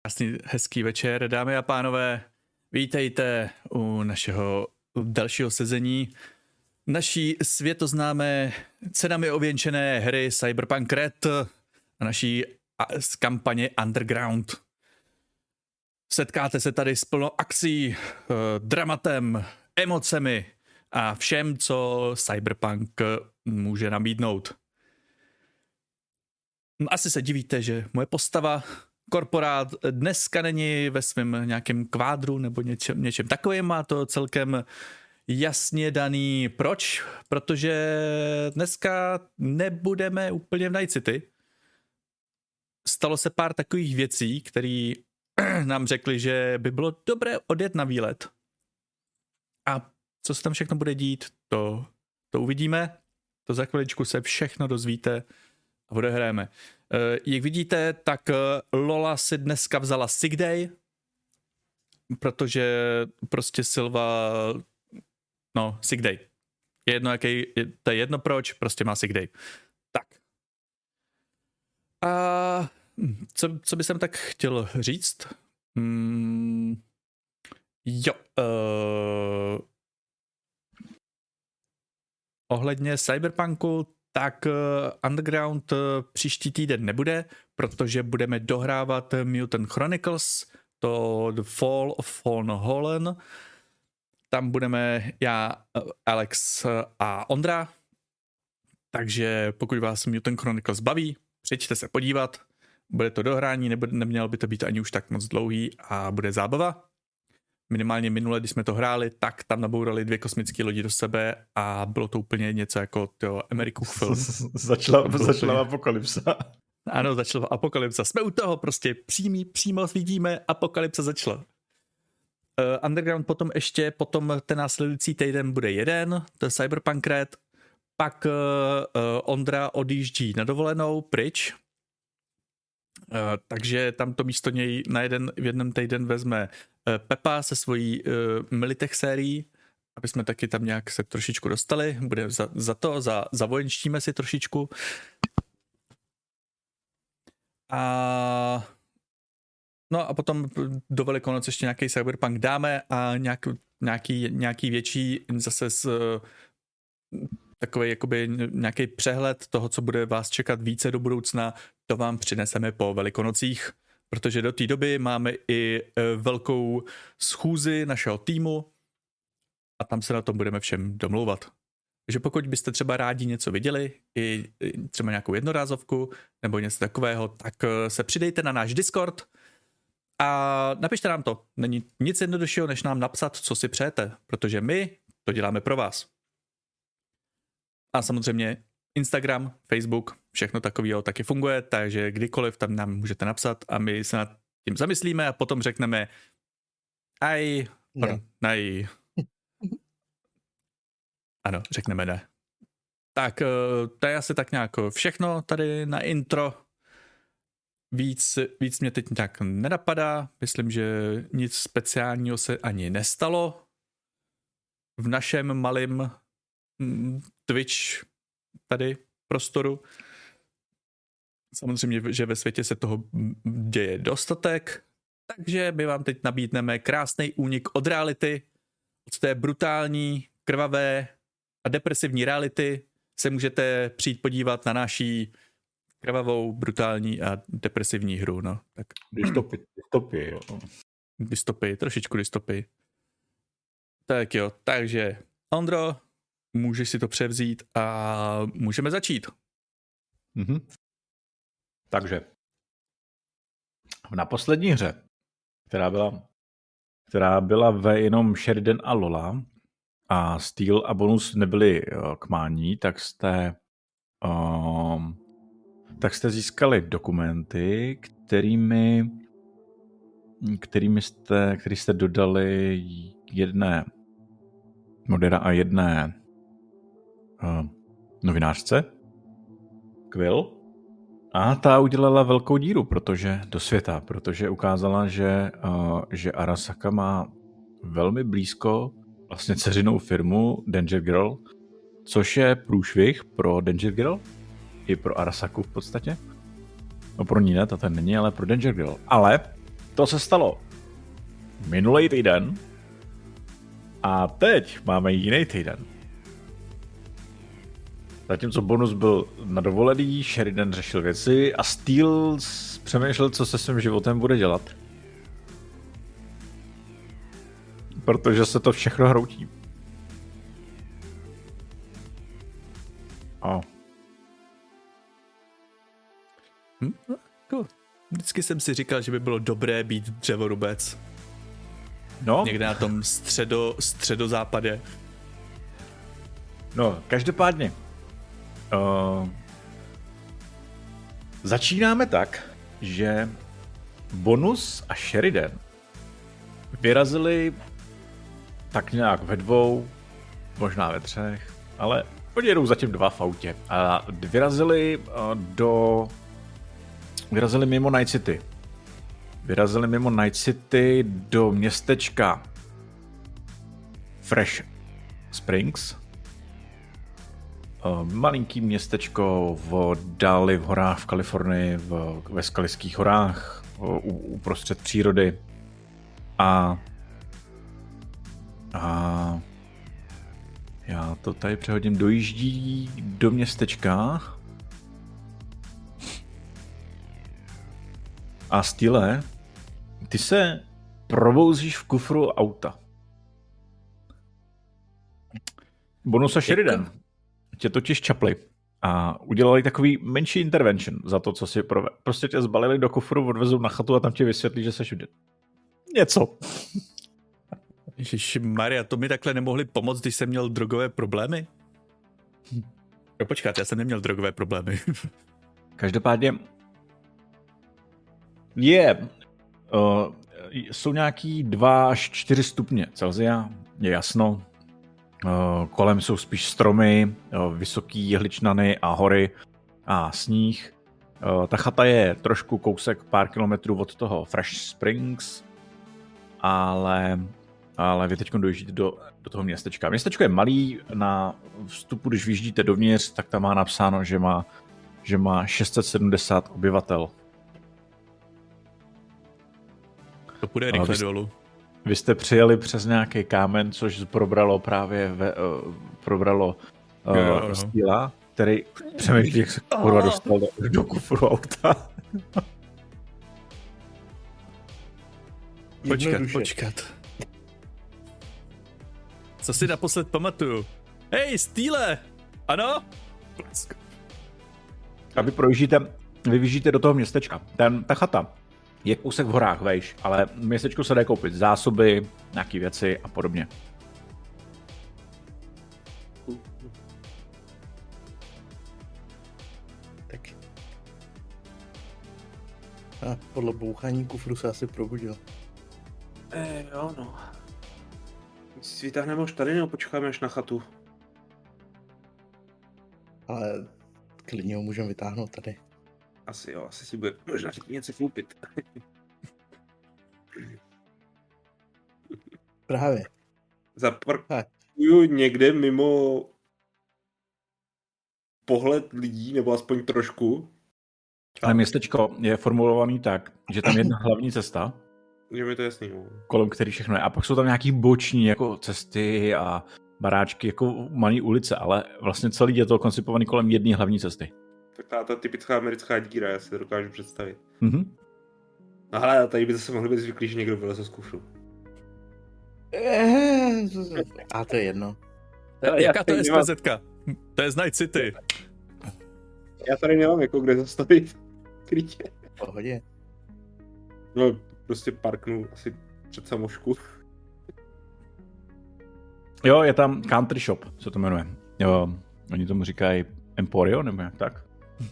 Krásný, hezký večer, dámy a pánové. Vítejte u našeho dalšího sezení naší světoznámé cenami ověnčené hry Cyberpunk Red a naší z kampaně Underground. Setkáte se tady s plnou akcí, dramatem, emocemi a všem, co Cyberpunk může nabídnout. Asi se divíte, že moje postava, korporát, dneska není ve svém nějakém kvádru nebo něčem takovým, má to celkem jasně daný. Proč? Protože dneska nebudeme úplně v Night City. Stalo se pár takových věcí, které nám řekli, že by bylo dobré odjet na výlet. A co se tam všechno bude dít, to uvidíme. To za chviličku se všechno dozvíte a odehráme. Jak vidíte, tak Lola si dneska vzala sick day, protože prostě Silva, sick day. Je jedno, to je jedno proč, prostě má sick day. Tak. A co by jsem tak chtěl říct? Ohledně Cyberpunku, tak Underground příští týden nebude, protože budeme dohrávat Mutant Chronicles, to The Fall of Fallen Holland. Tam budeme já, Alex a Ondra. Takže pokud vás Mutant Chronicles baví, přijďte se podívat. Bude to dohrání, nemělo by to být ani už tak moc dlouhý a bude zábava. Minimálně minule, když jsme to hráli, tak tam nabourali 2 kosmické lodi do sebe a bylo to úplně něco jako Amerikův film. Začala apokalypsa. Ano, začala apokalypsa. Jsme u toho prostě přímo vidíme, apokalypsa začala. Underground potom ten následující týden bude jeden, to je Cyberpunk Red, pak Ondra odjíždí na dovolenou pryč, takže tam to místo něj v jednom týden vezme Pepa se svojí Militech sérií, aby jsme taky tam nějak se trošičku dostali. Bude zavojenštíme si trošičku. A potom do Velikonoc ještě nějaký Cyberpunk dáme a nějaký větší zase takový jakoby nějaký přehled toho, co bude vás čekat více do budoucna, to vám přineseme po Velikonocích, protože do té doby máme i velkou schůzi našeho týmu a tam se na tom budeme všem domlouvat. Takže pokud byste třeba rádi něco viděli, i třeba nějakou jednorázovku nebo něco takového, tak se přidejte na náš Discord a napište nám to. Není nic jednoduššího, než nám napsat, co si přejete, protože my to děláme pro vás. A samozřejmě Instagram, Facebook, všechno takového taky funguje, takže kdykoliv tam nám můžete napsat a my se nad tím zamyslíme a potom řekneme ano, řekneme ne. Tak to je asi tak nějak všechno tady na intro. Víc mě teď nějak nenapadá. Myslím, že nic speciálního se ani nestalo v našem malém Twitch tady prostoru. Samozřejmě, že ve světě se toho děje dostatek, takže my vám teď nabídneme krásný únik od reality, od té brutální, krvavé a depresivní reality se můžete přijít podívat na naší krvavou, brutální a depresivní hru. No. Tak. Dystopii, trošičku dystopii. Tak jo, takže Ondro, můžeš si to převzít a můžeme začít. Mhm. Takže na poslední hře, která byla ve jenom Sheridan a Lola a Steel a Bonus nebyli k mání, tak jste získali dokumenty, který jste dodali jedné novinářce, Quill, a ta udělala velkou díru do světa, protože ukázala, že Arasaka má velmi blízko vlastně dceřinou firmu Danger Girl, což je průšvih pro Danger Girl i pro Arasaku v podstatě. No pro ní ne, to ten není, ale pro Danger Girl. Ale to se stalo minulý týden a teď máme jiný týden. Zatímco Bonus byl na dovolený, Sheridan řešil věci a Steel přemýšlel, co se svým životem bude dělat. Protože se to všechno hroutí. Vždycky jsem si říkal, že by bylo dobré být dřevorubec. No. Někde na tom středozápadě. No, každopádně. Začínáme tak, že Bonus a Sheridan vyrazili tak nějak ve 2, možná ve 3, ale oni jedou zatím 2 v autě. A vyrazili mimo Night City. Vyrazili mimo Night City do městečka Fresh Springs. Malinký městečko v dáli v horách v Kalifornii, ve Skalických horách, uprostřed přírody. A já to tady přehodím, dojíždí do městečka. A Style, ty se probouzíš v kufru auta. Bonus a Sheridan tě totiž čapli a udělali takový menší intervention za to, co si provedl. Prostě tě zbalili do kufru, odvezou na chatu a tam tě vysvětlí, že seš něco. Ježišmarja, to mi takhle nemohli pomoct, když jsem měl drogové problémy? No počkat, já jsem neměl drogové problémy. Každopádně jsou nějaký 2 až 4 stupně Celsia, je jasno. Kolem jsou spíš stromy, vysoký jehličnany a hory a sníh. Ta chata je trošku kousek pár kilometrů od toho Fresh Springs, ale vy teď dojíždíte do toho městečka. Městečko je malý, na vstupu, když vyjíždíte dovnitř, tak tam má napsáno, že má 670 obyvatel. To půjde rychle dolů. Vy jste přijeli přes nějaký kámen, což probralo Stýla, který přemýšlí, jak se kurva dostal do kufru auta. Počkat. Co si naposled pamatuju? Hej, Stýle! Ano? A vy vyjíždíte do toho městečka. Ta chata je kousek v horách, vejš, ale v městečku se dá koupit zásoby, nějaký věci a podobně. Tak. A podle bouchání kufru se asi probudil. Jo, no. Si vytáhneme už tady, nebo počkáme až na chatu? Ale klidně ho můžeme vytáhnout tady. Asi jo, asi si bude možná něco koupit. Právě. Zaparkuju někde mimo pohled lidí, nebo aspoň trošku. Ale městečko je formulovaný tak, že tam je jedna hlavní cesta, že mi to jasný. Kolem který všechno je. A pak jsou tam nějaký boční jako cesty a baráčky, jako malý ulice, ale vlastně celý je to koncipovaný kolem jedné hlavní cesty. Taková ta typická americká díra, já si to dokážu představit. Mhm. No hele, tady by zase mohli být zvyklí, že někdo vyleze z kufru. A to je jedno. Jaká to je SPZ-ka? To je z Night City. Já tady nemám jako kde zastavit. Krytě. Pohodě. No, prostě parknu asi před samošku. Jo, je tam Country Shop, se to jmenuje. Jo, oni tomu říkají Emporio, nebo jak tak?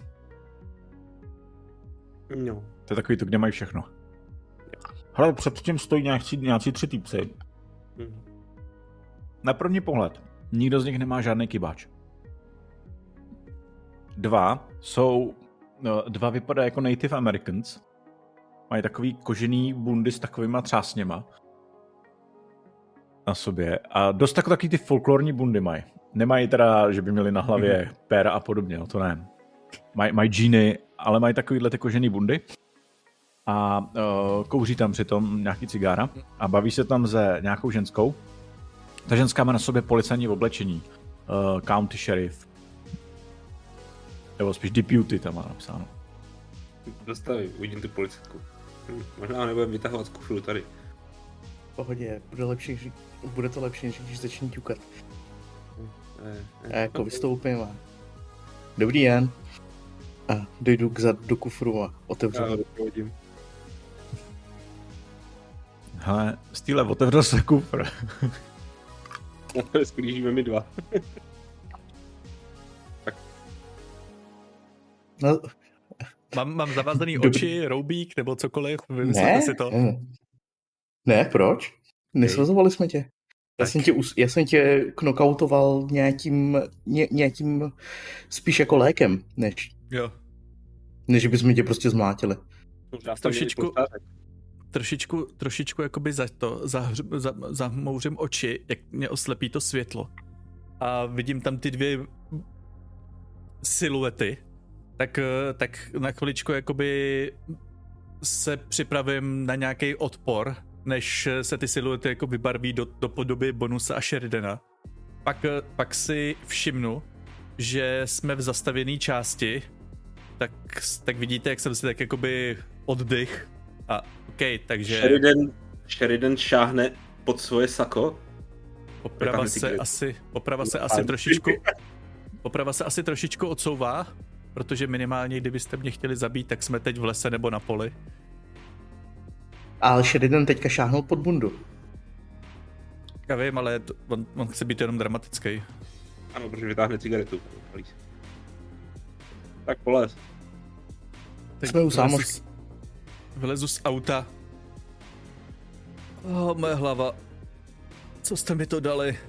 No. To je takový to, kde mají všechno. Hele, předtím stojí nějací 3 týpci. Na první pohled, nikdo z nich nemá žádný kybáč. 2 vypadají jako Native Americans. Mají takový kožený bundy s takovýma třásněma na sobě. A dost takový ty folklorní bundy mají. Nemají teda, že by měli na hlavě péra a podobně, no to ne. Mají džíny, ale mají takovýhle ty kožený bundy. a kouří tam přitom nějaký cigára a baví se tam se nějakou ženskou. Ta ženská má na sobě policajní oblečení. County sheriff. Nebo spíš deputy tam má napsáno. Dostavím, uvidím tu policajku. Možná nebudeme vytahovat z kufru tady. V pohodě, bude to lepší, než když začne ťukat. A jako vystoupím a... Dobrý den. A dojdu do kufru a otevřu. Já doprovodím. Hele, Stýle, otevřel se kufr. Na to sklížíme my dva. No, Mám zavázaný oči, roubík nebo cokoliv, vymyslete si to. Ne, proč? Nesvazovali jsme tě. Já jsem tě knockoutoval nějakým spíš jako lékem, než bychom tě prostě zmlátili. Trošičku jakoby zamouřím oči, jak mě oslepí to světlo. A vidím tam ty dvě siluety. Tak na chviličku jakoby se připravím na nějaký odpor, než se ty siluety jako vybarví do podoby Bonusa a Sheridana. Pak si všimnu, že jsme v zastavěné části, tak vidíte, jak jsem si tak jakoby oddych. A OK, takže... Sheridan šáhne pod svoje sako. Oprava se asi trošičku odsouvá, protože minimálně, kdybyste mě chtěli zabít, tak jsme teď v lese nebo na poli. Ale Sheridan teďka šáhnul pod bundu. Já vím, ale on chce být jenom dramatický. Ano, protože vytáhne cigaretu. Tak polez. Jsme u sámošky. Vylezu z auta. Moje hlava. Co jste mi to dali?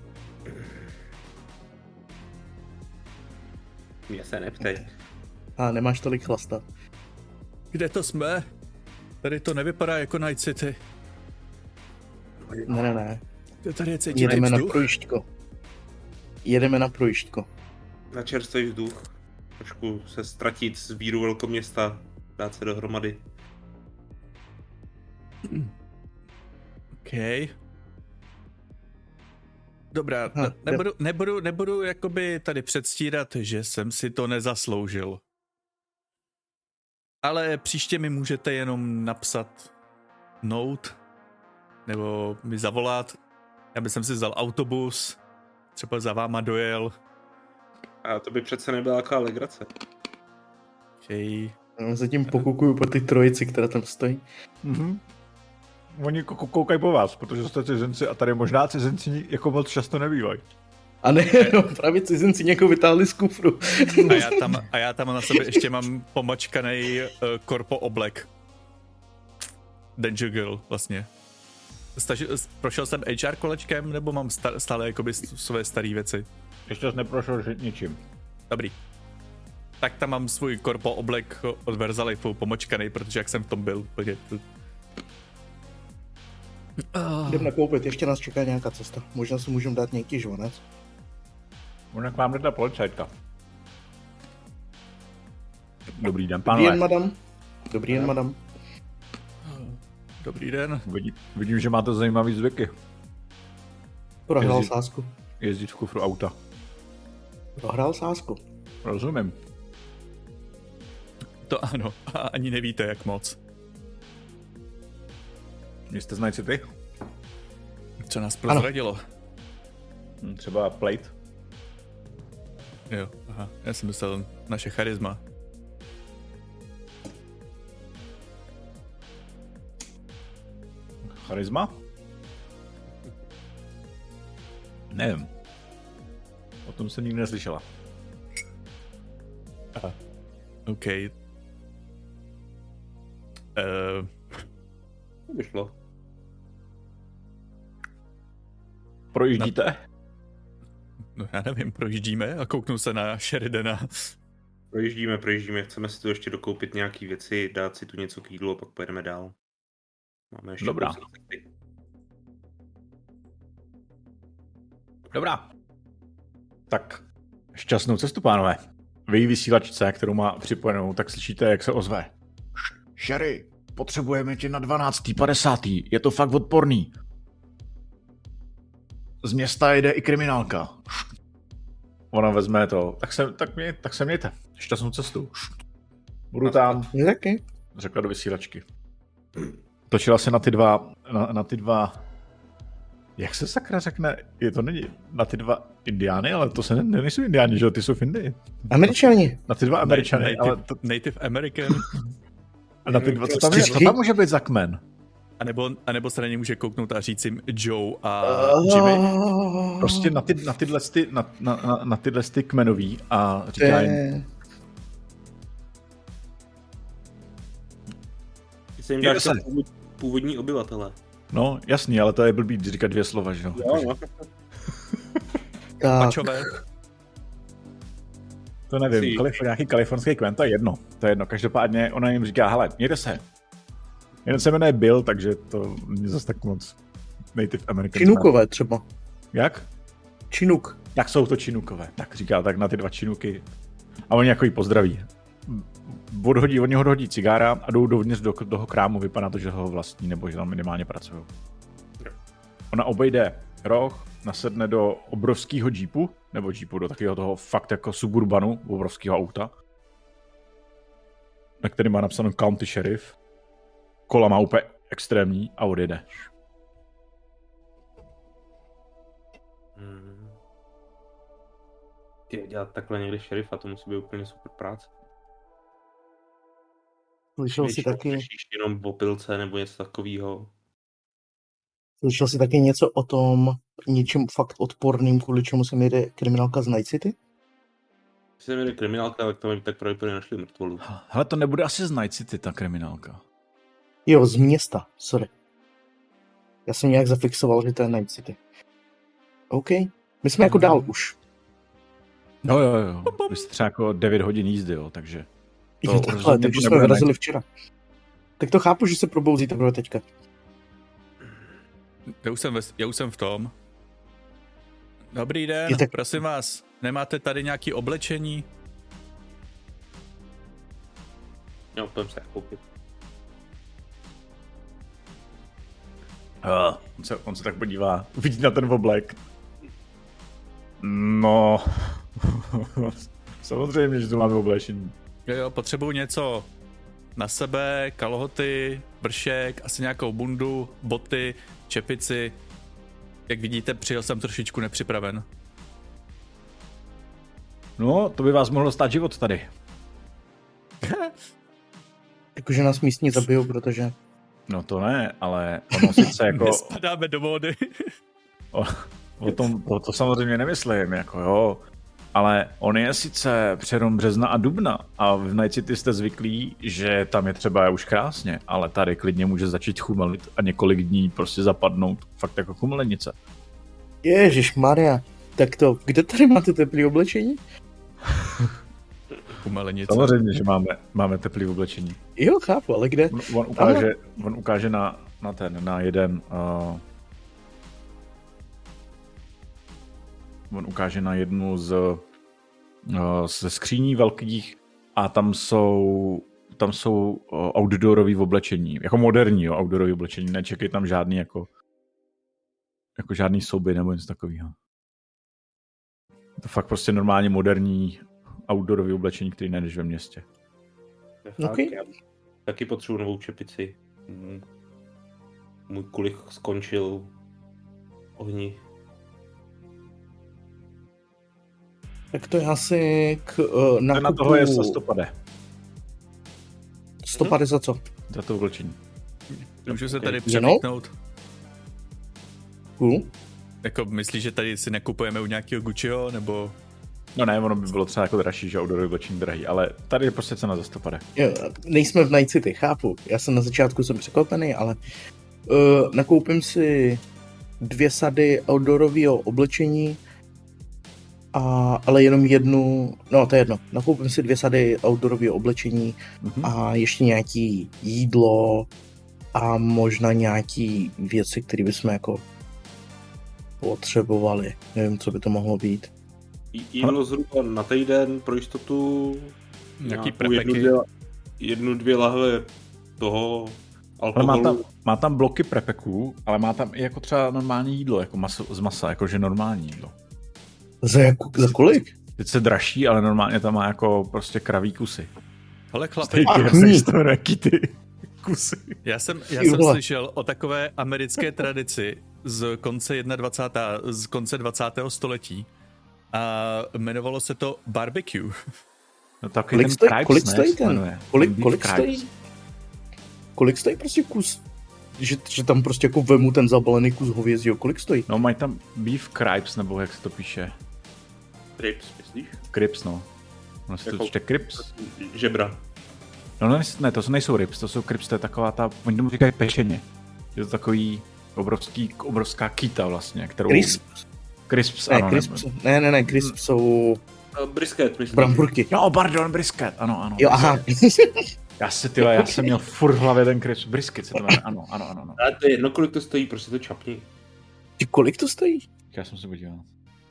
Mě se neptej. A nemáš tolik chlasta. Kde to jsme? Tady to nevypadá jako Night City. Ne. Tady je cítit Jedeme vzduch? Na projížďko. Jedeme na projížďko. Na čerstvý vzduch. Trošku se ztratit z víru velkoměsta. Dát se dohromady. OK. Dobrá, nebudu jakoby tady předstírat, že jsem si to nezasloužil. Ale příště mi můžete jenom napsat note, nebo mi zavolat. Já bych si vzal autobus, třeba za váma dojel. A to by přece nebyla taková legrace. Okay. Já zatím pokukuju po ty trojici, která tam stojí. Mhm. Oni koukají po vás, protože jste cizinci a tady možná cizinci jako moc často nebývají. A ne, no, právě cizinci někoho vytáhli z kufru. A já tam na sobě ještě mám pomačkanej korpo oblek. Danger Girl vlastně. Prošel jsem HR kolečkem, nebo mám stále jakoby své staré věci? Ještě jsi neprošel ničím. Dobrý. Tak tam mám svůj korpo oblek od Verzalifu pomočkanej, protože jak jsem v tom byl. Jdem nakoupit, ještě nás čeká nějaká cesta. Možná si můžeme dát nějaký žvanec. Možná k vám jde ta policajtka. Dobrý den, pánové. Dobrý den, madam. Dobrý den. Vidím, že máte zajímavý zvyky. Prohrál sázku. Jezdit v kufru auta. Prohrál sázku. Rozumím. To ano, a ani nevíte, jak moc. Jste z Night City? Co nás prozradilo? Třeba Plate? Jo, aha, já jsem myslel naše charisma. Charisma? Nevím. O tom jsem nikdy neslyšela. Aha. OK. To by šlo. Projíždíte? No já nevím, projíždíme a kouknu se na Sheridana. Projíždíme. Chceme si tu ještě dokoupit nějaký věci, dát si tu něco k jídlu a pak pojedeme dál. Máme ještě Dobrá. Dobrá. Tak, šťastnou cestu, pánové. Vy vysílačce, kterou má připojenou, tak slyšíte, jak se ozve. Sherry, potřebujeme tě na 12.50. Je to fakt odporný. Z města jede i kriminálka. Ona vezme to. Tak se mějte. Šťastnou cestu. Budu tam. Taky. Řekla do vysílačky. Točila se na ty dva. Jak se sakra řekne? To není na ty dva indiány, ale to se nejsou indiáni, že? Ty jsou v Indii. Američani. Na ty dva Američany. Native American. A na ty dva, co tam může být za kmen? A nebo se na ně může kouknout a říct jim Joe a Jimmy. Prostě na tyhle kmenový a říká jim... Ty jim dáš původní obyvatele. No, jasný, ale to je blbý říkat 2 slova, že jo? Jo. Pačové. To nevím, nějaký kalifornský kmen, to je jedno. Každopádně ona jim říká, hele, mějte se. Jeden se jmenuje Bill, takže to není zase tak moc Native American. Činukové třeba. Jak? Činuk. Tak jsou to Činukové. Tak říká, tak na ty 2 Činuky. A oni jako jí pozdraví. Oni odhodí cigára a jdou dovnitř do toho krámu, vypadá to, že ho vlastní, nebo že tam minimálně pracují. Ona obejde roh, nasedne do obrovského jeepu, do takového toho fakt jako suburbanu, obrovského auta, na který má napsáno County Sheriff. Kola má úplně extrémní a odjede. Dělat takhle někde šerifa, to musí být úplně super práce. Slyšel jsi taky... jenom v opilce nebo něco takového. Slyšel jsi taky něco o tom něčem fakt odporným, kvůli čemu se mi jde kriminálka z Night City? Když se mi jde kriminálka, tak pravděpodobně našli mrtvolu. Hele, to nebude asi z Night City, ta kriminálka. Jo, z města, sorry. Já jsem nějak zafixoval, že to je Night City. OK, my jsme jako dál už. Jo. Vy jste třeba jako 9 hodin jízdy, jo, takže... Jo, takhle, takže jsme vyrazili včera. Tak to chápu, že se probouzí teprve teďka. Já už jsem v tom. Dobrý den, prosím vás, nemáte tady nějaké oblečení? Jo, půjdem se koupit. On se tak podívá, uvidí na ten oblek. No, samozřejmě, že tu máme oblečení. Jo, potřebuju něco na sebe, kalhoty, vršek, asi nějakou bundu, boty, čepici. Jak vidíte, přijel jsem trošičku nepřipraven. No, to by vás mohlo stát život tady. Jakože nás místní zabijou, protože... No to ne, ale ono sice jako... Nespadáme do vody. O tom to samozřejmě nemyslím, jako jo. Ale on je sice přerom března a dubna a v Night City jste zvyklí, že tam je třeba už krásně, ale tady klidně může začít chumelit a několik dní prostě zapadnout fakt jako chumelenice. Ježišmarja, tak to, kde tady máte teplý oblečení? Chumelenice. Samozřejmě, že máme teplý oblečení. Jo, chápu, ale kde? On ukáže na jeden... On ukáže na jednu ze skříní velkých a tam jsou outdoorový oblečení, jako moderní outdoorový oblečení, nečekej tam žádný jako žádný souby nebo něco takového. To fakt prostě normálně moderní outdoorový oblečení, který najdeš ve městě. Okay. Já taky potřebuji novou čepici. Můj kulich skončil ohni. Tak to je asi k nákupu... Na toho je za 150. 150 za co? Za to oblečení. Můžu se tady přemítnout. Cool. Jako myslíš, že tady si nekupujeme u nějakého Gucciho, nebo... No ne, ono by bylo třeba jako dražší, že outdoorové oblečení drahý, ale tady je prostě cena za 150. Jo, nejsme v Night City, chápu. Já jsem na začátku překvapený, ale nakoupím si 2 sady outdoorového oblečení, ale jenom jednu, no to je jedno, nakoupím si 2 sady outdoorového oblečení a ještě nějaký jídlo a možná nějaký věci, které bychom jako potřebovali. Nevím, co by to mohlo být. Jídlo zhruba na týden pro jistotu. Nějaký prepeky. 1-2 lahve toho Ale má tam bloky prepeků, ale má tam i jako třeba normální jídlo, jako maso z masa, jakože normální jídlo. Za kolik? Teď se dražší, ale normálně tam má jako prostě kraví kusy. Hele chlapi, jaký ty kusy. já jsem slyšel o takové americké tradici z konce 20. století a jmenovalo se to barbecue. No tak kolik stojí ten? Kolik stojí prostě kus? Že tam prostě jako vemu ten zabalený kus hovězího, kolik stojí? No mají tam beef cripes, nebo jak se to píše? Crips, myslíš? Crips, no. Ono se to čte crips? Žebra. No ne, to nejsou ribs, to jsou crips, to je taková ta, oni tomu říkají pešeně. Je to takový obrovská kýta vlastně, kterou... Crisps, ano. Ne, crisps jsou... Brisket, myslím. Bramburky. Jo, pardon, brisket, ano. Jo, aha. Já jsem měl furt v hlavě ten crisp, brisket se to jmenuje, ano. Ale to je jedno, kolik to stojí, prostě to čapni. Kolik to stojí? Já jsem se podíval.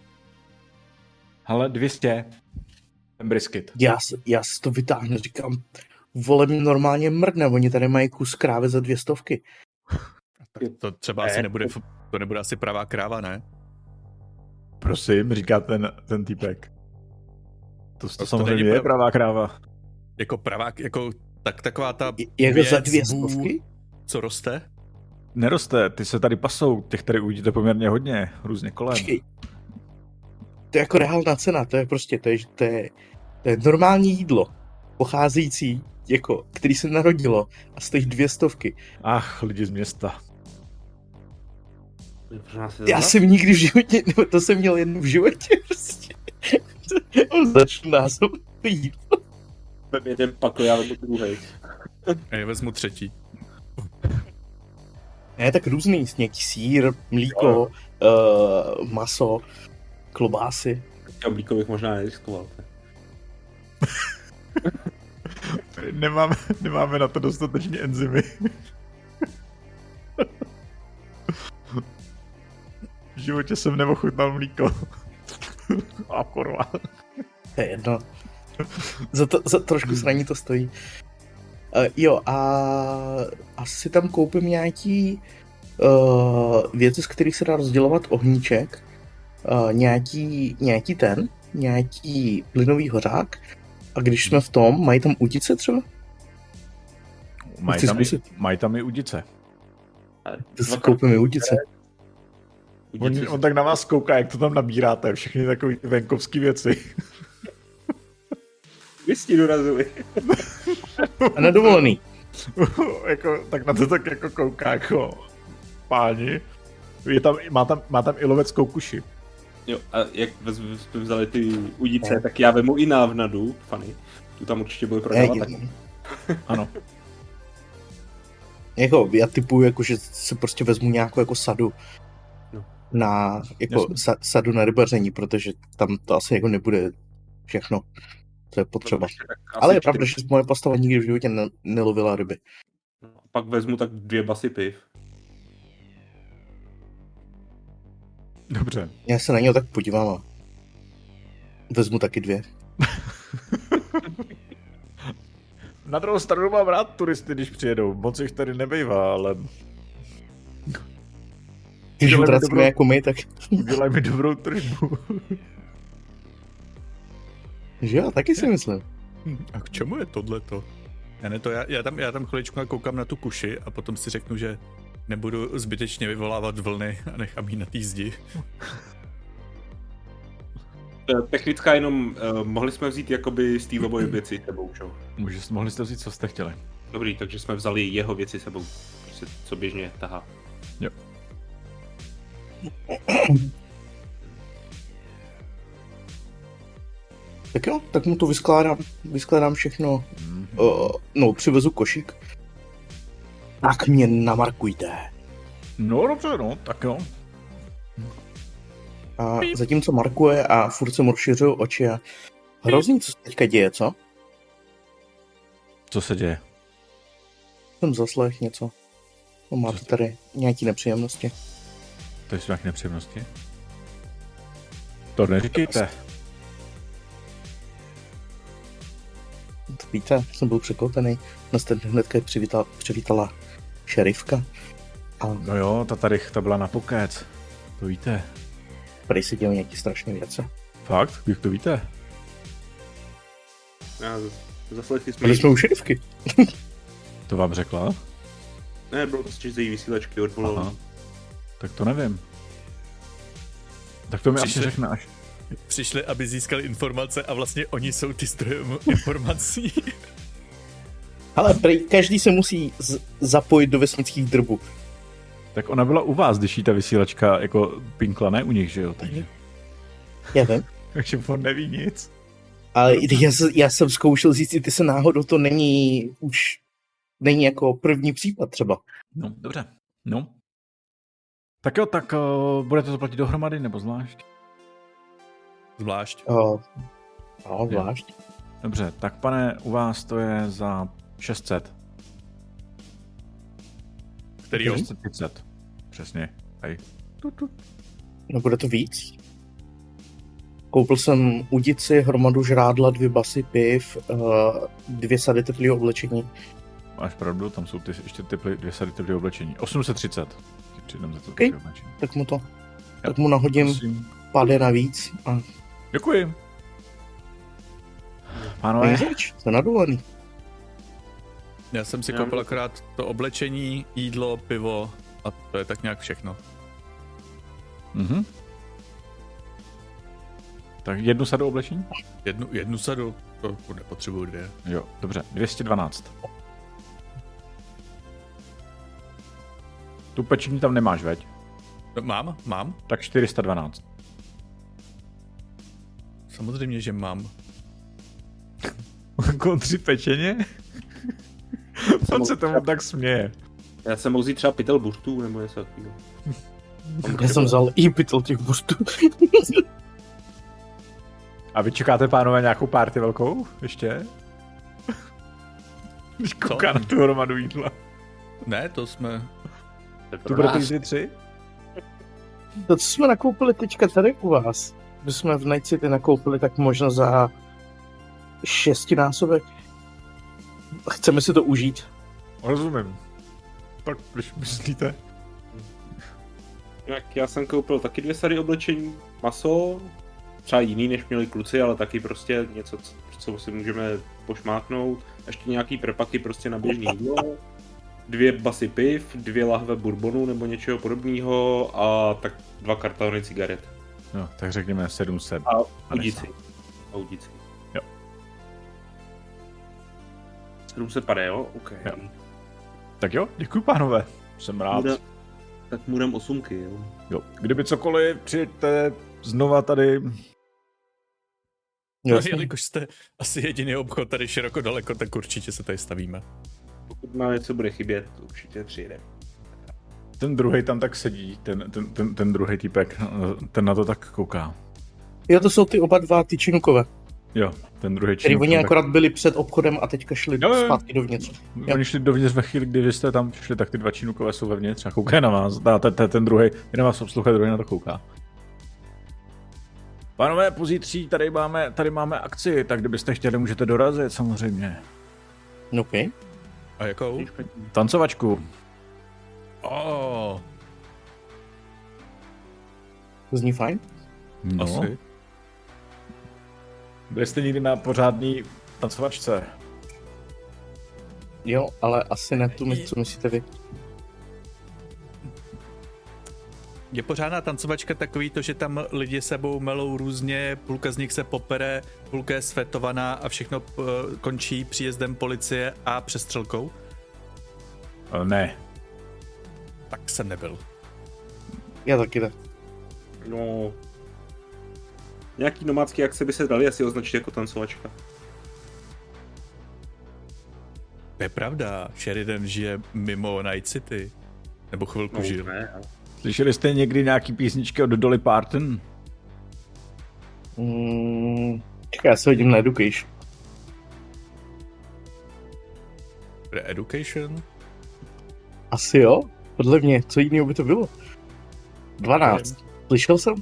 Hele, 200. Ten brisket. Já si to vytáhnu, říkám, vole, mi normálně mrdne, oni tady mají kus krávy za 200. To třeba asi nebude asi pravá kráva, ne? Prosím, říká ten týpek. To samozřejmě je pravá kráva. Jako pravá, jako taková ta jako za 200? Co roste? Neroste, ty se tady pasou, těch tady uvidíte poměrně hodně, různě kolem. Počkej. To je jako reálná cena, to je prostě, to je normální jídlo, pocházející, jako, který se narodilo a stojí 200. Ach, lidi z města. Já jsem nikdy v životě, nebo to jsem měl jen v životě, prostě. On začal název jídlo. Vem jeden pakl, já vezmu druhej. A já vezmu třetí. Ne, tak různý, nějaký sýr, mlíko, maso, klobásy. Já mlíko bych možná neriskoval. Nemáme na to dostatečně enzymy. V životě jsem neochutnal mlíko. A kurva. To je jedno. Za trošku sraní to stojí. Jo, a asi tam koupím nějaký věci, z kterých se dá rozdělovat ohníček. Nějaký plynový hořák. A když jsme v tom, mají tam udice třeba? Mají tam i udice. To si koupím i udice. On tak na vás kouká, jak to tam nabíráte, všechny takové venkovské věci. Vy jste dorazili. A na dovolený. Jako, tak na to tak jako kouká, jako páni. Má tam i loveckou kuši. Jo, a jak jsme vzali ty udice, tak já vemu i návnadu, Fanny. Tu tam určitě bude prodávat taky. Ano. Jako, já typuju, jako, že se prostě vezmu nějakou jako sadu. Na jako sadu na rybaření, protože tam to asi jako nebude všechno, co je potřeba. Ale je pravda, že moje postava nikdy v životě nelovila ryby. No, pak vezmu tak 2 basy piv. Dobře. Já se na něho tak podívám a vezmu taky 2. Na druhou stranu mám rád turisty, když přijedou. Moc jich tady nebejvá, ale... Když utracíme jako my, tak... Udělaj mi dobrou tržbu. Že jo, taky si myslím. A k čemu je tohleto? Já tam chviličku koukám na tu kuši a potom si řeknu, že nebudu zbytečně vyvolávat vlny a nechám jí na té zdi. Technická jenom, mohli jsme vzít jakoby Steveovi věci sebou, čo? Mohli jste vzít, co jste chtěli. Dobrý, takže jsme vzali jeho věci sebou, prostě co běžně tahá. Jo. Tak jo, tak mu to vyskládám všechno. Přivezu košík. Tak mě namarkujte. No dobře, tak jo. A zatímco markuje a furt se mu rozšiřují oči a hrozný, co se teďka děje, co? Co se děje? Jsem zaslech něco. Máte tady nějaký nepříjemnosti. To jsou nějaké nepříjemnosti? To neříkejte. Víte, jsem byl překvapený. Nás ten hnedka přivítala šerifka. A No jo, ta byla na pokec. To víte. tady se dělají nějaké strašné věci. Fakt? Jak to víte? Zaslechli jsme Byli jsme u šerifky. To vám řekla? Ne, bylo to z její vysílačky odvolal. Aha. Tak to nevím. Tak to mi asi Přišli- řekne až. Přišli, aby získali informace a vlastně oni jsou ty zdrojem informací. Ale každý se musí zapojit do vesnických drbů. Tak ona byla u vás, když jí ta vysílačka jako pinkla, ne u nich, že jo? Takže, Já vím. takže on neví nic. Ale já jsem zkoušel zjistit, jestli náhodou to není jako první případ třeba. No, dobře. No. Tak jo, tak budete to platit dohromady nebo zvlášť? Zvlášť. No, zvlášť. Dobře, tak pane, u vás to je za 600. Který jo? 630. Přesně. Hej. No bude to víc. Koupil jsem udici, hromadu žrádla, 2 basy piv, 2 sady teplého oblečení. Máš pravdu, tam jsou ještě 2 sady teplého oblečení. 830. Přidám za to Okay. teplé oblečení. Tak mu nahodím Prosím. pade navíc. A Děkuji. Pánové, nejzač, to na dovolený. Já jsem si koupil akorát to oblečení, jídlo, pivo a to je tak nějak všechno. mhm. Tak 1 sadu oblečení? Jednu sadu, to nepotřebuju 2. Jo, dobře, 212. Tu pečení tam nemáš, veď? No, mám. Tak 412. Samozřejmě, že mám. Kontři pečeně? On se tomu tak směje. Já jsem mohl vzít třeba pytel burtů nebo něco takového. Já jsem vzal i pytel těch burstů. A vy čekáte, pánové, nějakou party velkou? Ještě? Když kouká na tu hromadu jídla. Ne, to jsme... Tu budete jít 3? To, co jsme nakoupili teďka tady u vás, že jsme v Night City nakoupili tak možná za 6násobek. Chceme si to užít. Rozumím. Tak když myslíte? Jak já jsem koupil taky 2 sady oblečení, maso, třeba jiný, než měli kluci, ale taky prostě něco, co si můžeme pošmáknout. Ještě nějaký prepaky prostě na běžný jídlo. 2 basy piv, 2 lahve bourbonu nebo něčeho podobného a tak 2 kartony cigaret. No, tak řekněme 700. A udici. Jo. 750, jo? OK. Jo. Tak jo, děkuji, pánové. Jsem rád. Tak mu dám 8, jo. Jo. Kdyby cokoliv, přijďte znova tady. No, jelikož jste asi jediný obchod tady široko daleko, tak určitě se tady stavíme. Pokud nám něco bude chybět, určitě přijde. Ten druhej tam tak sedí, ten druhej týpek, ten na to tak kouká. Jo, to jsou ty oba dva, ty činukové. Jo, ten druhý Který oni akorát byli před obchodem a teďka šli zpátky dovnitř. Oni šli dovnitř ve chvíli, kdy vy jste tam šli, tak ty 2 čínukové jsou vevnitř a koukají na vás. Ten druhý, jeden vás obsluhuje, druhý na to kouká. Pánové, pozítří tady máme akci, tak kdybyste chtěli, můžete dorazit samozřejmě. OK. A jakou? Tancovačku. Oh, To zní fajn. No. asi. Byli jste někdy na pořádný tancovačce? Jo, ale asi ne tu, co myslíte vy. Je pořádná tancovačka takový to, že tam lidi sebou melou různě, půlka z nich se popere, půlka je svetovaná a všechno končí příjezdem policie a přestřelkou? Ne. Tak jsem nebyl. Já taky ne. No... Nějaký nomádský akce by se daly asi označit jako tancovačka. To je pravda, Sheridan žije mimo Night City. Nebo chvilku žil. Ne, ale... Slyšeli jste někdy nějaký písničky od Dolly Parton? Čekaj, já se hodím na Education. Education? Asi jo, podle mě, co jiného by to bylo? 12. Slyšel jsem?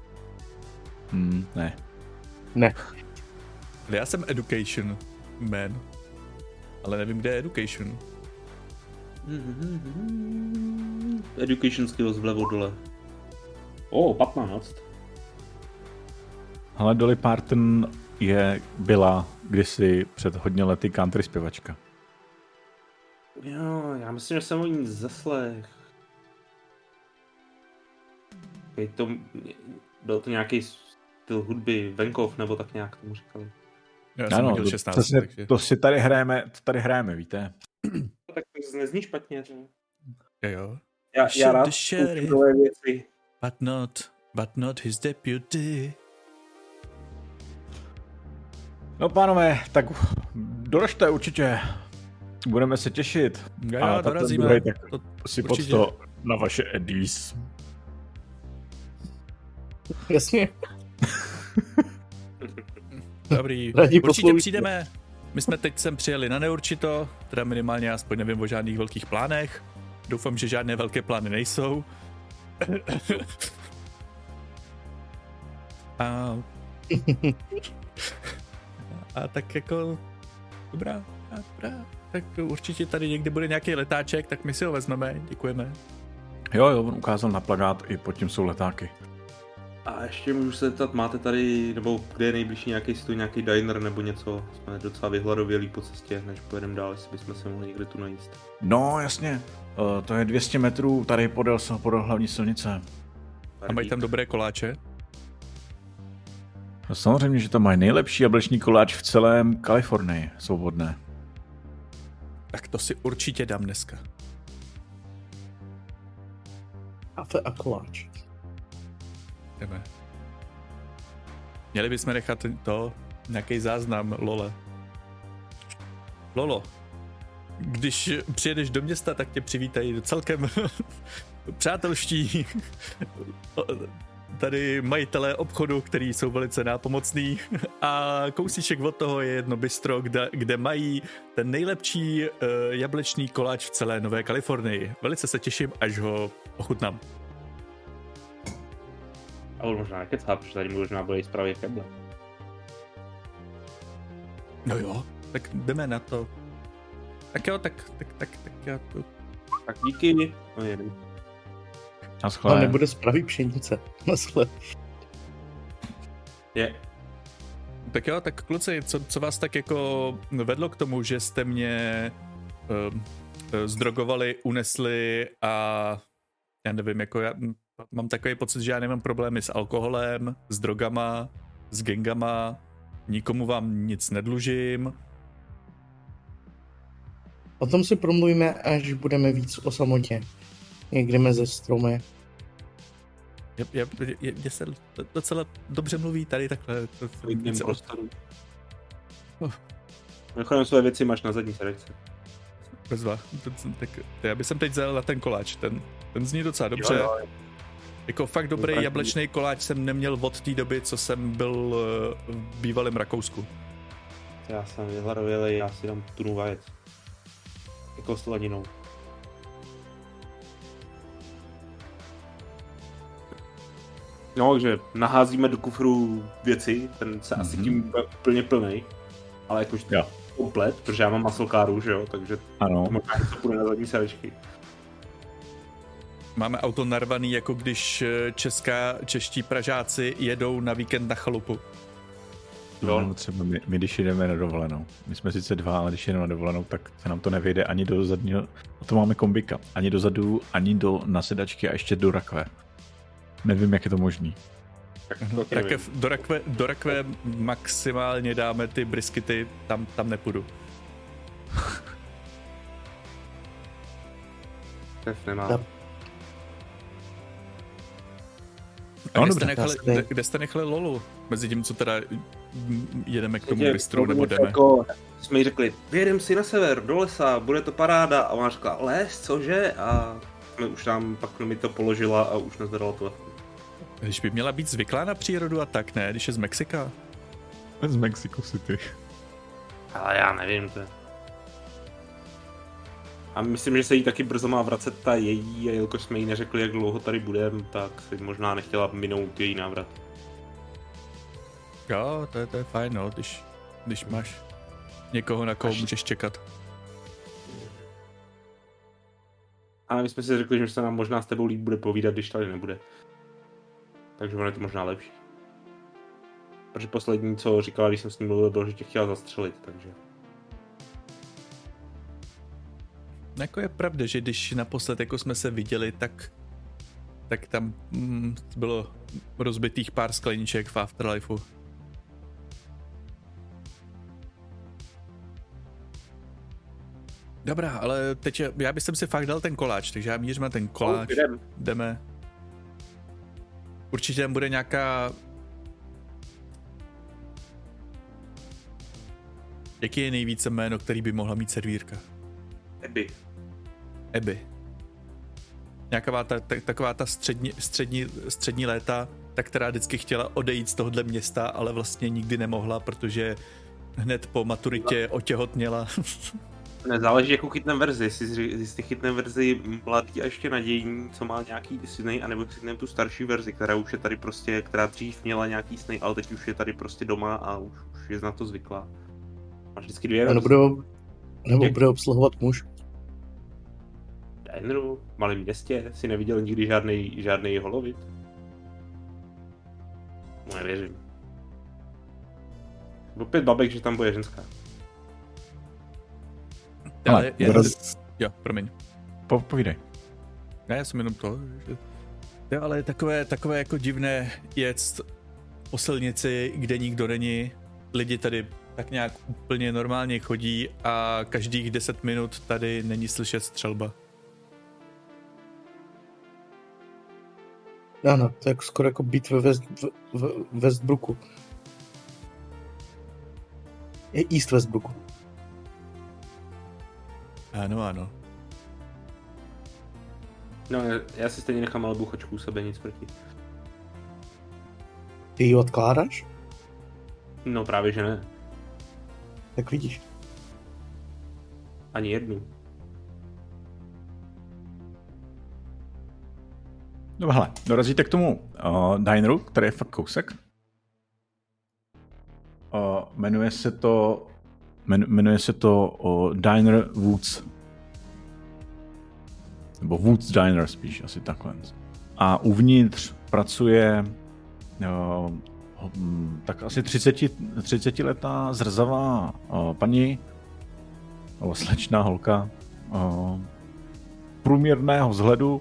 Ne. Ne. Já jsem Education man. Ale nevím, kde je Education. Education skills vlevo dole. 15. Ale Dolly Parton byla kdysi před hodně lety country zpěvačka. Jo, já myslím, že jsem o ní zaslech. Byl to nějaký styl hudby, venkov, nebo tak nějak tomu říkali. Já jsem viděl 16, takže... to si tady hrajeme, víte. Tak to nezní špatně. Jo. Já rád takové věci. But not his deputy. No pánové, tak doražte určitě. Budeme se těšit. Jo, dorazíme. Tak si pod to na vaše Eddies. Jasně. Dobrý. Určitě přijdeme. My jsme teď sem přijeli na neurčito, teda minimálně aspoň nevím o žádných velkých plánech. Doufám, že žádné velké plány nejsou. A tak jako dobrá. Tak určitě tady někde bude nějaký letáček, tak my si ho vezmeme. Děkujeme. Jo, on ukázal na plakát, i pod tím jsou letáky. A ještě můžu se zeptat, máte tady, nebo kde je nejbližší nějaký stůj, nějaký diner nebo něco? Jsme docela vyhladovělí po cestě, než pojedeme dál, jestli bychom se mohli někde tu najíst. No, jasně. To je 200 metrů tady podél hlavní silnice. A mají tam dobré koláče? No, samozřejmě, že tam mají nejlepší jablečný koláč v celém Kalifornii, svobodné. Tak to si určitě dám dneska. Kafe a koláč. Jdeme. Měli bychom nechat nějaký záznam, Lole. Lolo, když přijedeš do města, tak tě přivítají celkem přátelští tady majitelé obchodu, který jsou velice nápomocný, a kousíček od toho je jedno bistro, kde mají ten nejlepší jablečný koláč v celé Nové Kalifornii. Velice se těším, až ho ochutnám. A on možná nekecá, protože tady možná bude jít právě keble. No jo, tak jdeme na to. Tak jo, tak já to... Tak díky. No jedem. Ale nebude z pravý pšenice. Naschle. Je. Tak jo, tak kluci, co vás tak jako vedlo k tomu, že jste mě zdrogovali, unesli a já nevím, jako já mám takový pocit, že já nemám problémy s alkoholem, s drogama, s gangama, nikomu vám nic nedlužím. O tom si promluvíme, až budeme víc o samotě. Někde mezi stromy. Je se docela dobře mluví tady takhle. V prostoru. Mimochodem své věci máš na zadní sedačce. Bezva. Tak já bych teď vzal na ten koláč. Ten zní docela dobře. Jo. Jako fakt dobrý jablečný koláč jsem neměl od té doby, co jsem byl v bývalém Rakousku. Já jsem vyhladovělej, já si dám tunu vajec. Jako s laninou. No, takže naházíme do kufru věci, ten se asi tím bude úplně plnej, ale jakož komplet, protože já mám muscle caru, že jo, takže možná něco půjde na zadní sedačky. Máme auto narvaný, jako když čeští Pražáci jedou na víkend na chalupu. No, třeba my když jdeme na dovolenou. My jsme sice 2, ale když jdeme na dovolenou, tak se nám to nevyjde ani do zadního, to máme kombika, ani do zadu, ani na sedačky a ještě do rakve. Nevím, jak je to možný. Do rakve maximálně dáme ty briskety, tam nepůjdu. Nemá. A kde jste nechali Lolu? Mezi tím, co teda jedeme k tomu bistru, nebo jdeme? Jako, jsme jí řekli, vyjedeme si na sever, do lesa, bude to paráda. A ona řekla, les, cože? A už tam pak mi to položila a už nezvedala telefon. Když by měla být zvyklá na přírodu a tak, ne? Když je z Mexika. Z Mexico City. Ale já nevím, to. A myslím, že se jí taky brzo má vracet ta její, a jelikož jsme jí neřekli, jak dlouho tady budeme, tak si možná nechtěla minout její návrat. Jo, to je fajn, no, když máš někoho, na koho můžeš čekat. A my jsme si řekli, že se nám možná s tebou líp bude povídat, když tady nebude. Takže ono je to možná lepší. Protože poslední, co říkala, když jsem s ním mluvil, bylo, že tě chtěla zastřelit, takže... Jako je pravda, že když naposled jako jsme se viděli, tak tam bylo rozbitých pár skleniček v Afterlifeu. Dobrá, ale teď já bych si fakt dal ten koláč, takže já mířím na ten koláč. Jdeme. Určitě tam bude nějaká... Jaký je nejvíce jméno, který by mohla mít servírka? Abby. Nějaká taková ta střední léta, ta, která vždycky chtěla odejít z tohohle města, ale vlastně nikdy nemohla, protože hned po maturitě otěhotněla. Nezáleží, jakou chytneme verzi, jestli chytneme verzi mladý a ještě nadějný, co má nějaký sny, anebo chytneme tu starší verzi, která už je tady prostě, která dřív měla nějaký sny, ale teď už je tady prostě doma a už je na to zvyklá. Máš vždycky dvě verze. Nebo bude obsluhovat muž. Dineru, v malém městě, si neviděl nikdy žádnej holovit? No nevěřím. Opět babek, že tam bude ženská. Ale jo, promiň. Povídej. Já jsem jenom to, že... Jo, ale takové jako divné jet po silnici, kde nikdo není. Lidi tady tak nějak úplně normálně chodí a každých 10 minut tady není slyšet střelba. Ano, to je skoro jako být ve Westbrooku. Je East Westbrooku. Ano. No, já si stejně nechám malou buchačku u sebe, nic proti. Ty ji odkládáš? No právě, že ne. Tak vidíš. Ani jednu. No hele, dorazíte k tomu dineru, který je fakt kousek. Jmenuje se to Diner Woods. Nebo Woods Diner spíš, asi takhle. A uvnitř pracuje tak asi 30letá zrzavá paní, nebo slečná holka, průměrného vzhledu.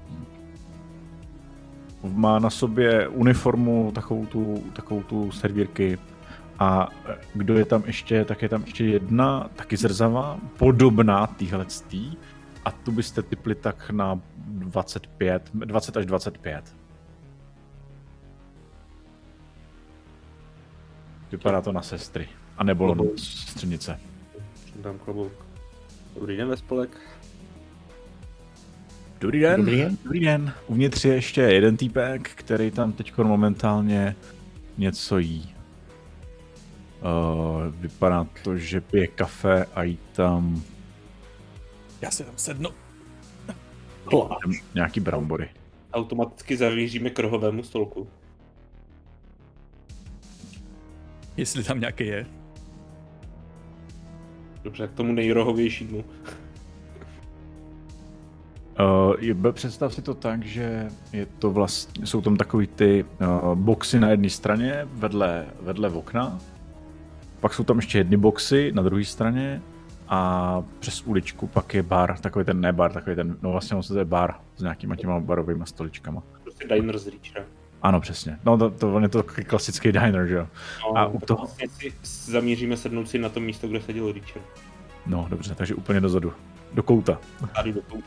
Má na sobě uniformu, takovou tu servírky. A kdo je tam ještě, tak je tam ještě jedna, taky zrzavá, podobná téhletý. A tu byste tipli tak na 20 až 25. Vypadá to na sestry. A nebo na střednice. Dám klobouk. Dobrý den ve spolek. Dobrý den. Uvnitř je ještě jeden týpek, který tam teď momentálně něco jí. Vypadá to, že pije kafe a jí tam... Já si tam sednu. Nějaký brambory. Automaticky zavíříme k rohovému stolku. Jestli tam nějaký je. Dobře, k tomu nejrohovějšímu. Představ si to tak, že je to vlastně, jsou tam takový ty boxy na jedné straně vedle okna. Pak jsou tam ještě jedny boxy na druhé straně a přes uličku pak je bar, takový ten vlastně to je bar s nějakýma těma barovými stoličkama. Prostě diner z Reachera. Ano, přesně. No to je to klasický diner, že jo. No, a u toho vlastně si zamíříme sednout si na to místo, kde seděl Reacher. No, dobře, takže úplně dozadu. Do kouta. Tady do kouta.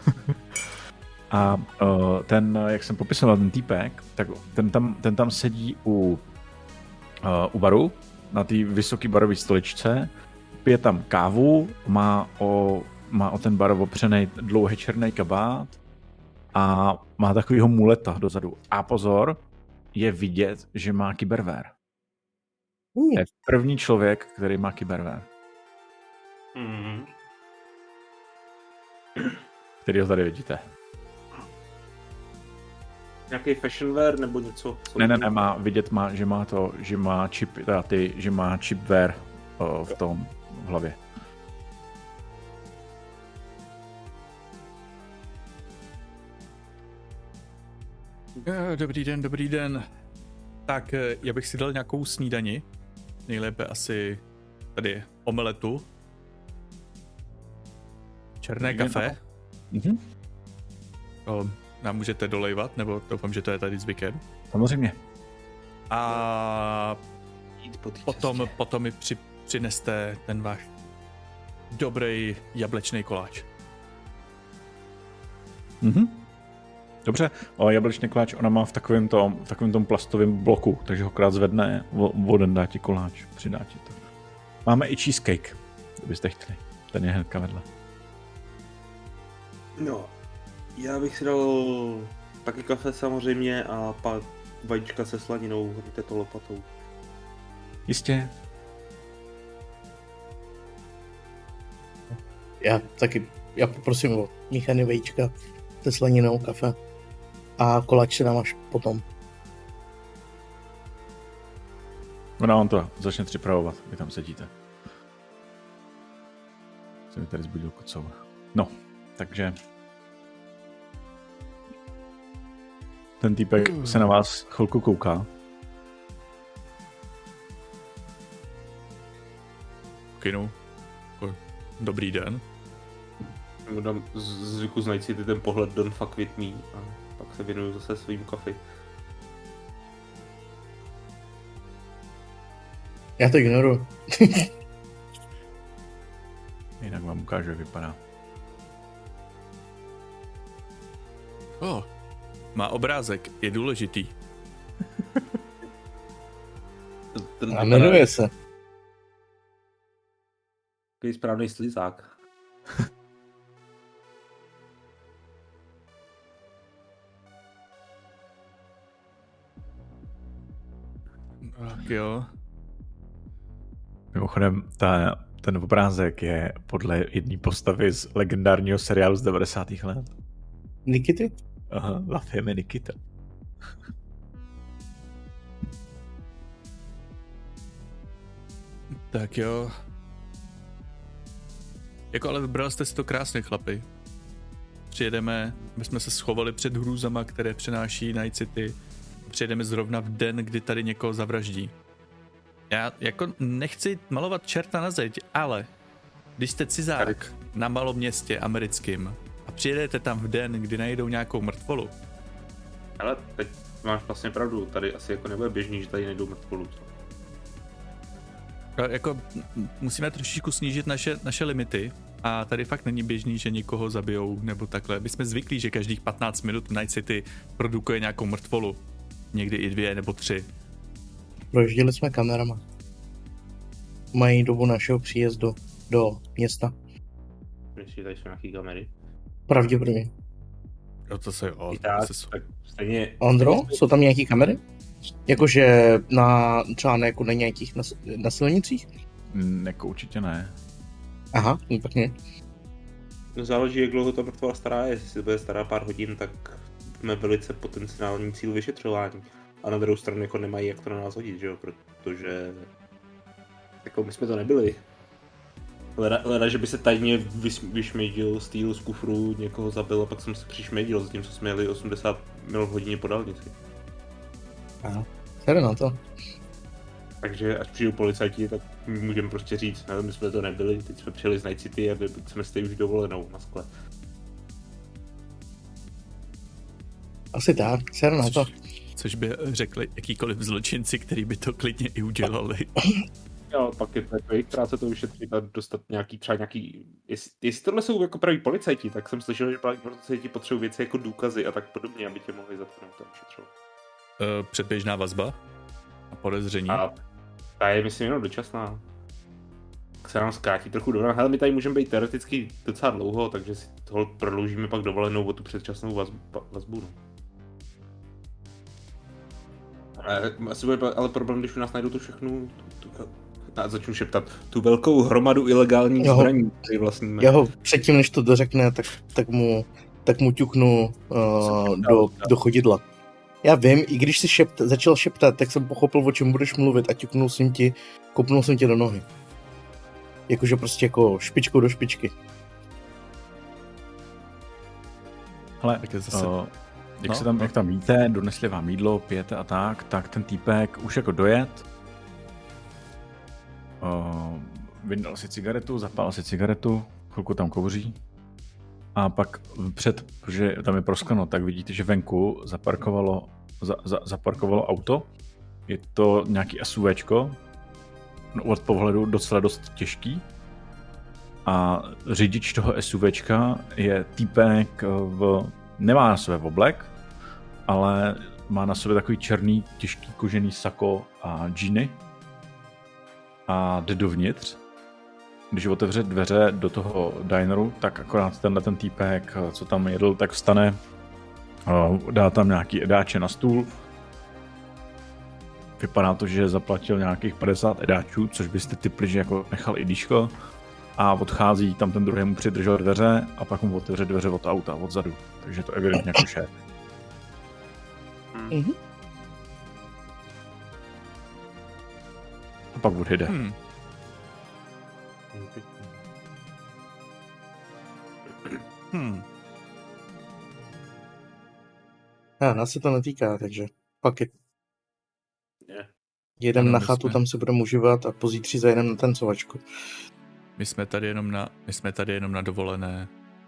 A ten, jak jsem popisoval, ten týpek, tak ten tam sedí u baru, na té vysoké barové stoličce, pije tam kávu, má o ten bar opřený dlouhý černý kabát a má takovýho muleta dozadu. A pozor, je vidět, že má kyberware. Je první člověk, který má kyberware. Který ho tady vidíte. Nějaký fashionwear nebo něco? Ne, že má chipware v tom v hlavě. Dobrý den. Tak já bych si dal nějakou snídani. Nejlépe asi tady omeletu. Černé kafe. Nám můžete dolejvat, nebo doufám, že to je tady zvykem. Samozřejmě. A potom mi přineste ten váš dobrý jablečný koláč. Dobře, ale jablečný koláč ona má v takovém tom plastovém bloku, takže ho krát zvedne, voden dá ti koláč, přidá ti to. Máme i cheesecake, kdybyste chtěli. Ten je hnedka vedle. No, já bych si dal taky kafe samozřejmě a pak vajíčka se slaninou, hodíte to lopatou. Jistě. Já poprosím o míchaný vajíčka se slaninou, kafe a koláč se dám až potom. Ona on to začne připravovat, vy tam sedíte. Jsem mi tady zbudil kocour. No, takže ten týpek se na vás chvilku kouká. Kinu. Dobrý den. Dám zvyku znajíc si ten pohled don't fuck with me a pak se věnuju zase svým kafi. Já to ignoruju. Jinak vám ukážu, jak vypadá. Má obrázek, je důležitý. A jmenuje se. Takový správný slizák. Tak jo. Mimochodem, ten obrázek je podle jedné postavy z legendárního seriálu z 90. let. Nikity? Aha, La Femme Nikita. Tak jo. Jako ale vybrali jste si to krásně, chlapi. Přijedeme, my jsme se schovali před hrůzama, které přenáší Night City. Přijedeme zrovna v den, kdy tady někoho zavraždí. Já jako nechci malovat čerta na zeď, ale když jste cizák na malom městě americkým a přijedete tam v den, kdy najdou nějakou mrtvolu. Ale teď máš vlastně pravdu, tady asi jako nebude běžný, že tady najdou mrtvolu. Jako musíme trošičku snížit naše limity a tady fakt není běžný, že někoho zabijou nebo takhle. My jsme zvyklí, že každých 15 minut v Night City produkuje nějakou mrtvolu. Někdy i 2 nebo 3. Projížděli jsme kamerama. Mají dobu našeho příjezdu do města. Myslíš, že tady jsou nějaký kamery? Pravděpodobně. Jo, to se jo. Tak stejně... Ondro, jsou tam nějaký kamery? Jakože třeba na nějakých na silnicích? Jako určitě ne. Aha, pěkně. Záleží, jak dlouho ta mrtvola stará je. Jestli bude stará pár hodin, tak jsme velice potenciální cíl vyšetřování. A na druhou stranu jako nemají jak to na nás hodit, že jo, protože jako my jsme to nebyli. Leda, že by se tajně vyšmědil stýl z kufru, někoho zabil a pak jsem se přišmědil, zatímco jsme jeli 80 mil v hodině po dálnici. Aha, tady na to. Takže až přijdou policajti, tak můžeme prostě říct, ne, my jsme to nebyli, teď jsme přijeli z Night City a jsme si už dovolenou na skle. Asi tak, ser na to. Což by řekli jakýkoliv zločinci, který by to klidně i udělali. Jo, pak je to jako jejich práce to vyšetřit a dostat třeba nějaký... Jestli tohle jsou jako praví policajti, tak jsem slyšel, že policajti potřebují věci jako důkazy a tak podobně, aby tě mohli zatknout a vyšetřovat. Předběžná vazba a podezření. A ta je, myslím, jenom dočasná. Tak se nám zkrátí trochu dovolená. Hele, my tady můžeme být teoreticky docela dlouho, takže si toho prodloužíme pak dovolenou o tu předčasnou vazbu. No. Asi bude ale problém, když u nás najdou tu všechnu... Začnu šeptat. Tu velkou hromadu ilegálních zbraní, který vlastníme. Já ho předtím, než to dořekne, tak mu ťuknu do chodidla. Já vím, i když jsi začal šeptat, tak jsem pochopil, o čem budeš mluvit a kopnul jsem tě do nohy. Jakože prostě jako špičkou do špičky. Hele, Jak tam jíte, donesli vám jídlo, pijete a tak ten týpek už jako dojet, vyndal si cigaretu, zapál si cigaretu, chvilku tam kouří a pak protože tam je prosklenou, tak vidíte, že venku zaparkovalo auto. Je to nějaký SUVčko, od pohledu docela dost těžký. A řidič toho SUVčka je týpek nemá na sobě oblek, ale má na sobě takový černý, těžký kožený sako a džíny. A jde dovnitř. Když otevře dveře do toho dineru, tak akorát ten týpek, co tam jedl, tak vstane, dá tam nějaký edáče na stůl. Vypadá to, že zaplatil nějakých 50 edáčů, což byste tipli, že jako nechal i dýško. A odchází, tam ten druhý mu přidržel dveře a pak mu otevře dveře od auta, odzadu. Takže to evidentně jako šéf. Mhm. A pak odjede. Nás se to netýká, takže fuck it. Jedem na chatu, tam se budeme užívat a pozítří zajedem na tancovačku. My jsme tady jenom na dovolené.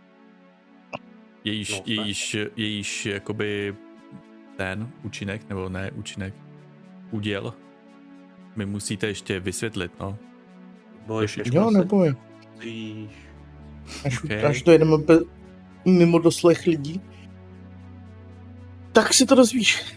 Jejíž jakoby ten účinek, nebo ne účinek, úděl, mi musíte ještě vysvětlit, no. Jo, neboj. Až dojedeme mimo doslech lidí, tak si to dozvíš.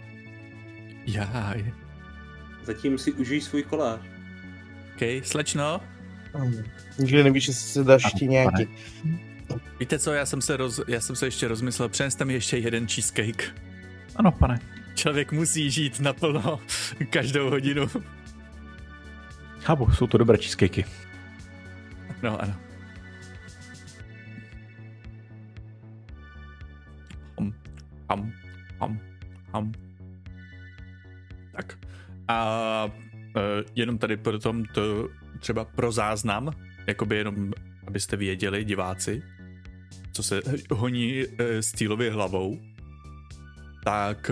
Jaj. Zatím si užij svůj koláč. OK, slečno. Nikdy nevíš, jestli se dáš ti nějaký. Víte co, já jsem se ještě rozmyslel, přineste mi ještě jeden cheesecake. Ano, pane. Člověk musí žít naplno každou hodinu. Chápu, jsou to dobré cheesecakey. No, ano. Tak. A jenom tady potom to třeba pro záznam, jakoby jenom, abyste věděli, diváci, co se honí Steelově hlavou, tak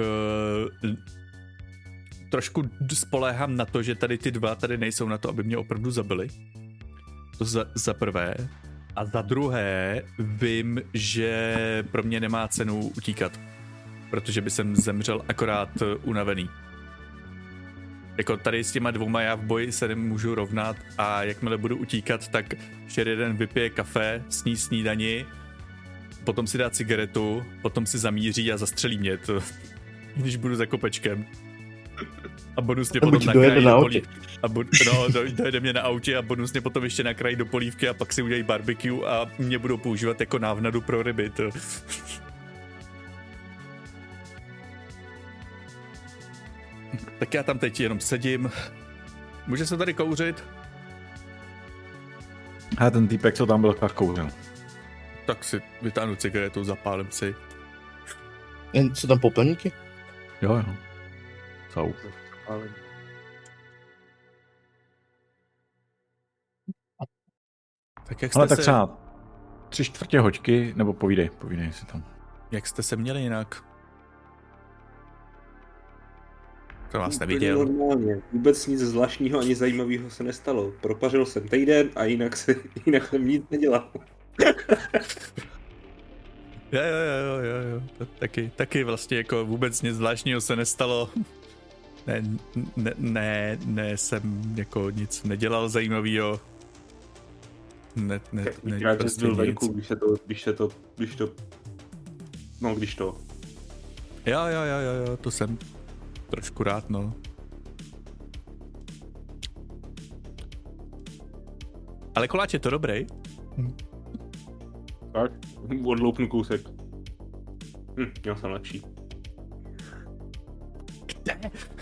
trošku spoléhám na to, že tady ty dva tady nejsou na to, aby mě opravdu zabili. To za prvé. A za druhé vím, že pro mě nemá cenu utíkat, protože by jsem zemřel akorát unavený. Jako tady s těma dvouma já v boji se nemůžu rovnat a jakmile budu utíkat, tak jeden vypije kafe, sní snídani, potom si dá cigaretu, potom si zamíří a zastřelí mě to, když budu za kopečkem. A bonusně potom nakrájí do polívky. Dojede mě na autě a bonusně potom ještě nakrájí do polívky a pak si udělají barbecue a mě budou používat jako návnadu pro ryby. To. Tak já tam teď jenom sedím. Může se tady kouřit? A ten týpek, co tam byl, tak kouřil. Tak si vytáhnu cigaretu, zapálím si. Jen co tam popelníky? Jo. Jsou. Tak jak ale jste tak třeba 3/4 hoďky, nebo povídej si tam. Jak jste se měli jinak? To vás neviděl. Normálně. Vůbec nic zvláštního ani zajímavého se nestalo. Propařil jsem týden a jinak jsem nic nedělal. Jo. Taky vlastně jako vůbec nic zvláštního se nestalo. Ne, jsem jako nic nedělal zajímavého. Já prostě byl venku, když to. Jo, to jsem trošku rád, no. Ale koláč je to dobrý. Tak, odloupnu kousek. Měl jsem lepší. Kde?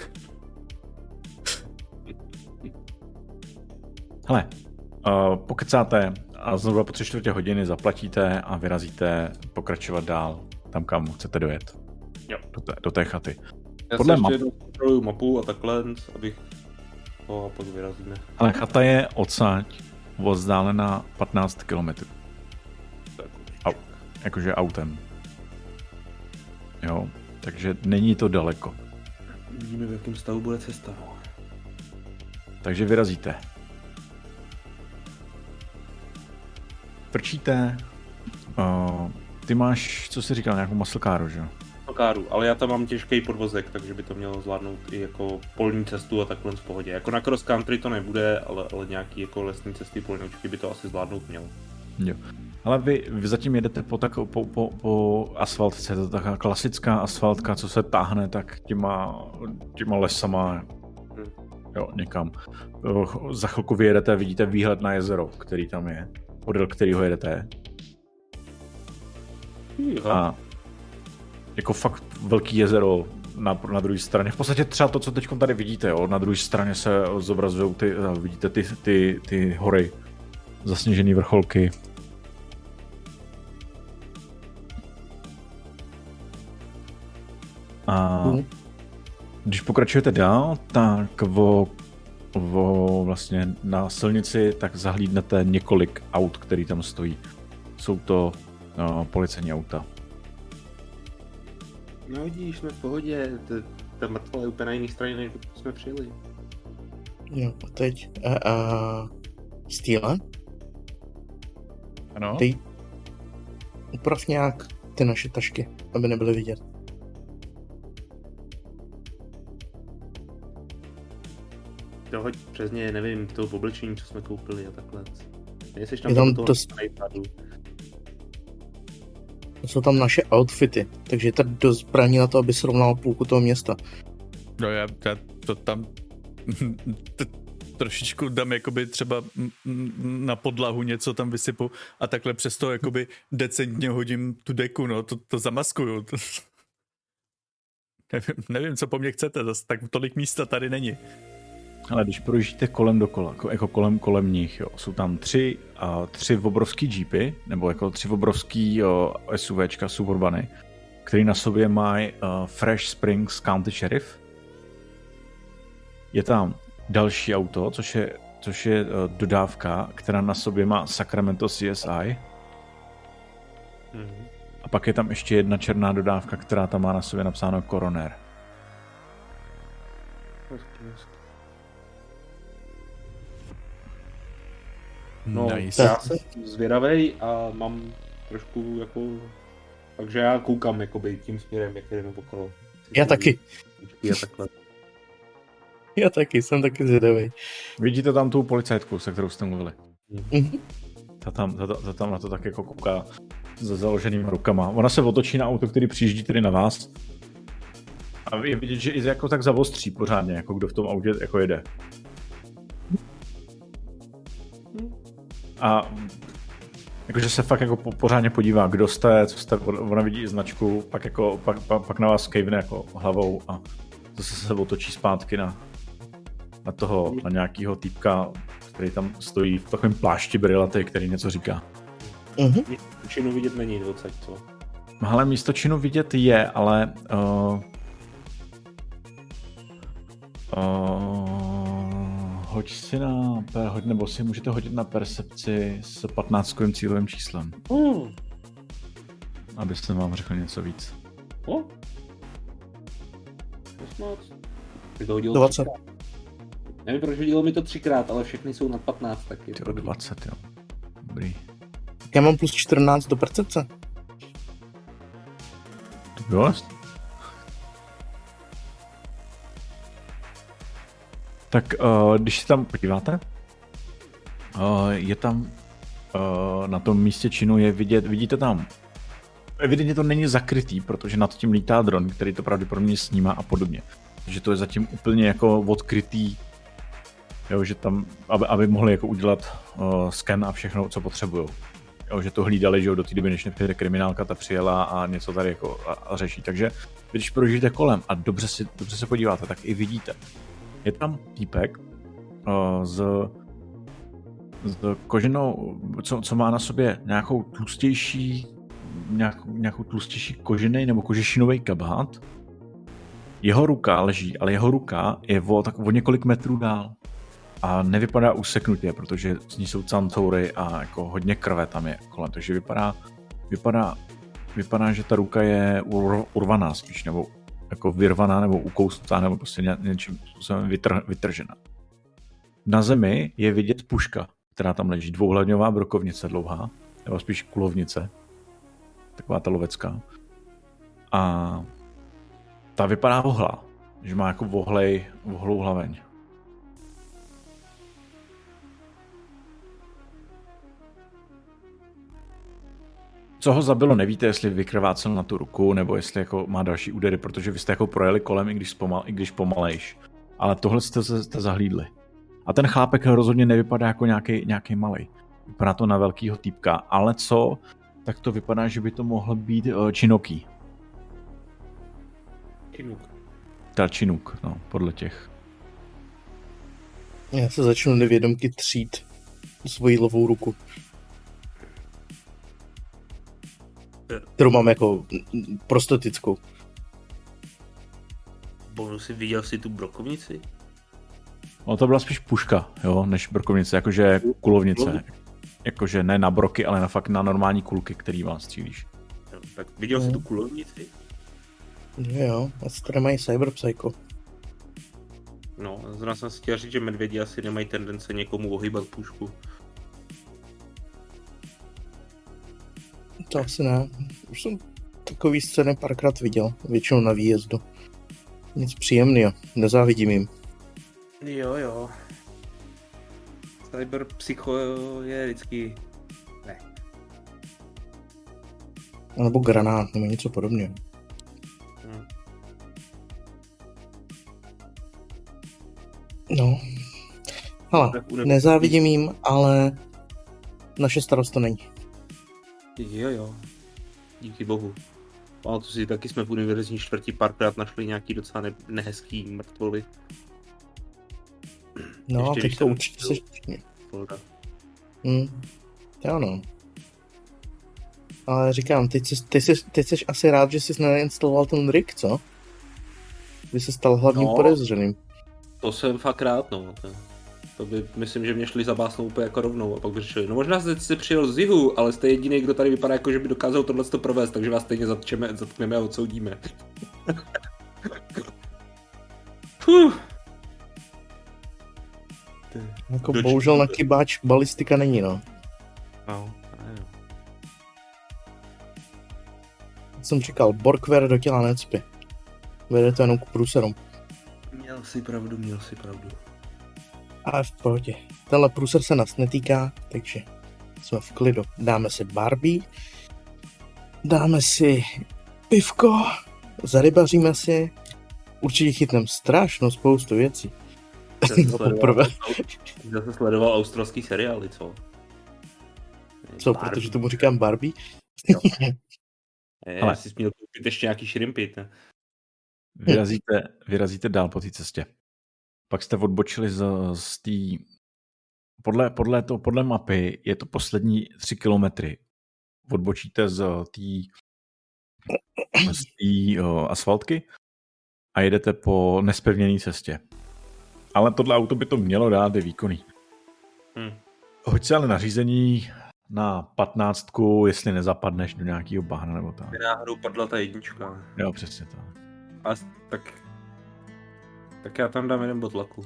Hele, pokecáte a znovu po 3/4 hodiny zaplatíte a vyrazíte pokračovat dál tam, kam chcete dojet. Jo. Do té chaty. Já podle si ještě jednou kontroluju mapu a takhle, abych to a pak vyrazíme. Ale chata je odsaď vzdálená 15 km. Jakože autem. Jo, takže není to daleko. Vidíme, v jakém stavu bude cesta. Takže vyrazíte. Prčíte. Ty máš, co jsi říkal, nějakou muscle caru, že jo? Káru, ale já tam mám těžký podvozek, takže by to mělo zvládnout i jako polní cestu a takhle v pohodě. Jako na cross country to nebude, ale nějaký jako lesní cesty polňoučky by to asi zvládnout mělo. Jo. Ale vy zatím jedete po asfaltce, to je taková klasická asfaltka, co se táhne tak těma lesama, jo, někam. Za chvilku vyjedete a vidíte výhled na jezero, který tam je, podél kterého jedete. A jako fakt velký jezero na druhé straně. V podstatě třeba to, co teď tady vidíte, jo? Na druhé straně se zobrazují vidíte ty hory, zasněžené vrcholky. A když pokračujete dál, tak vlastně na silnici tak zahlídnete několik aut, který tam stojí. Jsou to policejní auta. No vidíš, jsme v pohodě, ta mrtvola je úplně na jiné straně, než jsme přijeli. Jo, a teď Stýle? Ano? Ty uprav nějak ty naše tašky, aby nebyly vidět. Dohoď přes ně, nevím, toho oblečení, co jsme koupili a takhle. Nejseš tam Je tam toho dost... iPadu. Jsou tam naše outfity, takže je to dost zbraní na to, aby srovnal půlku toho města. No já to tam trošičku dám jakoby třeba na podlahu něco tam vysypu a takhle přes to jakoby decentně hodím tu deku, no, to zamaskuju. Nevím, co po mně chcete, zase tak tolik místa tady není. Ale když projíždíte kolem dokola, jako kolem nich, jo, jsou tam tři obrovský jeepy, nebo jako 3 obrovský SUVčka, suburbany, který na sobě mají Fresh Springs County Sheriff. Je tam další auto, což je dodávka, která na sobě má Sacramento CSI. A pak je tam ještě jedna černá dodávka, která tam má na sobě napsáno Coroner. No, nice. Já jsem zvědavej a mám trošku jako... Takže já koukám jakoby tím směrem, jak jdeme okolo. Já taky. Já taky, jsem taky zvědavej. Vidíte tam tu policajtku, se kterou jste mluvili? Mhm. Ta tam na to tak jako kouká za založenýma rukama. Ona se otočí na auto, který přijíždí tedy na vás. A je vidět, že i jako tak zavostří pořádně, jako kdo v tom autě jako jede. A jakože se fakt jako pořádně podívá, kdo jste, co jste, ona vidí značku, pak na vás kejvne jako hlavou a zase se otočí zpátky na nějakýho týpka, který tam stojí v takovém plášti brilaty, který něco říká. Činu vidět není docela, co? Ale místo činu vidět je, ale hoď si nebo si můžete hodit na percepci s 15kovým cílovým číslem. Abyste vám řekl něco víc. 16. 20. Nevím, proč vidělo mi to 3krát, ale všechny jsou nad 15, tak je to 20, jo. Dobrý. Já mám plus 14 do percepce. To bylo? Tak když se tam podíváte, je tam na tom místě činu je vidíte tam, evidentně to není zakrytý, protože nad tím lítá dron, který to pravděpodobně snímá a podobně. Takže to je zatím úplně jako odkrytý, jo, že tam, aby mohli jako udělat sken a všechno, co potřebujou. Jo, že to hlídali, že do té doby, než nepřijde kriminálka, ta přijela a něco tady jako a řeší. Takže když projíždíte kolem a dobře se podíváte, tak i vidíte. Je tam týpek s koženou, co má na sobě nějakou tlustější kožený nebo kožešinový kabát. Jeho ruka leží, ale jeho ruka je o několik metrů dál. A nevypadá useknutě, protože z ní jsou cantoury a jako hodně krve tam je kolem. Takže vypadá vypadá, že ta ruka je urvaná spíš, nebo jako vyrvaná, nebo ukousnutá, nebo prostě něčím způsobem vytržena. Na zemi je vidět puška, která tam leží, dvouhlavňová brokovnice dlouhá, nebo spíš kulovnice, taková ta lovecká. A ta vypadá vohlá, že má jako vohlou hlaveň. Co ho zabilo, nevíte, jestli vykrvácel na tu ruku, nebo jestli jako má další údery, protože vy jste jako projeli kolem, i když pomalejš. Ale tohle jste zahlídli. A ten chlápek rozhodně nevypadá jako nějaký malej. Vypadá to na velkýho týpka, ale co? Tak to vypadá, že by to mohl být Činoký. Činuk, no, podle těch. Já se začnu nevědomky třít svoji levou ruku. Kterou mám jako prostatickou. Bonusy, viděl jsi tu brokovnici? No to byla spíš puška, jo, než brokovnice, jakože kulovnice. Jakože ne na broky, ale fakt na normální kulky, který vám střílíš. No, tak viděl jsi tu kulovnici? Jo, asi tady mají cyberpsycho. No, zrovna jsem si chtěl říct, že medvědi asi nemají tendence někomu ohýbat pušku. To asi ne. Už jsem takový scény párkrát viděl, většinou na výjezdu. Nic příjemného, nezávidím jim. Jo. Cyberpsycho je vždycky... Ne. Nebo granát, nebo něco podobného. No. Hele, nezávidím jim, ale naše starost to není. Jo. Díky bohu. Ale to si taky jsme v univerzitní čtvrti párkrát našli nějaký docela nehezký mrtvoly. No, teď to určitě se štěkně. Jo no. Ale říkám, teď jsi asi rád, že jsi neinstaloval ten rig, co? By se stal hlavním podezřeným. To jsem fakt rád, no. To by, myslím, že mě šli zabásnout úplně jako rovnou a pak by řešili, no možná jste přijel z jihu, ale jste jediný, kdo tady vypadá jako, že by dokázal tohleto provést, takže vás stejně zatkneme a odsoudíme. Jako bohužel na kybáč balistika není, no. No. Jsem říkal, Borkwer do těla necpí. Vede to jenom k průserům. Měl si pravdu. Ale v pohodě. Tenhle průser se nás netýká, takže jsme v klidu. Dáme si Barbie, dáme si pivko, zarybaříme si, určitě chytneme strašnou spoustu věcí. Já jsem sledoval australský seriály, co? Co, protože tomu říkám Barbie? Jo. Ale jsi měl koupit ještě nějaký šrimpy, ne? Vyrazíte dál po té cestě. Pak jste odbočili z té... Podle mapy je to poslední 3 kilometry. Odbočíte z té asfaltky a jedete po nespevněné cestě. Ale tohle auto by to mělo dát, je výkonný. Hoď se ale na řízení na 15, jestli nezapadneš do nějakého bahna nebo tak. Náhodou padla ta jednička. Jo, přesně to. A tak já tam dám jeden bod laku.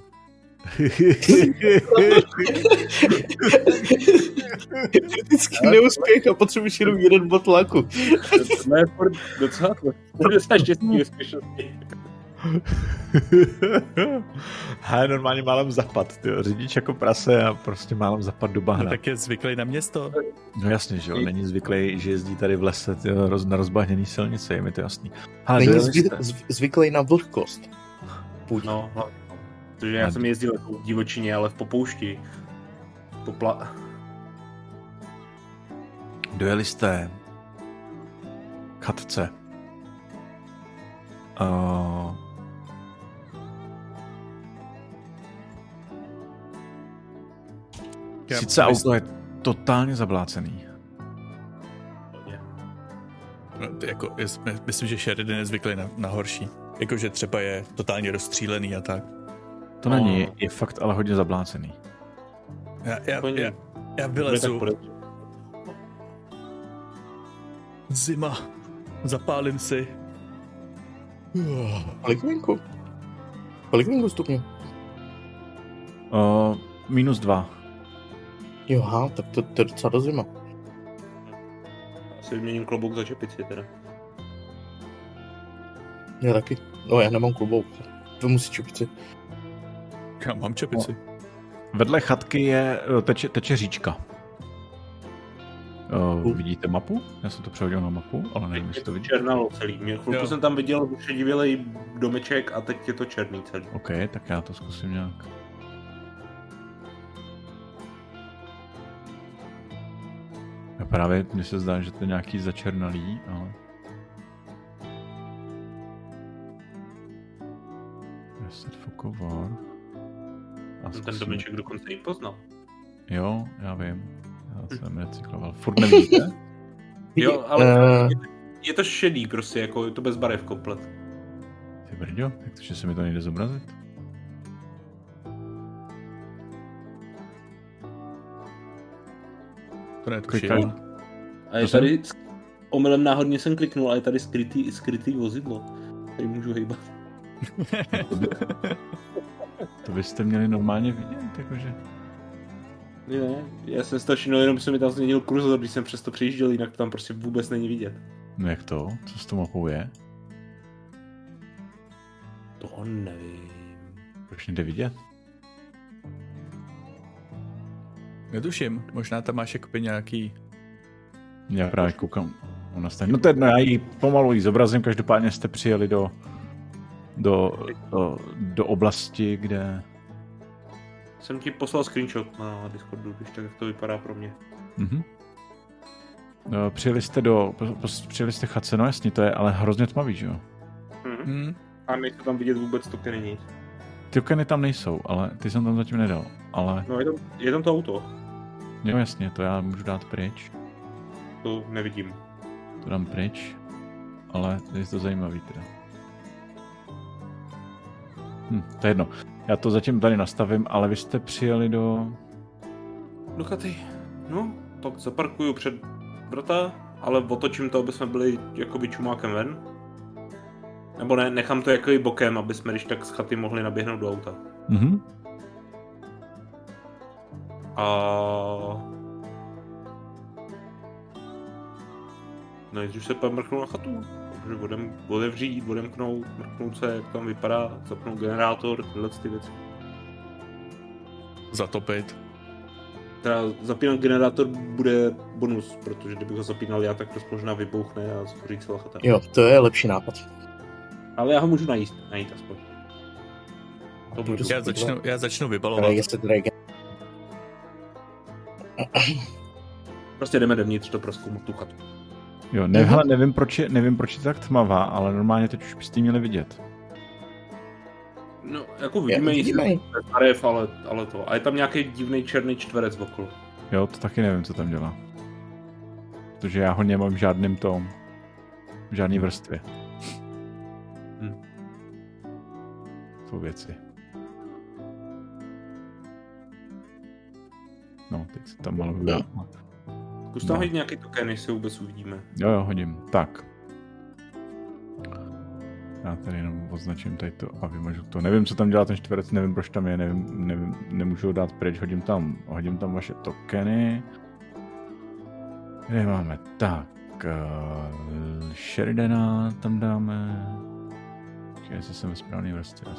Vždycky neúspěch a potřebuješ jenom jeden bod laku. To je docela štěstí úspěšnosti. He, normálně málem zapad, tyjo. Řidič jako prase a prostě málem zapad do bahna. No, tak je zvyklý na město. No jasně, že jo, není zvyklý, že jezdí tady v lese tyjo, na rozbahněný silnice, je mi to jasný. Není zvyklý na vlhkost. No, protože já jsem jezdil v divočině, ale v popoušti. Dojeli jste k chatce. Sice auto je totálně zablácený. No, jako, myslím, že Sheridan je zvyklý na horší. Jakože třeba je totálně rozstřílený a tak. To není, je fakt ale hodně zablácený. Já vylezu. Zima. Zapálím si. Kolik vínku stupňů? -2. Jo, tak to je docela do zima. Asi vyměním klobouk za čepici teda. Já taky. No, já nemám klobouk. To musí čepici. Já mám čepici. Vedle chatky teče říčka. Vidíte mapu? Já jsem to přehodil na mapu, ale nevím, jestli to vidíte. Černalo celý. Chvilku jsem tam viděl šedivělej domeček a teď je to černý celý. OK, tak já to zkusím nějak. A právě mně se zdá, že to je nějaký začernalý, ale... Reset fokovar. Ten domeček dokonce i poznal. Jo, já vím. Já jsem recykloval. Furt nevidíte? Jo, ale je to šedý prostě, jako je to bez barev komplet. Ty brďo, jak to, že se mi to nejde zobrazit? To netuším. A je tady, omylem náhodně jsem kliknul, a je tady skrytý vozidlo, který můžu hejbat. To byste měli normálně vidět, jakože... Ne, já jsem strašil, jenom se mi tam změnil kurzor, když jsem přes to přijížděl, jinak to tam prostě vůbec není vidět. No jak to? Co s tou mapou je? To nevím. Proč nejde vidět? Netuším, možná tam máš jakoby nějaký... Já právě koukám. No to jedno, já ji pomalu zobrazím, každopádně jste přijeli do oblasti, kde... Jsem ti poslal screenshot na Discordu, když tak, jak to vypadá pro mě. Mhm. Přijeli jste chatce, no jasně, to je ale hrozně tmavý, že jo? A nejsou tam vidět vůbec tokeny nic. Ty tokeny tam nejsou, ale ty jsem tam zatím nedal, ale... No je tam to auto. Jo jasně, to já můžu dát pryč. To nevidím. To dám pryč, ale je to zajímavý teda. To je jedno. Já to zatím tady nastavím, ale vy jste přijeli do chaty. No, tak zaparkuju před vrata, ale otočím to, aby jsme byli jakoby čumákem ven. Nebo ne, nechám to jakoby bokem, aby jsme když tak z chaty mohli naběhnout do auta. Mhm. A... No, když se pak mrknu na chatu. Otevřít, odemknout, mrknout se, jak tam vypadá, zapnout generátor, tyhle ty věci. Zatopit. Teda zapínat generátor bude bonus, protože kdybych ho zapínal já, tak to možná vybouchne a schoří celá chata. Jo, to je lepší nápad. Ale já ho můžu najít aspoň. Já začnu vybalovat. Prostě jdeme dovnitř to prozkoumat tu chatu. Jo, hele, nevím, proč je tak tmavá, ale normálně teď už byste ji měli vidět. No, jako vidíme ji barev, ale to. A je tam nějaký divný černý čtverec okolo. Jo, to taky nevím, co tam dělá. Protože já ho nemám v žádném v žádný vrstvě. Jsou věci. No, teď se tam malo udělá. Zkus tam hodit nějaký token, než se vůbec uvidíme. Jo, hodím. Tak. Já tady jenom označím tady to a vymažu to. Nevím, co tam dělá ten čtverec, nevím, proč tam je, nevím, nemůžu ho dát pryč, hodím tam vaše tokeny. Kde máme? Tak. Sheridana tam dáme. Jestli jsem ve správný vrstvě.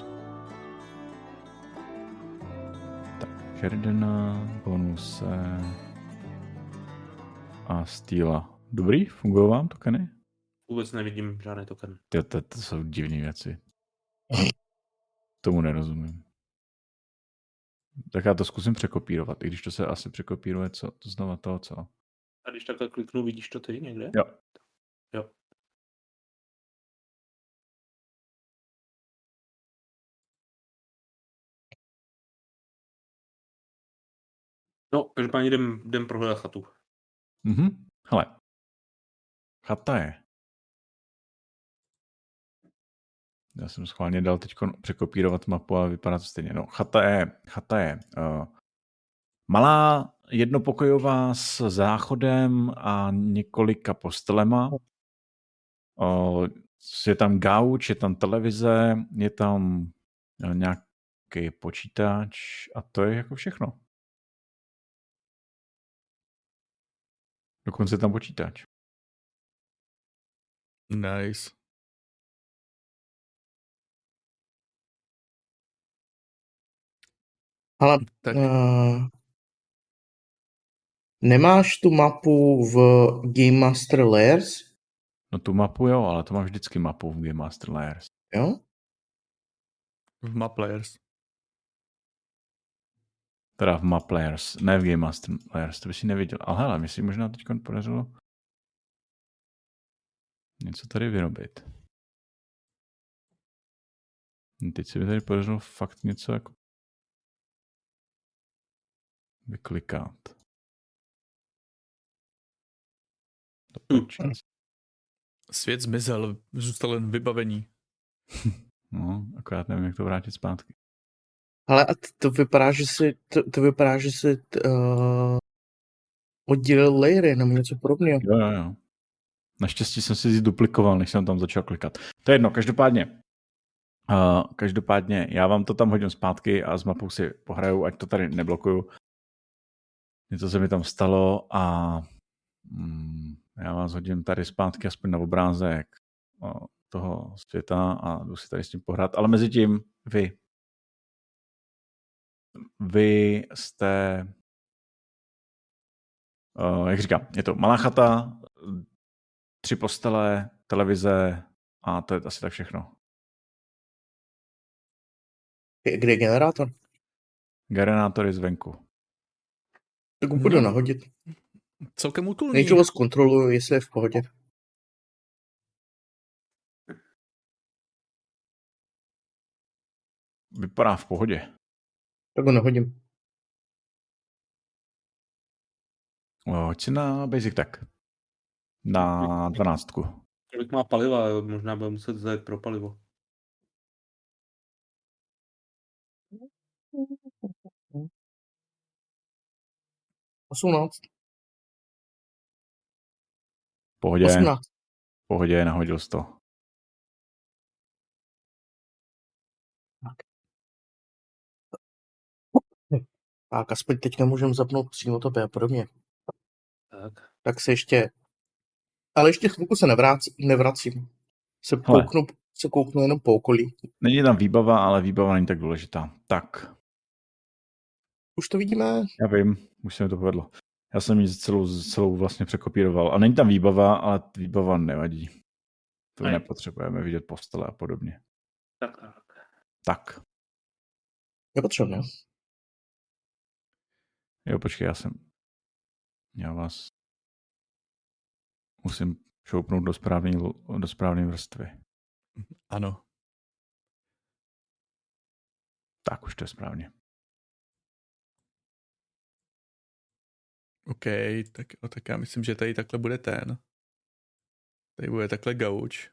Tak, Sheridana, bonuse a Steela. Dobrý? Fungují vám tokeny? Vůbec nevidím žádný token. To jsou divné věci. Tomu nerozumím. Tak já to zkusím překopírovat, i když to se asi překopíruje, co? To znova toho, co? A když takhle kliknu, vidíš to ty někde? Jo. No, každopádně jdem prohledat chatu. Hele. Chata je. Já jsem schválně dal teď překopírovat mapu a vypadá to stejně. No, chata je malá, jednopokojová s záchodem a několika postelema. Je tam gauč, je tam televize, je tam nějaký počítač a to je jako všechno. Dokonce je tam počítač. Nice. Ale Tak. Nemáš tu mapu v Game Master Layers? No tu mapu jo, ale to máš vždycky mapu v Game Master Layers. Jo? V Map Players. Teda v Map Layers, ne v Game Master Layers, to by si neviděl. Ale hele, mi si možná teď podařilo něco tady vyrobit. Teď se mi tady podařilo fakt něco jako vyklikat. Svět zmizel, zůstal jen vybavení. No, akorát nevím, jak to vrátit zpátky. Ale to vypadá, že si oddělil layery nebo něco podobného. Jo. Naštěstí jsem si duplikoval, než jsem tam začal klikat. To je jedno, každopádně já vám to tam hodím zpátky a s mapou si pohraju, ať to tady neblokuju. Něco se mi tam stalo a já vás hodím tady zpátky aspoň na obrázek toho světa a jdu si tady s tím pohrát. Ale mezi tím vy jste, jak říkám, je to malá chata, 3 postele, televize a to je asi tak všechno. Kde je generátor? Generátor je zvenku. Tak ho budu nahodit. Celkem útulný. Nejdřív zkontroluju, jestli je v pohodě. Vypadá v pohodě. Tak ho nahodím. Hoď si na basic tak. Na 12. Kolik má paliva, možná bude muset zajet pro palivo. Pohodě. 18. Pohodě, nahodil jsi to. Tak aspoň teď nemůžeme zapnout přímo tobě a podobně. Tak se ještě... Ale ještě chvilku se nevracím. Se kouknu jenom po okolí. Není tam výbava, ale výbava není tak důležitá. Tak. Už to vidíme? Já vím, už se mi to povedlo. Já jsem ji celou vlastně překopíroval. A není tam výbava, ale výbava nevadí. To nepotřebujeme vidět postele a podobně. Tak. Nepotřebujeme. Jo, počkej, já vás musím šoupnout do správné vrstvy. Ano. Tak už to je správně. OK, tak já myslím, že tady takhle bude ten. Tady bude takhle gauč.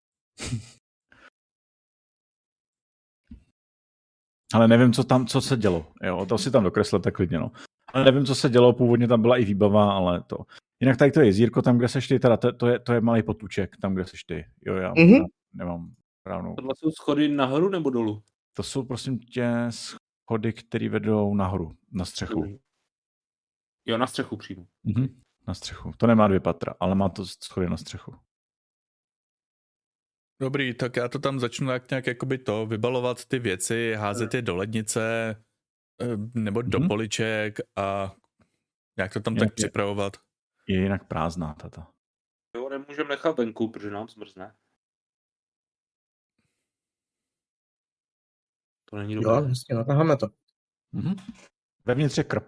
Ale nevím, co se dělo. Jo, to si tam dokreslil tak klidně, no. Ale nevím, co se dělo, původně tam byla i výbava, ale to. Jinak tady to je jezírko, tam, kde seš ty, teda to je malý potůček, tam, kde seš ty. Jo, já nemám správnou. Tohle jsou schody nahoru nebo dolů? To jsou prosím tě schody, které vedou nahoru, na střechu. Jo, na střechu přímo. Na střechu. To nemá 2 patra, ale má to schody na střechu. Dobrý, tak já to tam začnu nějak jakoby vybalovat ty věci, házet je do lednice nebo do poliček a jak to tam tak připravovat. Je jinak prázdná tata. Jo, nemůžeme nechat venku, protože nám zmrzne. To není dobré. Jo, vlastně, natáháme to. Vevnitř je krb.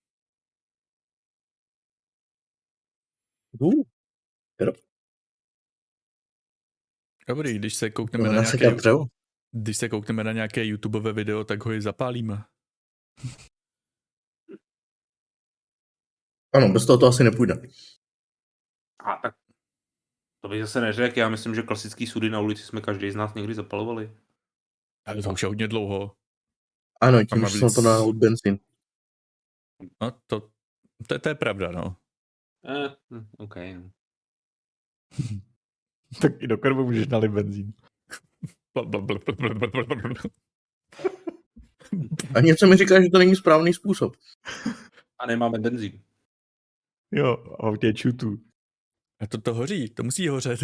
Dobrý, když se koukneme na nějaké YouTubeové video, tak ho i zapálíme. Ano, bez toho to asi nepůjde. A tak to bych zase neřekl, já myslím, že klasický sudy na ulici jsme každý z nás někdy zapalovali. Ale to už je hodně dlouho. Ano, tím, že jsem to nalil benzín. No, to To je pravda, no. OK. Tak i do krbu můžeš nalit benzín. A něco mi říká, že to není správný způsob. A nemáme benzín. Jo, a autě je čutu. A to hoří, to musí hořet.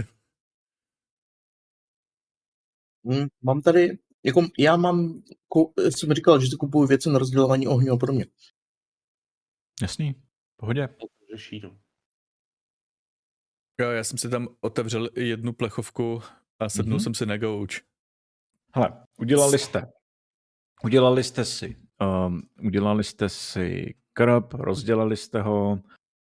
Mám tady, jako já mám, jsem říkal, že si kupuju věci na rozdělování ohňu a podobně. Jasný, v pohodě. Řeší, no. Jo, já jsem si tam otevřel jednu plechovku a sednul jsem si na gauč. Hele, udělali jste si krb, rozdělali jste ho,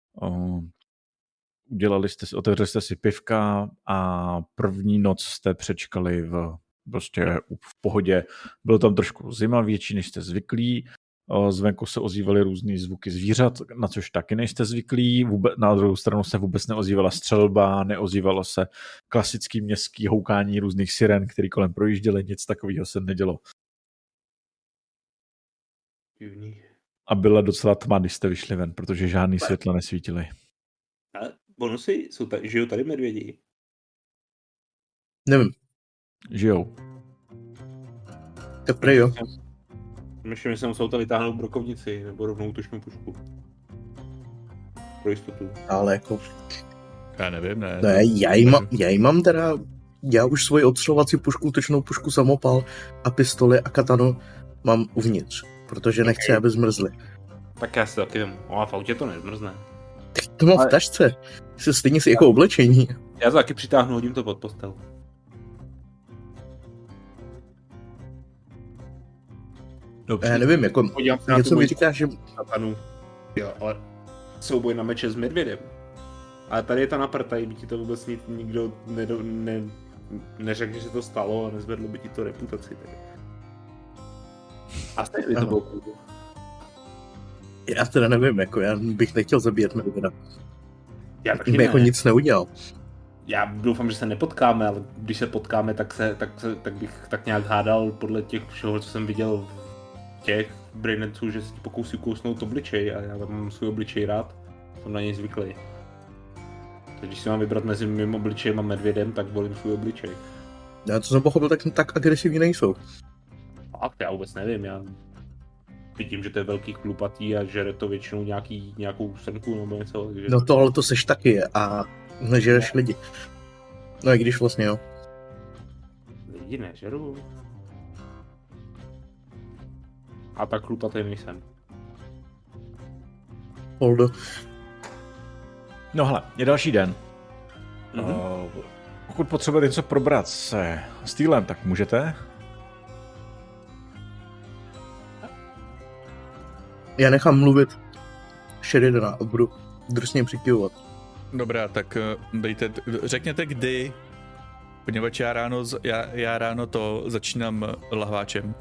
otevřeli jste si pivka a první noc jste přečkali v pohodě. Bylo tam trošku zima, větší než jste zvyklí. Zvenku se ozývaly různý zvuky zvířat, na což taky nejste zvyklí. Na druhou stranu se vůbec neozývala střelba, neozývalo se klasický městský houkání různých siren, který kolem projížděly, nic takového se nedělo. A byla docela tma, když jste vyšli ven, protože žádný světla nesvítily. Ale bonusy žijou tady medvědi? Nevím. Žijou. Tak prej jo. Myslím, že se musel to vytáhnout brokovnici, nebo rovnou útočnou pušku. Pro jistotu. Ale jako... Já nevím, ne. Ne, já jí mám teda... Já už svoji odstřelovací pušku, útočnou pušku, samopal a pistoli a katanu mám uvnitř, protože nechci, aby zmrzly. Tak já si taky vím. A v autě to nezmrzne. To mám v tašce. Stejně si jako oblečení. Já to taky přitáhnu, hodím to pod postel. Dobře. Já nevím, jako něco mi říká, že... Satanu. Jo, ale souboj na meče s medvědem. Ale tady je ta naprtaj, by ti to vůbec nikdo neřekl, že se to stalo a nezvedlo by ti to reputaci. Tady. A stejně by to bylo cool. Já teda nevím, jako já bych nechtěl zabíjet medvěda. Já taky ne. Jako nic neudělal. Já doufám, že se nepotkáme, ale když se potkáme, tak bych tak nějak hádal podle těch všeho, co jsem viděl v těch brainenců, že si pokusí kousnout obličej a já tam mám svůj obličej rád, jsem na něj zvyklý. Takže když si mám vybrat mezi mým obličejem a medvědem, tak volím svůj obličej. Já co jsem pochopil, tak agresivní nejsou. A já vůbec nevím, já vidím, že to je velký chlupatý a žere to většinou nějakou srnku nebo něco. Takže... No tohle to seš taky a nežereš lidi. No i když vlastně jo. Lidi nežeru. A tak chlupatý nejsem. Holdo. No hele, je další den. Pokud potřebujete něco probrat se Steelem, tak můžete. Já nechám mluvit Sheridana a budu drsně přikyvovat. Dobrá, tak řekněte kdy, poněvadž já ráno to začínám lahváčem.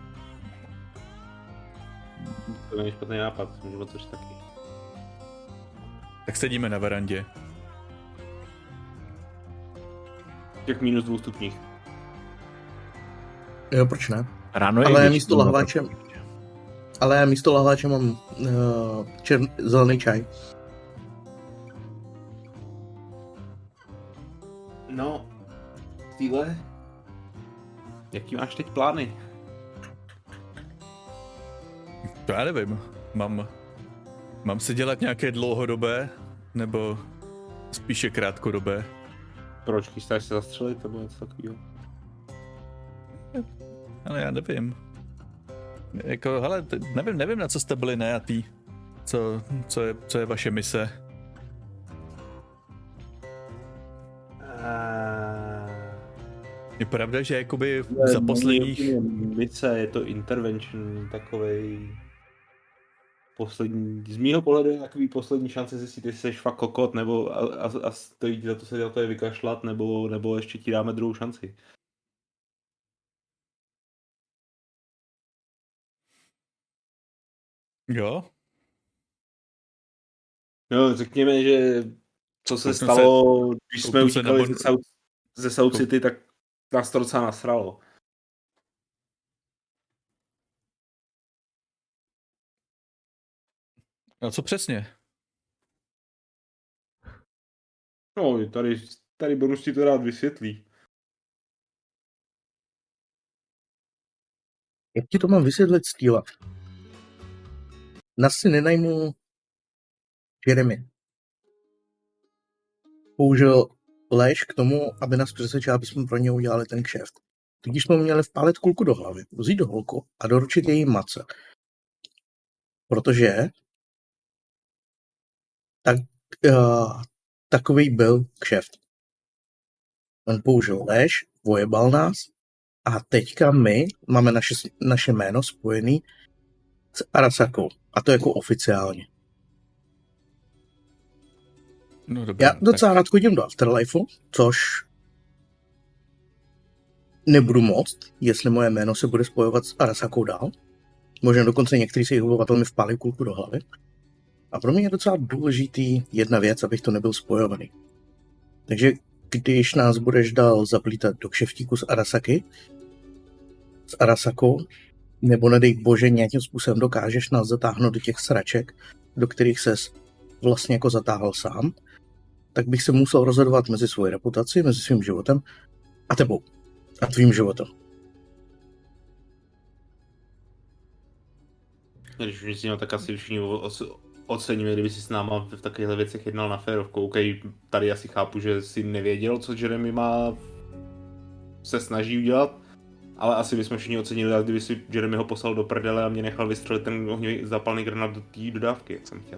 To není špatný nápad, můžeme to taky. Tak sedíme na verandě. Těch -2 stupních. Jo, proč ne? Ráno je Ale já místo lahváče mám zelený čaj. No, Stýle, jaký máš teď plány? To já nevím, mám si dělat nějaké dlouhodobé, nebo spíše krátkodobé? Proč, chystáš se zastřelit, nebo něco takového? Ale já nevím. Jako, hele, nevím, na co jste byli najatý. Co je vaše mise? Je pravda, že jakoby za posledních... Mise, je to intervention, takovej... Z mýho pohledu je takový poslední šance zjistit, jestli jsi fakt kokot, nebo a stojí za to se za to je vykašlat, nebo ještě ti dáme druhou šanci. Jo? No, řekněme, že co se stalo, když jsme utíkali ze South City, tak nás to docela nasralo. A co přesně? No, tady bonus ti to rád vysvětlí. Jak ti to mám vysvětlit, Stýla? Nás si nenajmu Jeremy. Použil lež k tomu, aby nás přesvědčil, aby jsme pro ně udělali ten kšeft. Tudíž jsme měli vpálit kulku do hlavy, vzít do holku a doručit její matce. Protože takový byl kšeft. On použil lež, vojebal nás a teďka my máme naše jméno spojený s Arasakou. A to jako oficiálně. No dobré, Já docela rád chodím do Afterlifeu, což nebudu moct, jestli moje jméno se bude spojovat s Arasakou dál. Možná dokonce některý se jich obyvatel mi vpálí kulku do hlavy. A pro mě je docela důležitý jedna věc, abych to nebyl spojovaný. Takže když nás budeš dál zaplítat do kšeftíku s Arasakou, nebo nedej bože nějakým způsobem dokážeš nás zatáhnout do těch sraček, do kterých ses vlastně jako zatáhl sám, tak bych se musel rozhodovat mezi svojí reputací, mezi svým životem a tebou. A tvým životem. Když už nic tak asi všichni oceníme, kdyby si s náma v takovýchhle věcech jednal na férovku. OK, tady asi chápu, že si nevěděl, co Jeremy má se snaží udělat, ale asi bychom všichni ocenili, kdyby si Jeremy ho poslal do prdele a mě nechal vystřelit ten ohnivý zápalný granát do té dodávky, jak jsem chtěl.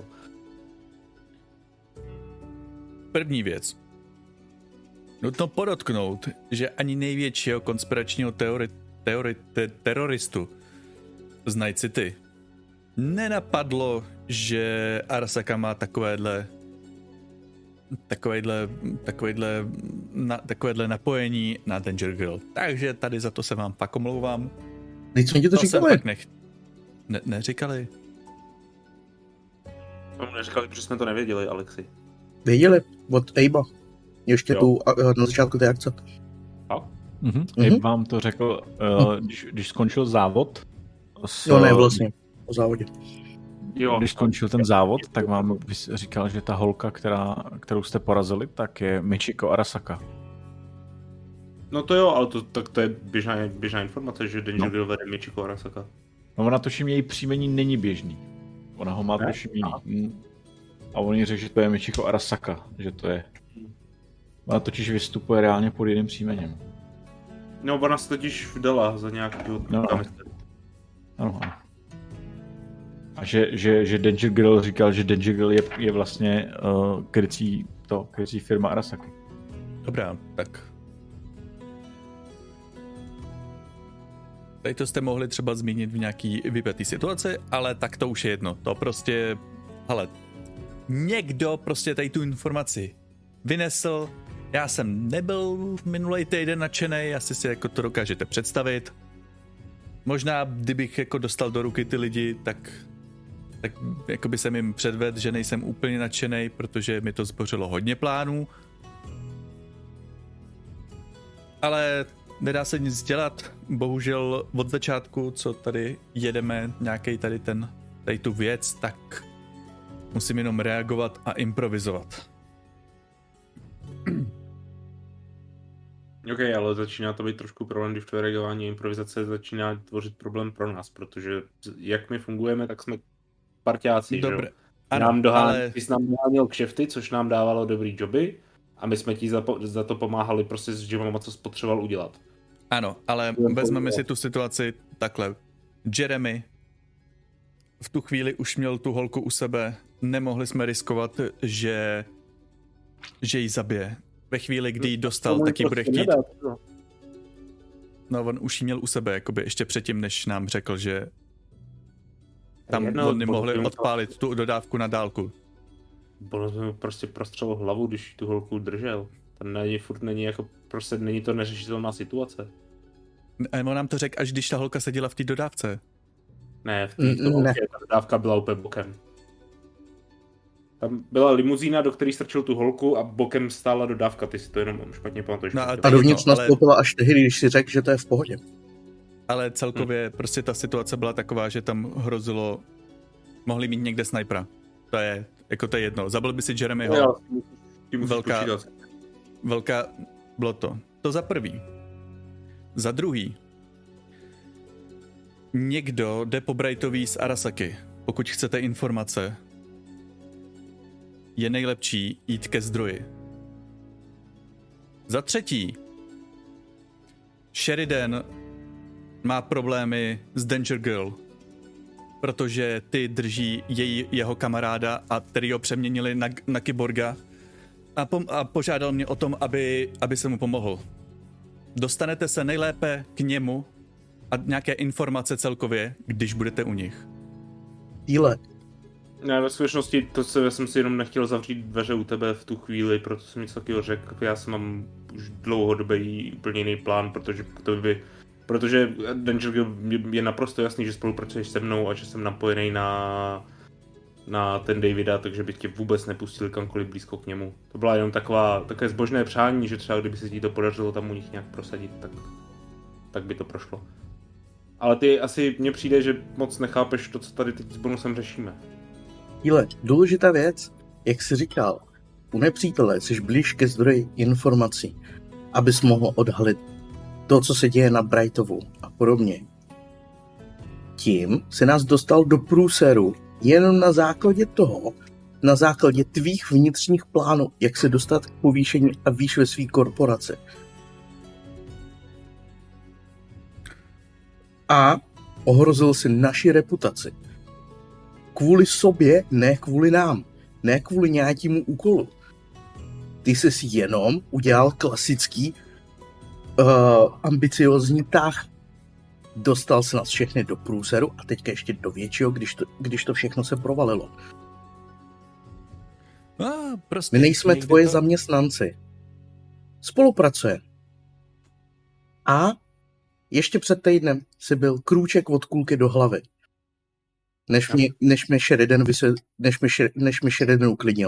První věc. Nutno podotknout, že ani největšího konspiračního teroristu z Night City nenapadlo, že Arasaka má takovéhle napojení na Danger Girl. Takže tady za to se vám pak omlouvám. Teď jsme ti to říkali. Neříkali. Neříkali, protože jsme to nevěděli, Alexi. Věděli, od Ejba. Ještě tu na začátku té akce. Abe vám to řekl, když skončil závod. Ne, vlastně, o závodě. Jo. Když skončil ten závod, tak vám říkal, že ta holka, kterou jste porazili, tak je Michiko Arasaka. No to jo, ale to je běžná informace, že Danger Girl vede Michiko Arasaka. No ona tuším, její příjmení není běžný. Ona ho má tuším jiný. A on jí řekl, že to je Michiko Arasaka, že to je. Ona totiž vystupuje reálně pod jiným příjmením. No, ona se totiž vdala za nějakého... Ano. A že Danger Girl říkal, že Danger Girl je vlastně krycí firma Arasaki. Dobrá, tak. Tady to jste mohli třeba zmínit v nějaký vypjatý situaci, ale tak to už je jedno. To prostě, hele, někdo prostě tady tu informaci vynesl. Já jsem nebyl minulý týden nadšenej, asi si jako to dokážete představit. Možná, kdybych jako dostal do ruky ty lidi, tak jako by jsem jim předvedl, že nejsem úplně nadšenej, protože mi to zbořilo hodně plánů. Ale nedá se nic dělat. Bohužel od začátku, co tady jedeme nějaký tady tu věc, tak musím jenom reagovat a improvizovat. OK, ale začíná to být trošku problém, když to reagování a improvizace začíná tvořit problém pro nás, protože jak my fungujeme, tak jsme parťáci, Dobré. že? Ty jsi nám doháněl kšefty, což nám dávalo dobrý joby a my jsme ti za to pomáhali prostě s živoma, co spotřeboval udělat. Ano, ale vezmeme si tu situaci takhle. Jeremy v tu chvíli už měl tu holku u sebe, nemohli jsme riskovat, že ji zabije. Ve chvíli, kdy ji dostal, tak ji bude chtít. No, on už ji měl u sebe, jakoby ještě předtím, než nám řekl, že tam oni mohli odpálit tu dodávku na dálku. Bylo mi prostě prostřelil hlavu, když tu holku držel. To není to neřešitelná situace. On nám to řekl, až když ta holka seděla v té dodávce. Ne, ta dodávka byla úplně bokem. Tam byla limuzína, do které strčil tu holku a bokem stála dodávka, ty si to jenom špatně pamatuješ. No, a dovnitř nastoupila až tehdy, když si řekl, že to je v pohodě. Ale celkově prostě ta situace byla taková, že tam hrozilo, mohli mít někde snajpera. To je jedno. Zabil by si Jeremyho. Já Ty musíš počítat. Velká, bylo to. To za prvý. Za druhý. Někdo jde po Brightový z Arasaki. Pokud chcete informace, je nejlepší jít ke zdroji. Za třetí. Sheridan má problémy s Danger Girl, protože ty drží jeho kamaráda, a který ho přeměnili na kyborga, a požádal mě o tom, aby se mu pomohl. Dostanete se nejlépe k němu a nějaké informace celkově, když budete u nich. Jíle. Ne, ve skutečnosti já jsem si jenom nechtěl zavřít dveře u tebe v tu chvíli, proto jsem něco takového řekl. Já jsem mám už dlouhodobý úplně jiný plán, protože Danger Girl je naprosto jasný, že spolupracuješ se mnou a že jsem napojený na ten Davida, takže bych tě vůbec nepustil kamkoliv blízko k němu. To byla jenom takové zbožné přání, že třeba kdyby se ti to podařilo tam u nich nějak prosadit, tak by to prošlo. Ale ty asi mně přijde, že moc nechápeš to, co tady teď s bonusem řešíme. Jíle, důležitá věc, jak jsi říkal, u nepřítele jsi blíž ke zdroji informací, abys mohl odhalit to, co se děje na Brightovu a podobně. Tím se nás dostal do průseru jenom na základě toho, na základě tvých vnitřních plánů, jak se dostat k povýšení a výš ve své korporaci. A ohrozil si naši reputaci. Kvůli sobě, ne kvůli nám. Ne kvůli nějakému úkolu. Ty jsi jenom udělal klasický ambiciozní tah. Dostal se nás všechny do průseru a teďka ještě do většího, když to všechno se provalilo. Prostě my nejsme tvoje zaměstnanci. Spolupracujeme. A ještě před týdnem jsi byl krůček od kulky do hlavy. Než mě Sheridan uklidnil.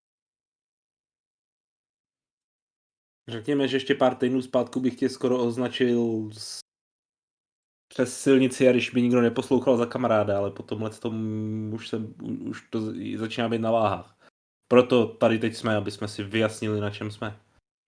Řekněme, že ještě pár týdnů zpátku bych tě skoro označil přes silnici, a když by nikdo neposlouchal, za kamaráda, ale po tomhle už to začíná být na váhách. Proto tady teď jsme, aby jsme si vyjasnili, na čem jsme.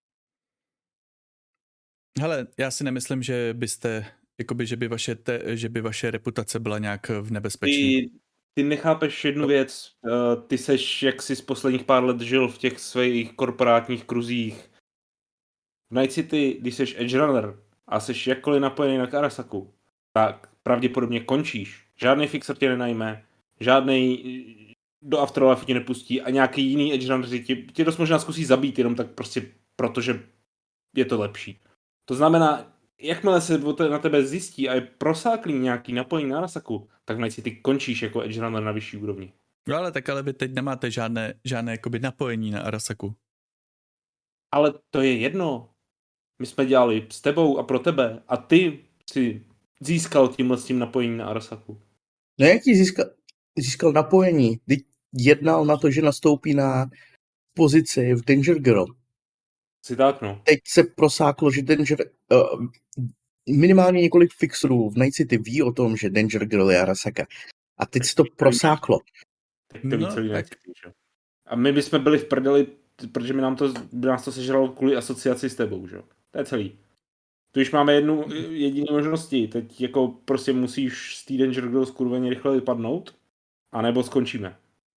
Hele, já si nemyslím, že byste, jakoby, že by vaše reputace byla nějak v nebezpečí. Ty nechápeš jednu věc. Ty seš, jak jsi z posledních pár let žil v těch svých korporátních kruzích. V Night City, když seš Edge Runner a seš jakkoliv napojený na Arasaku, tak pravděpodobně končíš. Žádný fixer tě nenajme, žádný do Afterlife tě nepustí a nějaký jiný Edge Runner tě dost možná zkusí zabít, jenom tak prostě protože je to lepší. To znamená, jakmile se na tebe zjistí a je prosáklý nějaký napojení na Arasaku, tak v Night City končíš jako Edge Runner na vyšší úrovni. No ale vy teď nemáte žádné jakoby napojení na Arasaku. Ale to je jedno. My jsme dělali s tebou a pro tebe a ty si získal tímhle s tím napojení na Arasaku. No jak ti získal napojení? Ty jednal na to, že nastoupí na pozici v Danger Girl. Si tak, no. Teď se prosáklo, že minimálně několik fixerů v Night City ví o tom, že Danger Girl je Arasaka. A teď se to prosáklo. Teď to ví celý Night City, že? A my bychom byli v prdeli, protože by nás to sežralo kvůli asociaci s tebou, že? To je celý. Tu už máme jediné možnosti. Teď jako prostě musíš z té Danger Girl skurveně rychle vypadnout, anebo skončíme.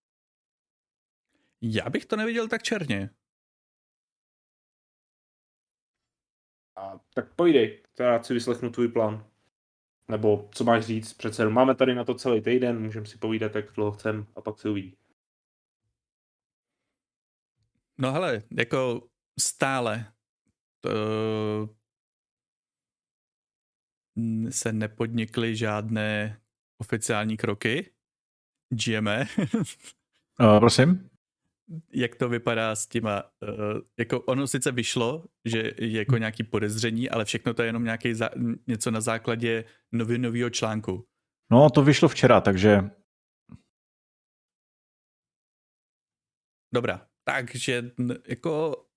Já bych to neviděl tak černě. A tak pojdej, rád si vyslechnu tvůj plán. Nebo co máš říct, přece máme tady na to celý týden, můžeme si povídat, jak dlouho chcem a pak se uvidí. No hele, jako stále se nepodnikly žádné oficiální kroky. GME. Prosím? Jak to vypadá s těma, jako ono sice vyšlo, že je jako nějaký podezření, ale všechno to je jenom něco na základě novinového článku. No, to vyšlo včera, takže... Dobrá, takže jako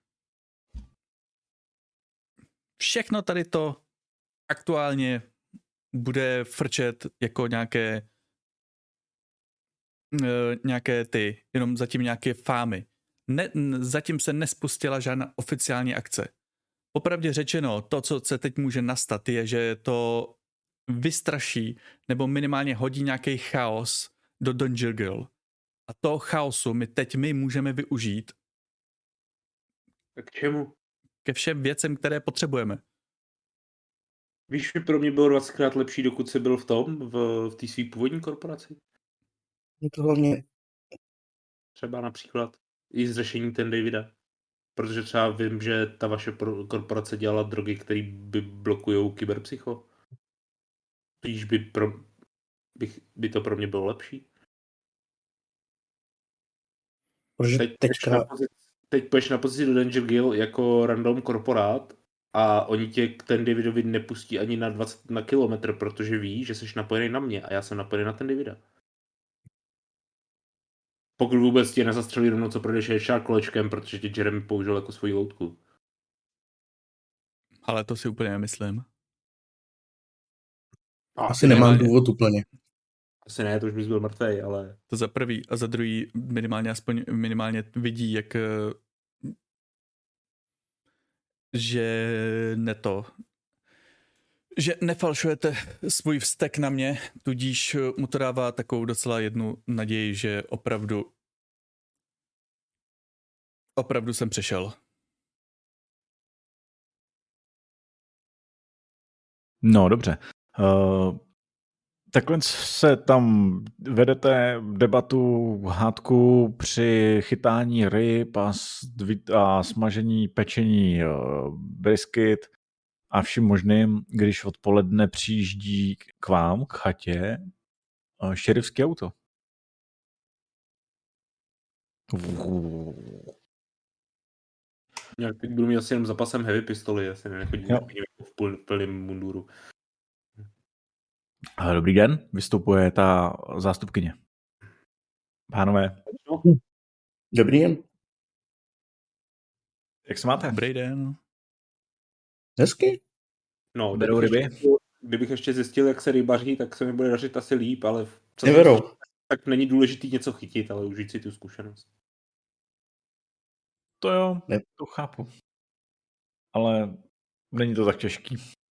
všechno tady to aktuálně bude frčet jako nějaké jenom zatím nějaké fámy. zatím se nespustila žádná oficiální akce. Popravdě řečeno, to, co se teď může nastat, je, že to vystraší nebo minimálně hodí nějaký chaos do Danger Girl. A toho chaosu my můžeme využít. K čemu? Ke všem věcem, které potřebujeme. Víš, že pro mě bylo 20krát lepší, dokud jsi byl v té své původní korporaci? Je to hlavně... Třeba například i z řešení ten Davida. Protože třeba vím, že ta vaše korporace dělala drogy, které by blokujou kyberpsycho. Víš, by to pro mě bylo lepší. Protože teď půjdeš na pozici do Danger Girl jako random korporát a oni tě ten Davidovi nepustí ani na 20 na kilometr, protože ví, že jsi napojený na mě a já jsem napojený na ten Davida. Pokud vůbec tě nezastřelí rovnou, co projdeš ještě kolečkem, protože tě Jeremy použil jako svoji loutku. Ale to si úplně nemyslím. Asi nemám důvod úplně. Asi ne, to už bys byl mrtvej, ale... To za prvý a za druhý minimálně vidí, jak že nefalšujete svůj vztek na mě, tudíž mu to dává takovou docela jednu naději, že opravdu jsem přešel. No, dobře. Takhle se tam vedete debatu, hádku při chytání ryb a smažení, pečení brisket a vším možným, když odpoledne přijíždí k vám, k chatě, šerifské auto. Já teď budu mít asi jenom zapasem heavy pistoli, asi nechodím v plném munduru. Dobrý den, vystupuje ta zástupkyně. Pánové. Dobrý den. Jak se máte? Dobrý den. Hezky. No, berou ryby? Kdybych ještě zjistil, jak se rybaří, tak se mi bude dařit asi líp, ale tak není důležitý něco chytit, ale užít si tu zkušenost. To jo, to chápu. Ale není to tak těžký.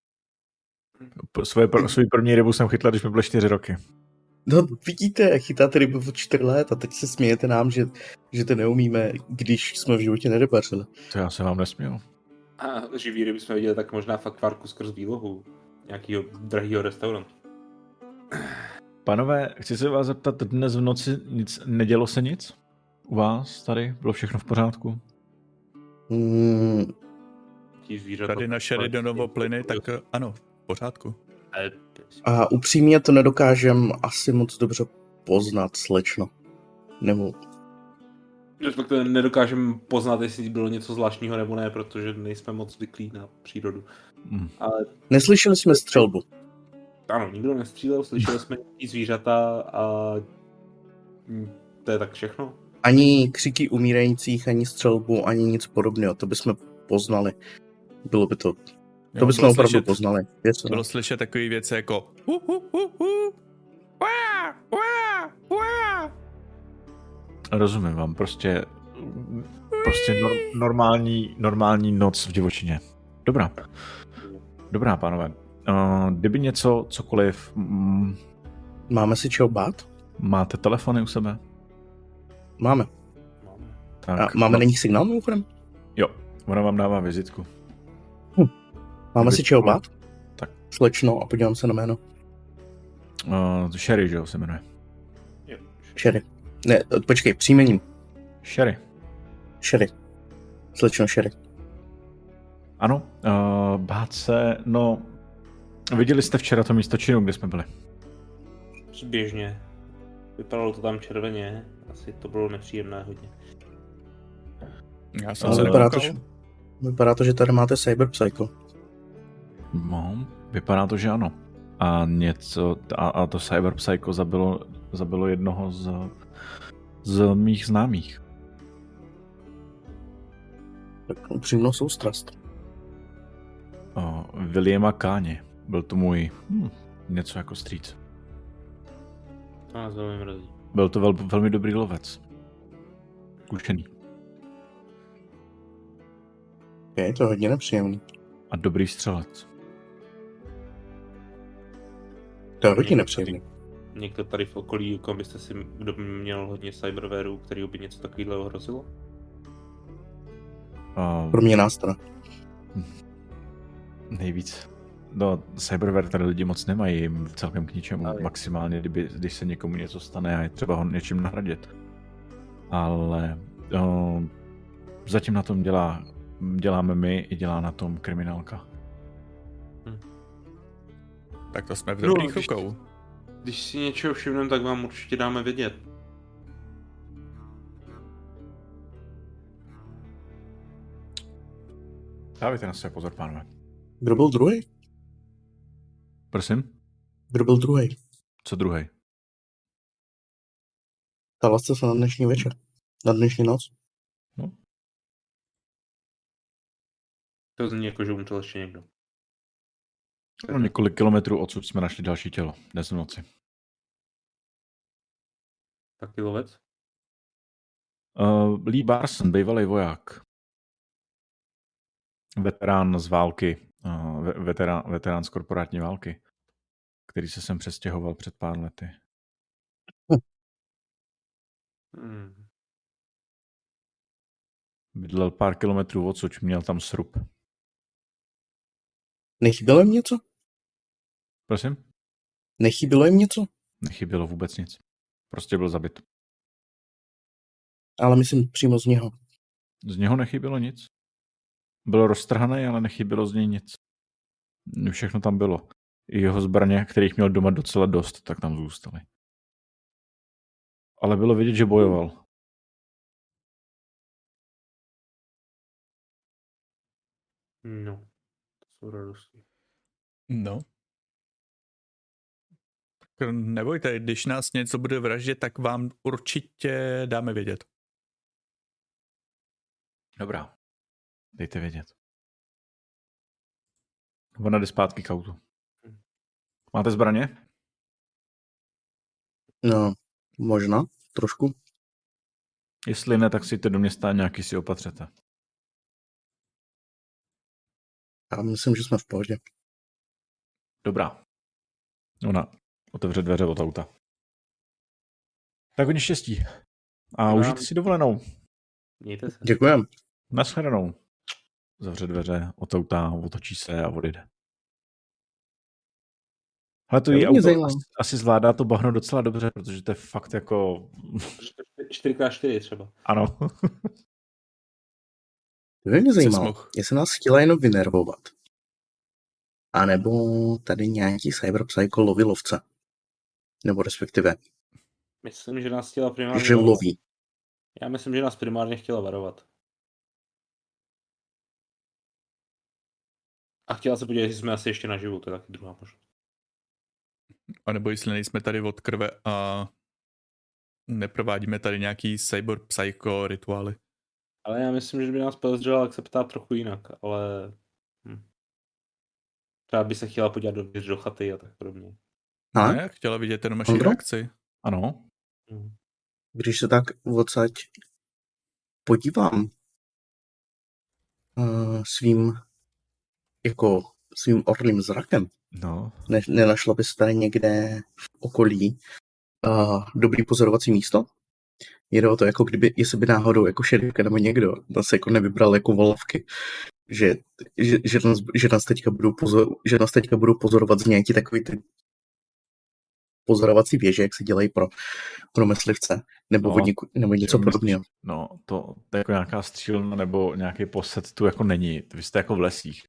Svůj první rybu jsem chytla, když mi bylo 4 roky. No vidíte, chytáte rybu od 4 let a teď se smějete nám, že to neumíme, když jsme v životě nerybařili. To já se vám nesměl. A živý ryby jsme viděli tak možná v akvárku skrz výlohu nějakého drahého restaurantu. Pánové, chci se vás zeptat, dnes v noci nedělo se nic? U vás tady? Bylo všechno v pořádku? Tady na Sheridanovo plyny, tak ano, v pořádku. A upřímně to nedokážem asi moc dobře poznat, slečno. Nebo... Respektive nedokážeme poznat, jestli bylo něco zvláštního nebo ne, protože nejsme moc zvyklí na přírodu. Ale... Neslyšeli jsme střelbu. Ano, nikdo nestřílel, slyšeli jsme nějaký zvířata a to je tak všechno. Ani křiky umírajících, ani střelbu, ani nic podobného, to bychom poznali. Bylo by to... To bychom opravdu poznali. Bylo slyšet takové věci jako Rozumím vám, prostě normální noc v divočině. Dobrá, pánové. Kdyby něco, cokoliv... Máme si čeho bát? Máte telefony u sebe? Máme. Tak, a máme na nich signál mimochodem? Jo, ona vám dává vizitku. Máme si čeho bát? Tak. Slečno a podívám se na jméno. Sherry, že jo, se jmenuje. Sherry. Ne, počkej, příjmením. Sherry. Slečno Sherry. Ano, bát se, no... Viděli jste včera to místo činu, kde jsme byli? Běžně. Vypadalo to tam červeně. Asi to bylo nepříjemné hodně. Já jsem se vypadá to, že tady máte cyberpsycho. No, vypadá to, že ano. A to cyberpsycho zabilo jednoho z mých známých. Tak upřímnou soustrast. Williama Káně. Byl to můj něco jako strýc. To nás velmi mrzí. Byl to velmi dobrý lovec. Zkušený. Je to hodně nepříjemný. A dobrý střelec. To je hodně nepříjemný. Někdo tady v okolí, kom byste si, kdo by měl hodně cyberwareu, který by něco takového hrozilo? Kromě nás teda. Nejvíc. No, cyberware tady lidi moc nemají, jim celkem k ničemu. Ale... Maximálně, když se někomu něco stane a je třeba ho něčím nahradit. Ale zatím na tom děláme my i dělá na tom kriminálka. Tak to jsme v dobrých rukou. Když si něčeho všimneme, tak vám určitě dáme vědět. Dávejte na sebe pozor, pánové. Kdo byl druhý? Prosím? Kdo byl druhý? Co druhý? Ptala jste se na dnešní večer. Na dnešní noc. No. To zní jako, že umřel ještě někdo. No, několik kilometrů odsud jsme našli další tělo. Dnes v noci. Taky lovec? Lee Barson, bývalý voják. Veterán z války. Veterán z korporátní války. Který se sem přestěhoval před pár lety. Bydlel pár kilometrů odsud, měl tam srub. Nechybělo jim něco? Prosím? Nechybělo jim něco? Nechybělo vůbec nic. Prostě byl zabit. Ale myslím přímo z něho. Z něho nechybělo nic. Byl roztrhaný, ale nechybělo z něj nic. Všechno tam bylo. I jeho zbraně, kterých měl doma docela dost, tak tam zůstaly. Ale bylo vidět, že bojoval. No, to jsou radosti. No. Tak nebojte, když nás něco bude vraždit, tak vám určitě dáme vědět. Dobrá. Dejte vědět. Ona jde zpátky k autu. Máte zbraně? No, možná. Trošku. Jestli ne, tak si jděte do města a nějaký si opatřete. Já myslím, že jsme v pohodě. Dobrá. Ona otevře dveře od auta. Tak hodně štěstí. A užijte si dovolenou. Mějte se. Děkujem. Naschledanou. Zavře dveře od auta, otočí se a odjede. Ale to jí auto asi zvládá to bahno docela dobře, protože to je fakt jako... 4x4 třeba. Ano. To by mě zajímalo, jestli nás chtěla jenom vynervovat. A nebo tady nějaký cyberpsycho loví lovce. Nebo respektive. Myslím, že nás chtěla primárně... Že loví. Já myslím, že nás primárně chtěla varovat. A chtěla se podívat, jestli jsme asi ještě naživu, to je taky druhá možnost. A nebo jestli nejsme tady od krve a neprovádíme tady nějaký cyberpsycho rituály. Ale já myslím, že by nás podezřela, jak se ptá trochu jinak, ale... Třeba by se chtěla podívat dovnitř do chaty a tak podobně. Ne, chtěla vidět jenom naši reakci. Ano. Když se tak odsaď podívám svým orlým zrakem, nenašla bys tady někde v okolí dobrý pozorovací místo? Jde o to, jako kdyby, jestli by náhodou jako šerifka nebo někdo nás jako nevybral jako volavky, že nás teďka budou pozorovat z nějaký takový ty pozorovací věže, jak se dělají pro myslivce, nebo něco podobného. No, to je jako nějaká střílna nebo nějaký posed tu jako není. Vy jste jako v lesích.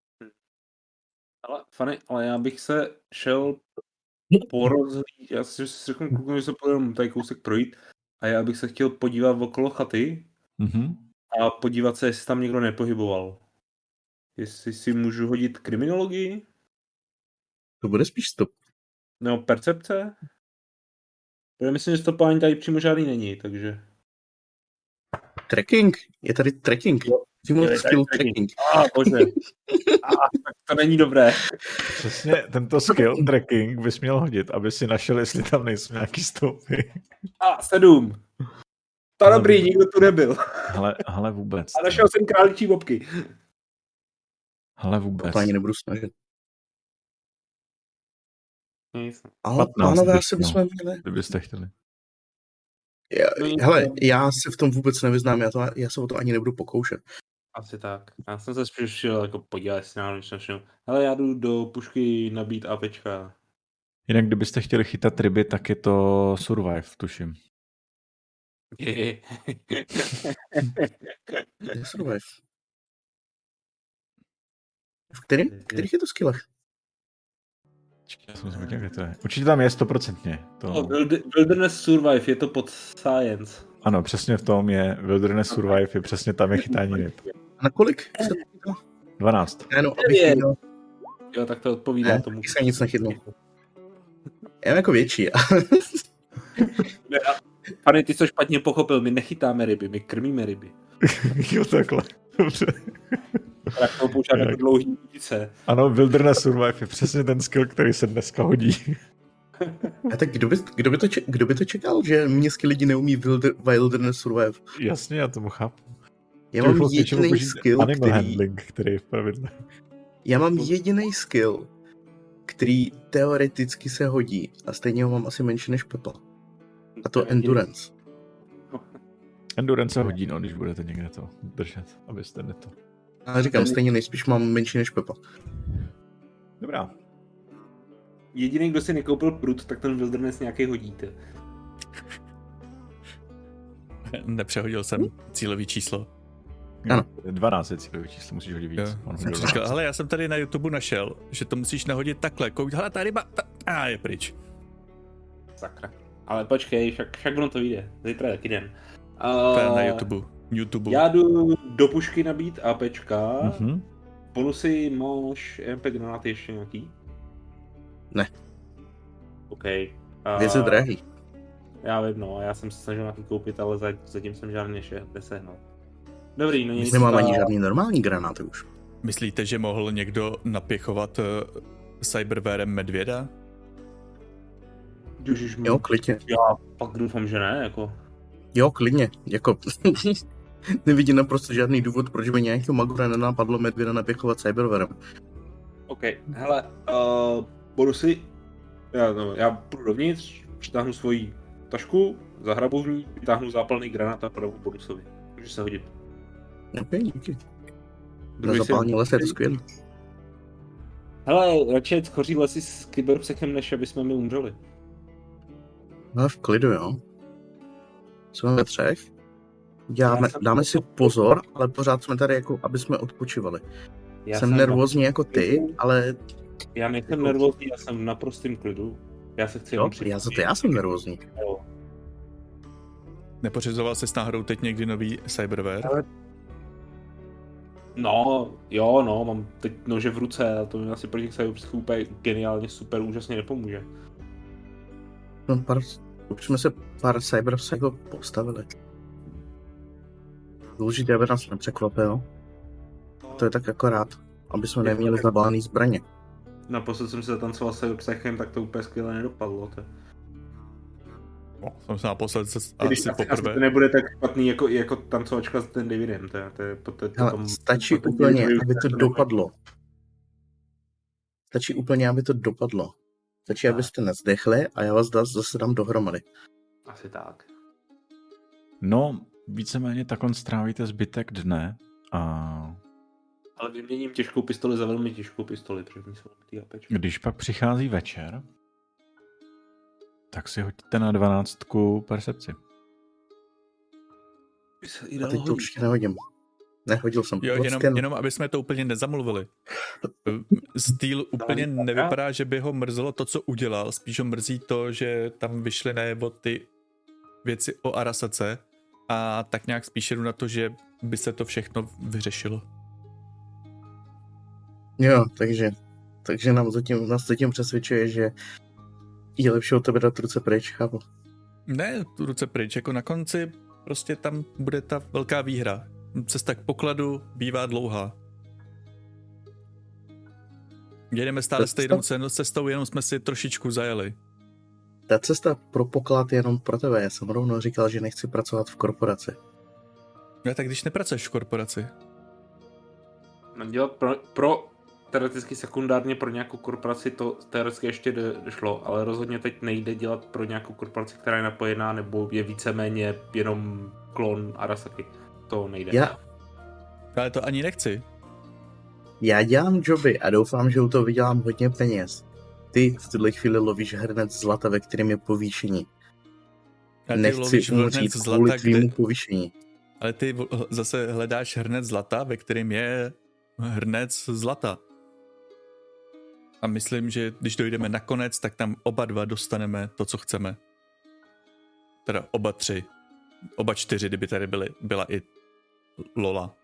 Ale, Fanny, ale já bych se šel porozhlídit, já si řeknu klukům, že se půjdeme tady kousek projít a já bych se chtěl podívat okolo chaty a podívat se, jestli tam někdo nepohyboval. Jestli si můžu hodit kriminologii? To bude spíš stop. No, percepce? Já myslím, že stopování tady přímo žádný není, takže... Tracking? Je tady tracking. Skill tracking. Bože. Tak to není dobré. Přesně, tento skill tracking bys měl hodit, aby si našel, jestli tam nejsou nějaký stopy. 7. To dobrý, nikdo tu nebyl. Ale vůbec. A našel jsem králičí bobky. Ale vůbec. To ani nebudu snažit. Nic. Ale 15 pánové, bych asi měl, bychom měli... kdybyste chtěli. Hele, já se v tom vůbec nevyznám, já se o to ani nebudu pokoušet. Asi tak. Já jsem se spíš šel jako podívat, jestli náhodou něco našel. Hele, já jdu do pušky nabít APčka. Jinak kdybyste chtěli chytat ryby, tak je to Survive, tuším. Je Survive. V kterých je to skillech? Já jsem zvěděl, kde to je. Určitě tam je 100%. To... Wilderness Survive, je to pod Science. Ano, přesně v tom je Wilderness Survive, je přesně tam je chytání ryb. A na kolik? 12. Ne, no, abych chytil. Jo, tak to odpovídá Ne, tomu. taky se nic nechytnul. Já jsem jako větší. Pane, ty jsi špatně pochopil, my nechytáme ryby, my krmíme ryby. Jo, takhle. Dobře. Tak to používá jako dlouhý udice. Ano, Wilderness Survive je přesně ten skill, který se dneska hodí. A tak kdo by to čekal, že městský lidi neumí Wilderness Survive? Jasně, já tomu chápu. Já mám jediný skill, který je v pravidle. Já mám jediný skill, který teoreticky se hodí a stejně ho mám asi menší než Pepa. A to Endurance. Endurance se hodí, no, když budete někde to držet, abyste to... Ale říkám, stejně nejspíš mám menší než Pepa. Dobrá. Jediný, kdo si nekoupil prut, tak ten Wilderness nějaký hodíte. Nepřehodil jsem cílový číslo. Ano. 12 je cílový číslo, musíš hodit víc. Jsem říkal, hele, já jsem tady na YouTube našel, že to musíš nahodit takhle. Hele, ta ryba, je pryč. Sakra. Ale počkej, však ono to vyjde. Zítra je taky den. Na YouTube. Já jdu do pušky nabít APčka. Mhm. Bonusy máš MP granáty ještě nějaký? Ne. OK. Věc je drahý. Já vím, no. Já jsem se snažil nějaký koupit, ale zatím jsem žádný nesehnal. Dobrý, no nic. Nemám ani žádný normální granáty už. Myslíte, že mohl někdo napěchovat cyberwarem medvěda? Jo, klidně. Já pak doufám, že ne, jako. Jo, klidně. Jako... Nevidím naprosto žádný důvod, proč by nějakého magora nenapadlo medvěda napěchovat cyberwarem. OK, hele, bonusy. Já půjdu dovnitř, přitáhnu svoji tašku, zahrabu v ní, vytáhnu zápalný granát a podavu bonusovi. Můžeš se hodit. OK, díky. Na zapálení lesa je to skvělé. Hele, radši schoří lesy s kyberpsechem, než aby jsme mi umřeli. No, v klidu, jo. Jsme ve třech. Dáme si pozor, ale pořád jsme tady jako, aby jsme odpočívali. Jsem nervózní jako ty, ale... Já nejsem nervózní, já jsem v naprostém klidu. Já se chci... Já jsem nervózní. Jo. Nepořizoval jsi s náhodou teď někdy nový cyberware? Ale... No, mám teď nože v ruce a to mi asi proti cyberpsychu úplně geniálně super úžasně nepomůže. No, už jsme se pár cyberpsychů postavili. Důležité, aby nás nepřekvapil. To je tak akorát, aby jsme neměli zabalený zbraně. Naposled jsem se zatancoval s cyberpsychem, tak to úplně skvěle nedopadlo. Jsem se naposled asi poprvé. To nebude tak špatný jako tancovačka s ten Davidem. Stačí úplně, aby to dopadlo. Stačí, abyste nezdechli a já vás zase dám dohromady. Asi tak. No, víceméně takhle strávíte zbytek dne a... Ale vyměním těžkou pistoli za velmi těžkou pistoli, protože jsou ty APčky. Když pak přichází večer, tak si hoďte na 12 percepci. A teď to určitě nehodím. Nehodil jsem. Jo, jenom aby jsme to úplně nezamluvili. Steel úplně nevypadá, že by ho mrzelo to, co udělal. Spíš ho mrzí to, že tam vyšly najevo ty věci o Arasace a tak nějak spíš jdu na to, že by se to všechno vyřešilo. Jo, takže nás zatím přesvědčuje, že je lepší od tebe dát ruce pryč, chápu. Ne, tu ruce pryč, jako na konci prostě tam bude ta velká výhra. Cesta k pokladu bývá dlouhá. Jedeme stále stejnou cestou, jenom jsme si trošičku zajeli. Ta cesta pro poklad je jenom pro tebe. Já jsem rovnou říkal, že nechci pracovat v korporaci. No tak když nepracuješ v korporaci? Mám dělat pro teoreticky sekundárně pro nějakou korporaci to teoreticky ještě došlo, ale rozhodně teď nejde dělat pro nějakou korporaci, která je napojená, nebo je víceméně jenom klon Arasaki. To nejde. Ale to ani nechci. Já dělám joby a doufám, že u toho vydělám hodně peněz. Ty v tuhle chvíli lovíš hrnec zlata, ve kterém je povýšení. Nechci umřít kvůli tvýmu povýšení. Ale ty zase hledáš hrnec zlata, ve kterém je hrnec zlata. A myslím, že když dojdeme na konec, tak tam oba dva dostaneme to, co chceme. Teda oba 3. Oba 4, kdyby tady byla i Lola.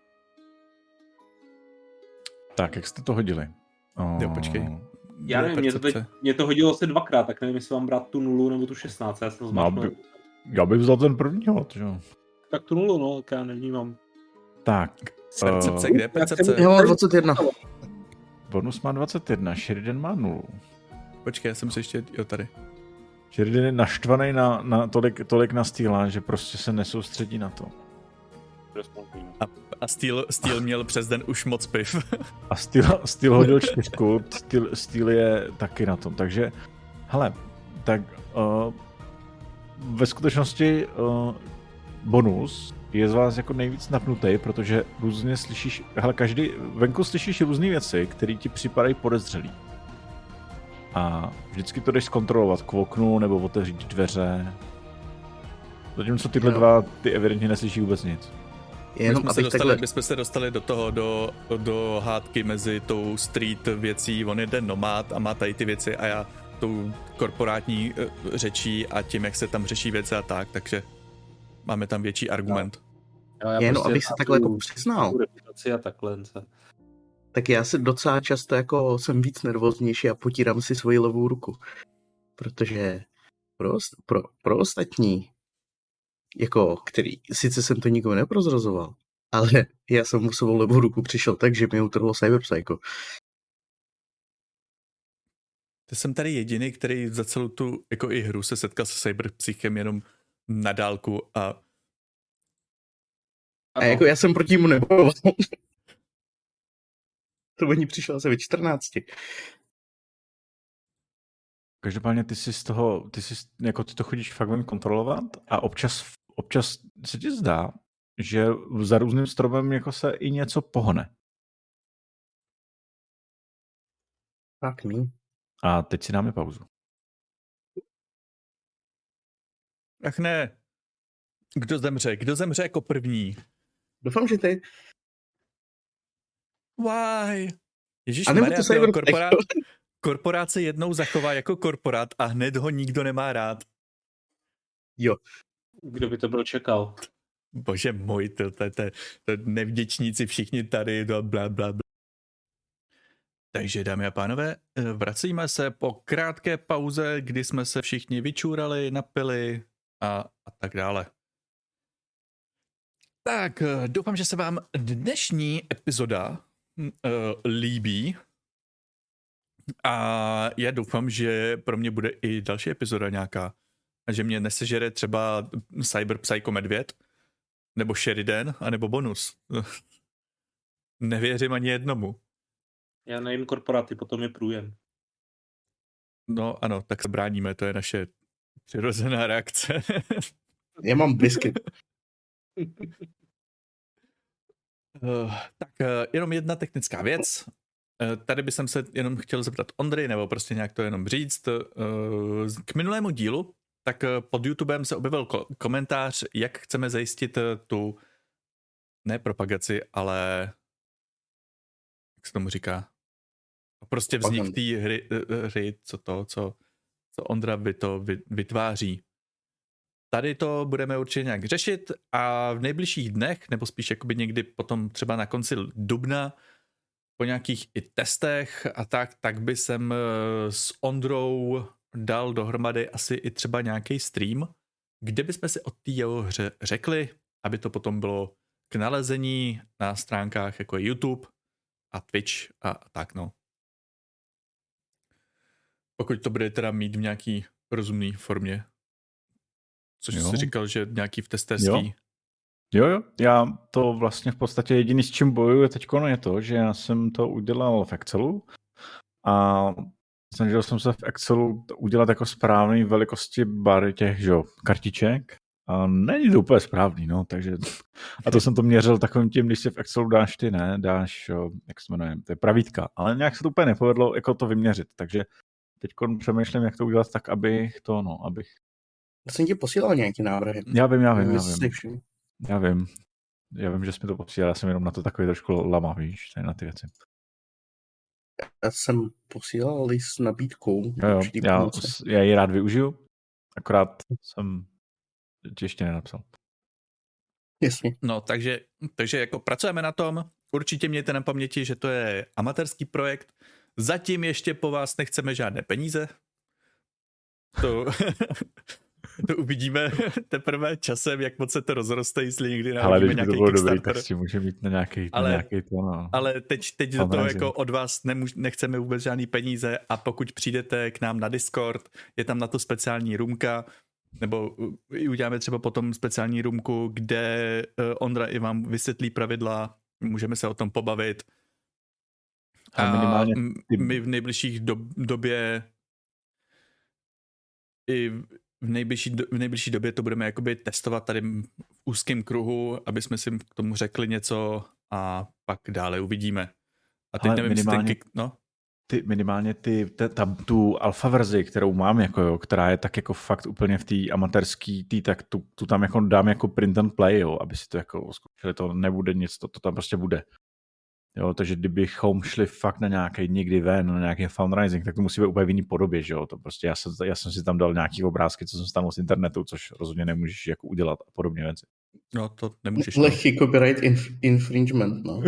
Tak, jak jste to hodili? Jo, počkej. Já nevím, mě to hodilo asi 2krát, tak nevím, jestli mám brát tu 0 nebo tu 16. Já jsem zmášnul. Já bych vzal ten první hod, jo. Tak tu 0, no, tak já nevnímám. Tak. Percepce, kde je percepce? Já mám 21. Bonus má 21, Sheridan má 0. Počkej, já jsem se ještě, jo, tady. Sheridan je naštvaný na tolik na Steela, že prostě se nesoustředí na to. A Steel měl přes den už moc piv. A Steel hodil 4, Steel je taky na tom, takže hele, tak ve skutečnosti bonus je z vás jako nejvíc napnutý, protože různě slyšíš, hele, venku slyšíš různé věci, které ti připadají podezřelý. A vždycky to jdeš zkontrolovat k oknu nebo otevřít dveře. Zatímco tyhle dva, ty evidentně neslyší vůbec nic. My jsme se dostali do toho, do hádky mezi tou street věcí, on je den nomad a má tady ty věci a já tou korporátní řečí a tím, jak se tam řeší věci a tak, takže máme tam větší argument. Jenom abych se takhle jako přiznal. A takhle. Tak já se docela často jako jsem víc nervóznější a potírám si svoji levou ruku. Protože pro ostatní, jako který, sice jsem to nikomu neprozrazoval, ale já jsem mu svou levou ruku přišel tak, že mi utrhlo Cyberpsycho. To jsem tady jediný, který za celou tu jako i hru se setkal s Cyberpsychem jenom na dálku a jako já jsem proti mu nebojoval. To oni přišel asi ve 14. Každopádně ty to chodíš fakt ven kontrolovat a občas se ti zdá, že za různým stromem jako se i něco pohne. Tak mi. A teď si dáme pauzu. Ach ne. Kdo zemře jako první? Doufám, že ty. Why? Ježišmarja, korporát se jednou zachová jako korporát a hned ho nikdo nemá rád. Jo. Kdo by to byl čekal? Bože můj, to nevděčníci všichni tady, bla, bla, bla. Takže, dámy a pánové, vracíme se po krátké pauze, kdy jsme se všichni vyčůrali, napili a tak dále. Tak, doufám, že se vám dnešní epizoda líbí a já doufám, že pro mě bude i další epizoda nějaká a že mě nesežere třeba Cyberpsycho medvěd nebo Sheridan, anebo bonus. Nevěřím ani jednomu. Já nejím korporáty, potom je průjem. No ano, tak se bráníme, to je naše přirozená reakce. Já mám biscuit. Tak jenom jedna technická věc. Tady bych se jenom chtěl zeptat Ondry, nebo prostě nějak to jenom říct. K minulému dílu, tak pod YouTubem se objevil komentář, jak chceme zajistit tu ne propagaci, ale jak se tomu říká? Prostě vznik té hry, co Ondra vytváří. Tady to budeme určitě nějak řešit a v nejbližších dnech, nebo spíš jakoby někdy potom třeba na konci dubna, po nějakých i testech a tak by jsem s Ondrou dal dohromady asi i třeba nějaký stream, kde bychom si o té jeho hře řekli, aby to potom bylo k nalezení na stránkách jako je YouTube a Twitch a tak no. Pokud to bude teda mít v nějaký rozumný formě. Což jsi říkal, že nějaký v testerský. Jo, já to vlastně v podstatě jediný, s čím bojuju teď je to, že já jsem to udělal v Excelu a snažil jsem se v Excelu udělat jako správný velikosti bar těch, že jo, kartiček a není to úplně správný, no, takže a to jsem to měřil takovým tím, když si v Excelu dáš dáš, jak se jmenuje, to je pravítka, ale nějak se to úplně nepovedlo jako to vyměřit, takže teď přemýšlím, jak to udělat tak, abych. Já jsem ti posílal nějaké návrhy. Já vím. Já vím, že jsi mi to posílal, já jsem jenom na to takový trošku lama, víš, tady na ty věci. Já jsem posílal list s nabídkou. Jo, já ji rád využiju, akorát jsem ti ještě nenapsal. Jasně. No, takže jako pracujeme na tom. Určitě mějte na paměti, že to je amatérský projekt. Zatím ještě po vás nechceme žádné peníze. To uvidíme teprve časem, jak moc se to rozroste, jestli někdy nahodíme nějaký Kickstarter. Tak si může mít na nějaký to, no. Ale teď do toho jako od vás nechceme vůbec žádný peníze a pokud přijdete k nám na Discord, je tam na to speciální roomka, nebo uděláme třeba potom speciální roomku, kde Ondra i vám vysvětlí pravidla, můžeme se o tom pobavit. A my v nejbližších době i v nejbližší době to budeme jakoby testovat tady v úzkém kruhu, aby jsme si k tomu řekli něco a pak dále uvidíme. A teď nevím, minimálně tu alfa verzi, kterou mám, jako jo, která je tak jako fakt úplně v té amatérský, tak tu tam jako dám jako print and play, jo, aby si to jako zkoušeli, to nebude nic, to tam prostě bude. Jo, takže kdybychom šli fakt na nějaký někdy ven, na nějaký fundraising, tak to musí být úplně v jiný podobě, že jo, to prostě já jsem si tam dal nějaký obrázky, co jsem stáhnul z internetu, což rozhodně nemůžeš jako udělat a podobně věci. No, to nemůžeš. Lehký copyright infringement, no.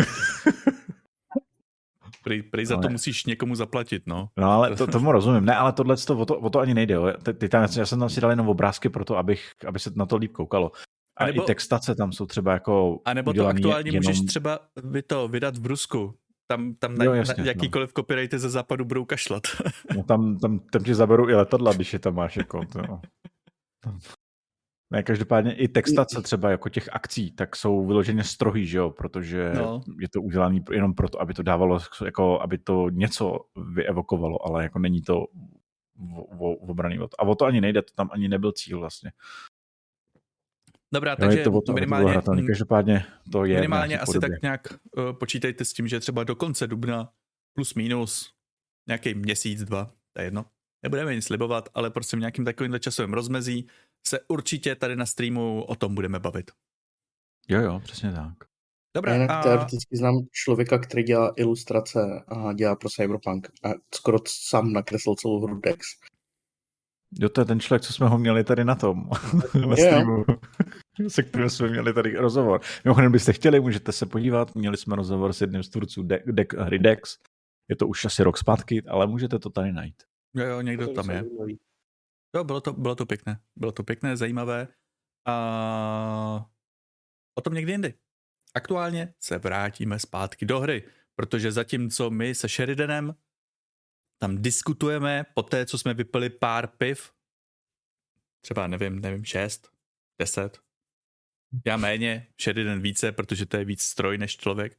Prý za to musíš někomu zaplatit, no. No, ale tomu rozumím. Ne, ale tohle o to ani nejde, jo. Já jsem tam si dal jenom obrázky pro to, aby se na to líp koukalo. A i textace tam jsou třeba jako a nebo to aktuálně jenom... můžeš třeba vydat v Rusku. Tam jasně, jakýkoliv copyrighty ze západu budou kašlat. No tam ti zaberou i letadla, když je tam máš jako Ne, každopádně i textace třeba jako těch akcí, tak jsou vyloženě strohý, že jo, protože je to udělané jenom proto, aby to dávalo, jako aby to něco vyevokovalo, ale jako není to obraný. A o to ani nejde, to tam ani nebyl cíl vlastně. Dobrá, takže minimálně, každopádně to je minimálně asi podobě. Tak nějak počítejte s tím, že třeba do konce dubna plus minus nějaký měsíc, 2, to je jedno. Nebudeme nic slibovat, ale prostě v nějakým takovým časovém rozmezí se určitě tady na streamu o tom budeme bavit. Jo, přesně tak. Dobrá. Jinak teoreticky znám člověka, který dělá ilustrace a dělá pro Cyberpunk a skoro sám nakreslil celou hru Dex. Jo, to je ten člověk, co jsme ho měli tady na tom. Na streamu. Se kterým jsme měli tady rozhovor. Mimochodem, byste chtěli, můžete se podívat. Měli jsme rozhovor s jedním z tvůrců hry Dex. Je to už asi rok zpátky, ale můžete to tady najít. Jo, někdo tam je. Jo, bylo to pěkné. Bylo to pěkné, zajímavé. A o tom někdy jindy. Aktuálně se vrátíme zpátky do hry, protože zatímco my se Sheridanem tam diskutujeme po té, co jsme vypili pár piv, třeba nevím, 6, 10, já méně, Sheridan více, protože to je víc stroj než člověk.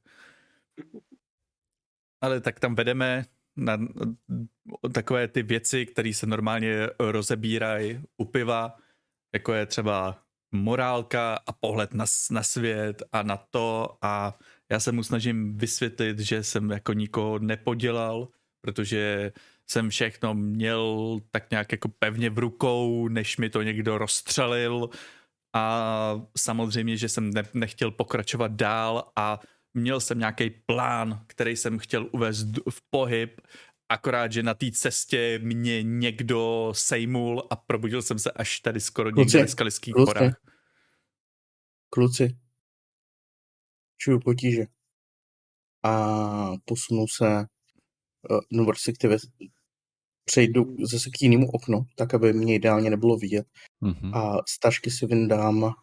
Ale tak tam vedeme na takové ty věci, které se normálně rozebírají u piva, jako je třeba morálka a pohled na svět a na to, a já se mu snažím vysvětlit, že jsem jako nikoho nepodělal, protože jsem všechno měl tak nějak jako pevně v rukou, než mi to někdo rozstřelil, a samozřejmě, že jsem nechtěl pokračovat dál a měl jsem nějaký plán, který jsem chtěl uvést v pohyb, akorát, že na té cestě mě někdo sejmul a probudil jsem se až tady skoro někde ve Skalických horách. Kluci, čuju potíže a posunu se, no respektive přejdu zase k jinému oknu, tak, aby mě ideálně nebylo vidět. Mm-hmm. A z tašky si vyndám,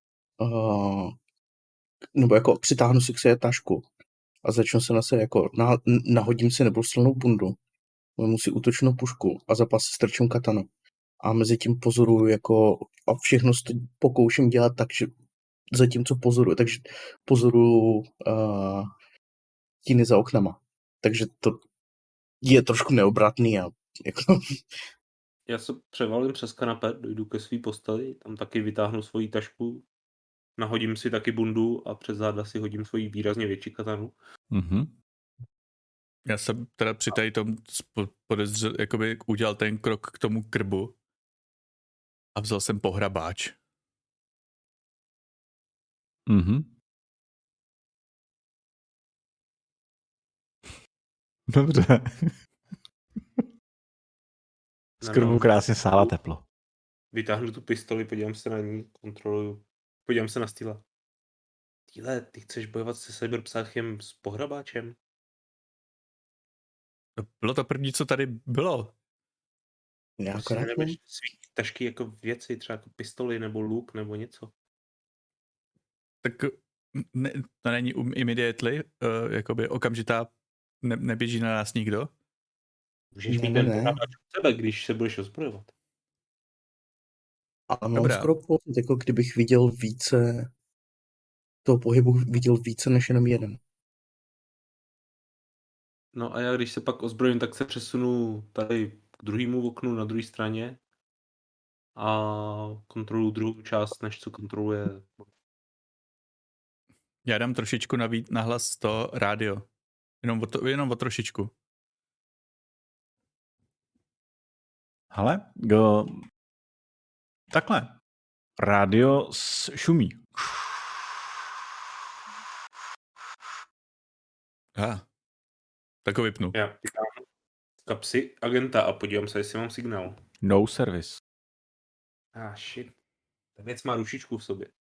nebo jako přitáhnu si k sebe tašku a začnu se na sebe jako, nahodím si nebruslenou bundu, vezmu si útočnou pušku a za pas si strčím katanu. A mezi tím pozoruju jako, a všechno pokouším dělat tak, že zatímco pozoruju, takže pozoruju stíny za oknama. Takže to je trošku neobratný a jako... Já se převalím přes kanapé, dojdu ke své posteli, tam taky vytáhnu svoji tašku, nahodím si taky bundu a přes záda si hodím svoji výrazně větší katanu. Mhm. Já jsem teda při tady tom jakoby udělal ten krok k tomu krbu a vzal jsem pohrabáč. Mhm. Dobře. Skoro krásně sála teplo. Vytáhnu tu pistoli, podívám se na ní, kontroluju. Podívám se na Stýla. Stýle, ty chceš bojovat se cyberpsáchem s pohrabáčem? Bylo to první, co tady bylo. Já Prostě akorát nebudeš svý tašky jako věci, třeba jako pistoli nebo luk nebo něco. Tak ne, to není immediately, jakoby okamžitá, neběží na nás nikdo. Můžeš mít ten pohrabáč u sebe, když se budeš ozbrojovat. Ale mám skoro pocit, jako kdybych viděl více toho pohybu, viděl více než jenom jeden. No a já když se pak ozbrojím, tak se přesunu tady k druhému oknu na druhé straně a kontroluji druhou část, než co kontroluje. Já dám trošičku na hlas to rádio. Jenom o trošičku. Hele, takhle. Rádio šumí. Tak ho vypnu. Já vytáhnu z kapsy agenta a podívám se, jestli mám signál. No service. Shit. Ta věc má rušičku v sobě.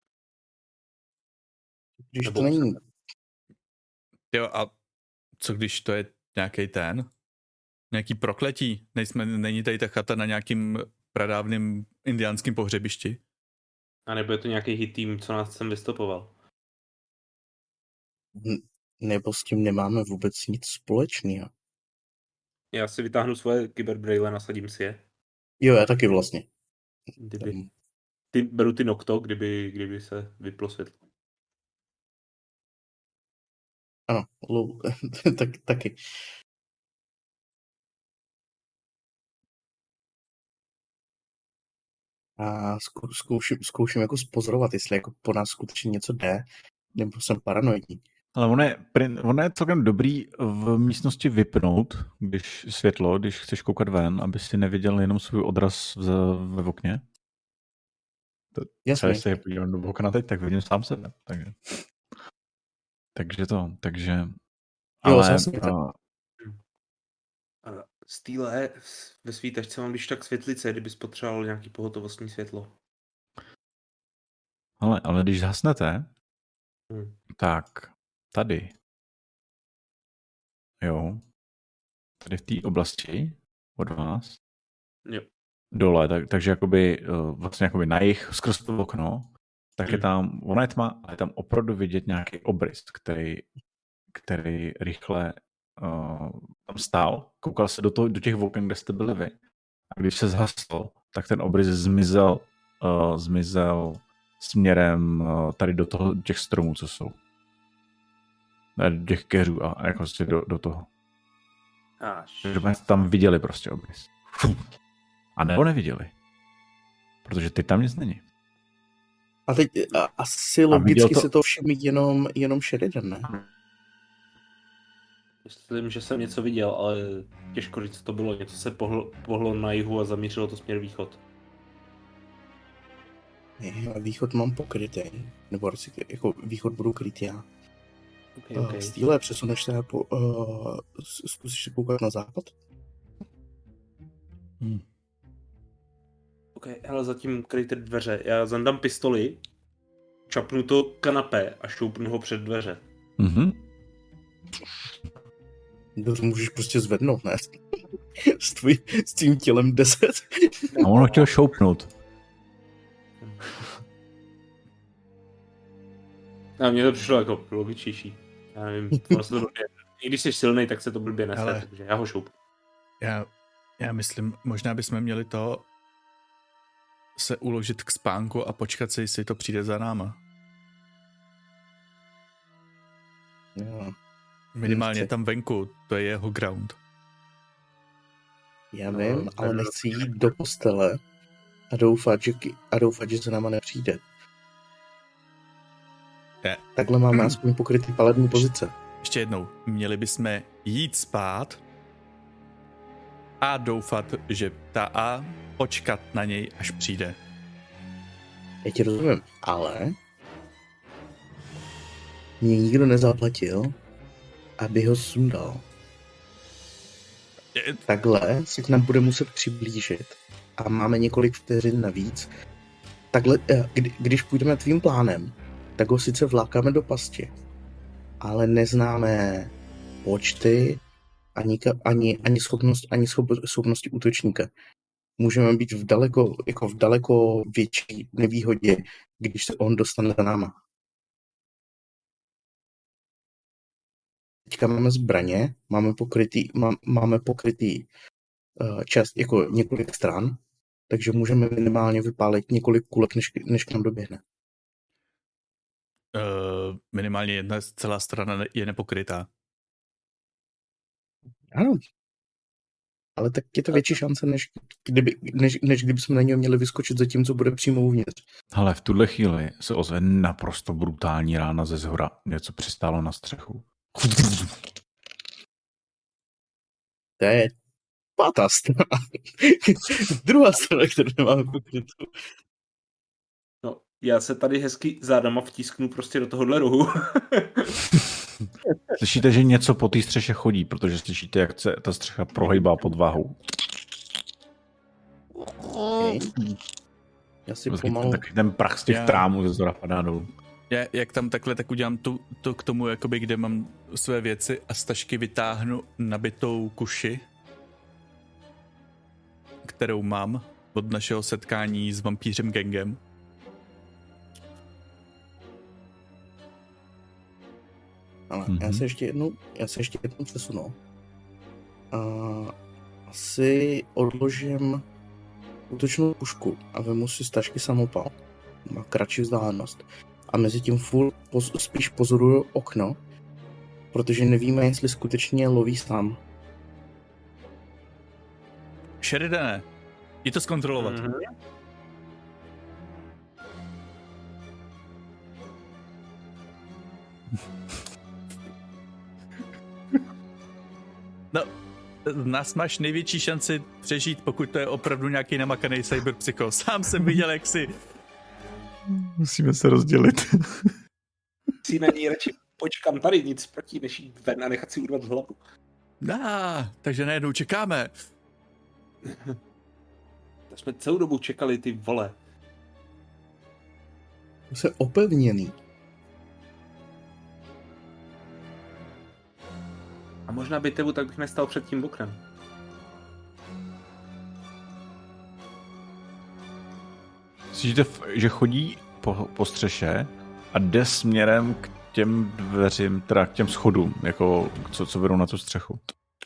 Když to není... Jo, a co když to je nějaký prokletí? Není tady ta chata na nějakým pradávným indiánským pohřebišti? A nebo je to nějaký hit tým, co nás sem vystopoval? Nebo s tím nemáme vůbec nic společného. Já si vytáhnu svoje kyberbraille, nasadím si je. Jo, já taky vlastně. Beru ty nokto, kdyby se vyplo světlo. Ano, taky. A zkouším jako spozorovat, jestli jako po nás skutečně něco jde, nebo jsem paranoidní. Ale ono je celkem dobrý v místnosti vypnout, když chceš koukat ven, aby si neviděl jenom svůj odraz ve okně. Jasně. Když se podívám do okna teď, tak vidím sám sebe. Takže... Jo, ale... Stýle, ve svý tašce mám když tak světlice, kdybys potřeboval nějaký pohotovostní světlo. Ale když zhasnete, tak tady, jo, tady v té oblasti od vás, jo. Dole, takže jakoby, vlastně jakoby na jih skrz to okno, tak je tam, ona je tma, ale je tam opravdu vidět nějaký obrys, který rychle tam stál, koukal se do těch oken, kde jste byli vy. A když se zhasl, tak ten obrys zmizel směrem tady do těch stromů, co jsou. Do těch keřů a jako prostě do toho. Takže jste tam viděli prostě obrys. A nebo neviděli. Protože teď tam nic není. A teď asi logicky se to všimí jenom Sheridan, ne? Myslím, že jsem něco viděl, ale těžko říct, co to bylo. Něco se pohlo na jihu a zamířilo to směr východ. Ne, východ mám pokrytý. Nebo jako východ budu kryt já. Okay. Stýle, přesuneš se zkusíš se koukat na západ? OK, hele, zatím kryjte dveře. Já zandám pistoli, čapnu to kanapé a šoupnu ho před dveře. To můžeš prostě zvednout, ne? S tím tělem 10. A on ho chtěl šoupnout. A mně to přišlo jako logičtější. Já nevím, i když jsi silnej, tak se to blbě nese, takže já ho šoupnu. Já myslím, možná bychom měli se uložit k spánku a počkat si, jestli to přijde za náma. Jo. Minimálně Nechci. tam venku, to je jeho ground. Já vím, ale nechci jít do postele a doufat, že za náma nepřijde. Takhle máme aspoň pokrytý palební pozice. Ještě jednou, měli bychom jít spát a doufat, že a počkat na něj, až přijde. Já ti rozumím, ale mě nikdo nezaplatil, aby ho sundal. Takhle se k nám bude muset přiblížit a máme několik vteřin navíc. Takhle, když půjdeme tvým plánem, tak ho sice vlákáme do pasti, ale neznáme počty ani schopnosti útočníka. Můžeme být v daleko větší nevýhodě, když se on dostane za náma. Teďka máme zbraně, máme pokrytý část jako několik stran, takže můžeme minimálně vypálit několik kulek, než k nám doběhne. Minimálně jedna celá strana je nepokrytá. Ano. Ale tak je to větší šance, než kdyby jsme na něj měli vyskočit za tím, co bude přímo uvnitř. Ale v tuhle chvíli se ozve naprosto brutální rána ze zhora. Něco přistálo na střechu. To je pátá strana. Druhá strana, kterou nemáme pokrytou. No, já se tady hezky zádama vtisknu prostě do tohohle rohu. Slyšíte, že něco po té střeše chodí, protože slyšíte, jak se ta střecha prohýbá pod váhou. Okay. Já si pomalu... Taky ten prach z těch trámů ze zhora padá dolů. Jak tam takhle, tak udělám to k tomu, jakoby, kde mám své věci a z tašky vytáhnu nabitou kuši, kterou mám od našeho setkání s vampířem gangem. Ale já se ještě jednou přesunu. Asi odložím útočnou pušku a vemu si z tašky samopal. Má kratší vzdálenost. A mezi tím spíš pozoruju okno, protože nevíme, jestli skutečně loví sám. Sheridane, jdi to zkontrolovat. No, nás máš největší šanci přežít, pokud to je opravdu nějaký namakaný cyberpsycho. Sám jsem viděl, jak si... Musíme se rozdělit. Si na ní radši počkám tady, nic proti, než jít ven a nechat si urvat hlavu. Takže najednou čekáme. Tak jsme celou dobu čekali, ty vole. Jsme opevněný. A možná by tebu tak bych nestal před tím oknem. Slyšíte, že chodí po střeše a jde směrem k těm dveřím, teda k těm schodům, jako co vedou na tu střechu.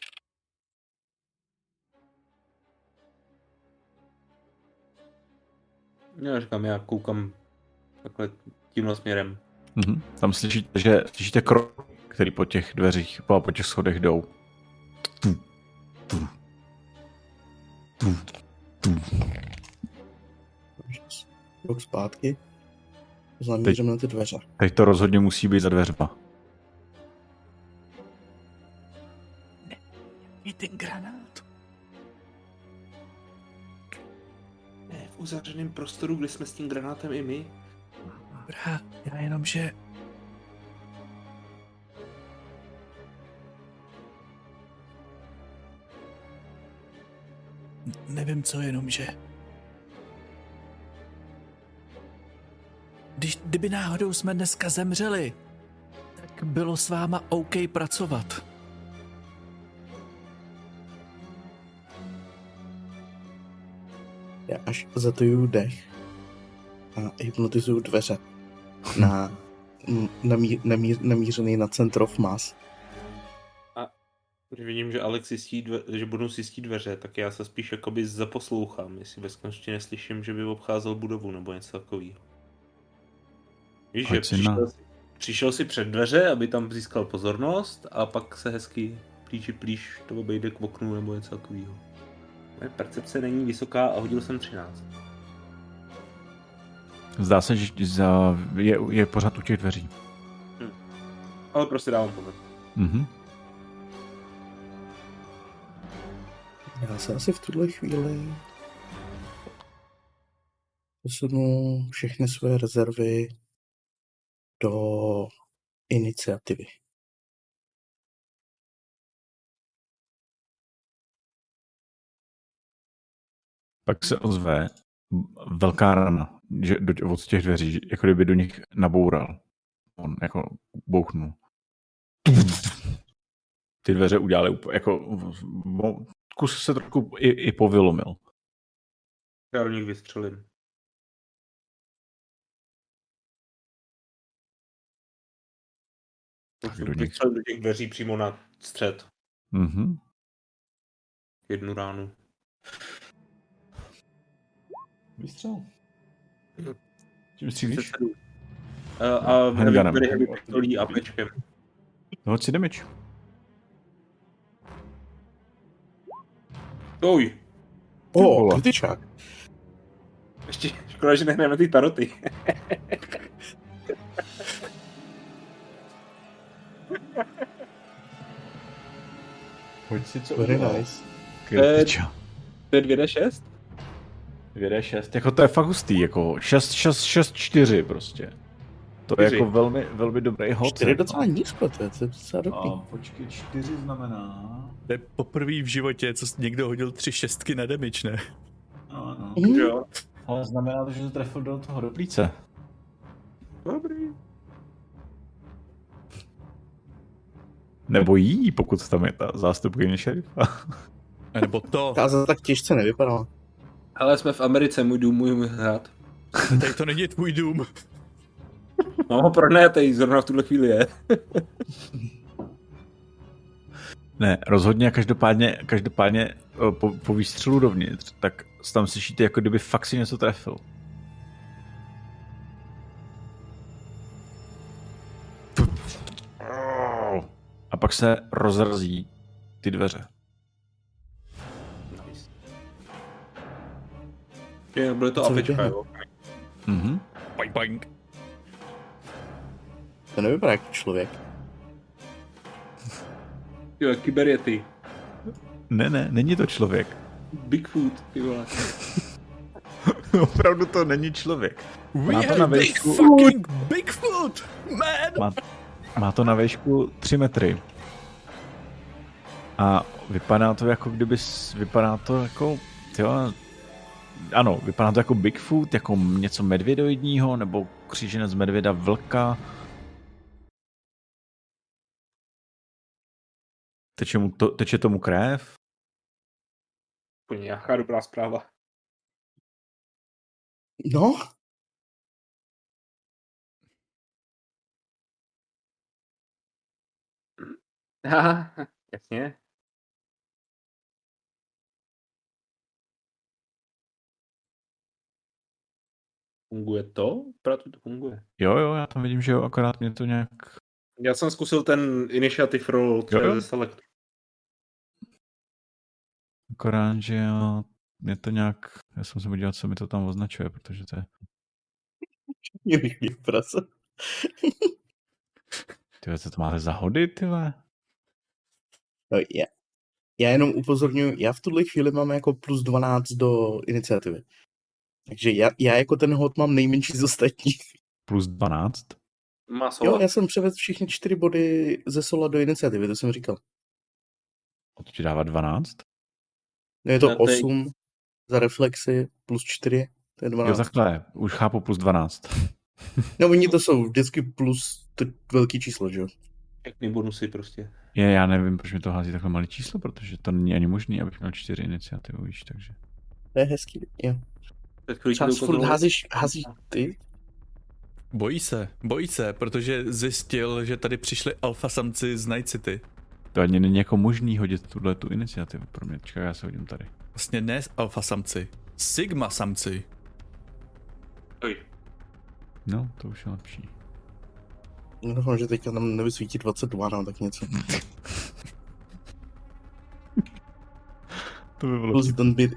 Já říkám, já koukám takhle tímhle směrem. Tam slyšíte krok, který po těch dveřích, po těch schodech jdou. Krok zpátky. Zamířím na ty dveře. Teď to rozhodně musí být za dveřma. Je ten granát. Ne, v uzavřeném prostoru, kde jsme s tím granátem i my. Dobrá, já jenom, že... Nevím co, jenom že... Kdyby náhodou jsme dneska zemřeli, tak bylo s váma OK pracovat. Já až zatuju dech a hypnotizuju dveře namířený na center of mass. A když vidím, že Alex že budou si dveře, tak já se spíš jakoby zaposlouchám, jestli ve skutečnosti neslyším, že by obcházel budovu nebo něco takového. Víš, že přišel si před dveře, aby tam získal pozornost a pak se hezky plíš to obejde k oknu nebo něco takového. Moje percepce není vysoká a hodil jsem 13. Zdá se, že je pořád u těch dveří. Ale prostě dávám pozor. Mhm. Já se asi v tuhle chvíli posunu všechny své rezervy do iniciativy. Pak se ozve velká rana že od těch dveří, jako kdyby do nich naboural. On jako bouchnul. Ty dveře udělali úplně, jako kus se trochu i povylomil. Já do nich vystřelím. Vystřelím do těch dveří přímo na střed. Mhm. Jednu ránu. Vystřel. Čím střílíš? A heavy pistolí a pečkem. No, si damage. Oj! Kritičák. Ještě škoda, že nehrajeme ty taroty. Pojď si co Very udělal. nice. Kritičák. To je 2D6? 2D6, jako to je fakt hustý, jako 6-4 prostě. To je 4. jako velmi, velmi dobrý hod. 4 je docela nízko, to je docela dobrý. Počkej, 4 znamená... To je poprvé v životě, co někdo hodil 3 šestky na damage, ne? Ano. Jo. Ale znamená to, že to trefil do toho do plíce. Dobrý. Nebo jí, pokud tam je ta zástupkyně šerifa. A nebo to. Ta za tak těžce nevypadala. Ale jsme v Americe, můj dům, můj hrad. Tady to není tvůj dům. No, pronajatej, zrovna v tuhle chvíli je. Ne, rozhodně, každopádně po výstřelu dovnitř, tak tam slyšíte, jako kdyby fakt si něco trefil. A pak se rozrazí ty dveře. Nice. Je, bude to Co apečka, vyběhne? jo. Mhm. Boing, boing. To nevypadá jako člověk. Jo, kyberyety. Ne, není to člověk. Bigfoot, ty vole. Opravdu to není člověk. We Má to have na big výšku, fucking Bigfoot, man! má to na výšku 3 metry. A vypadá to jako kdyby, vypadá to jako, ano, vypadá to jako Bigfoot, jako něco medvědoidního, nebo kříženec medvěda vlka. Teče tomu krev. To je nějaká dobrá zpráva. No, Haha, jasně. Funguje to? Opravdu to funguje. Jo, já tam vidím, že jo, akorát mě to nějak... Já jsem zkusil ten initiative roll, co je ze Select. Akorát, že jo, mě to nějak... Já jsem se podíval, co mi to tam označuje, protože to je... mě bych měl prasa. Tyhle, co to máte za hody, tyhle? No, já jenom upozorňuji, já v tuhle chvíli mám jako plus 12 do iniciativy. Takže já jako ten hod mám nejmenší z ostatních. Plus 12? Má Jo, Sola? já jsem převedl všechny 4 body ze Sola do iniciativy, to jsem říkal. A to ti dává 12? No je to No, to je- 8 za reflexy plus 4, to je 12. Jo, takhle, už chápu plus 12. No oni to jsou vždycky plus to velký číslo, že jo? Pěkný bonusy prostě. Já nevím, proč mi to hází takhle malé číslo, protože to není ani možný, abych měl 4 iniciativu, víš, takže... To je hezký, jo. Třeba furt házíš ty? Bojí se, protože zjistil, že tady přišli alfa samci z Night City. To ani není jako možný hodit tuhle tu iniciativu pro mě. Čekaj, já se hodím tady. Vlastně ne alfa samci, sigma samci. Oj. No, to už je lepší. Doufám, že teďka tam nevysvítí 22, no, tak něco. To by bylo. Ten byt.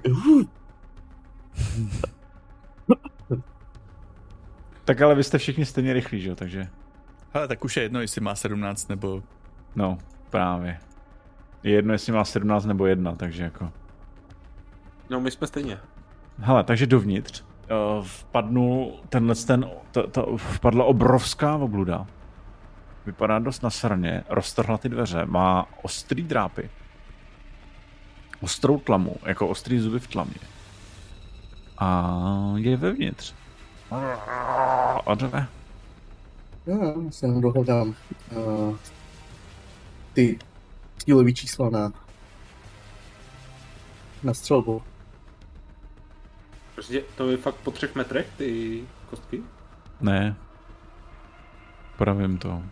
Tak ale vy jste všichni stejně rychlí, že jo, takže... Hele, tak už je jedno, jestli má 17 nebo... No, právě. Je jedno, jestli má 17 nebo 1, takže jako... No, my jsme stejně. Hele, takže dovnitř vpadla obrovská obluda. Vypadá dost nasraně, roztrhla ty dveře, má ostrý drápy. Ostrou tlamu, jako ostrý zuby v tlamě. A je vevnitř. A řve. Já se jenom dohledám ty cílový čísla na střelbu. Prostě to je fakt po 3 metrech, ty kostky? Ne. Pravím to.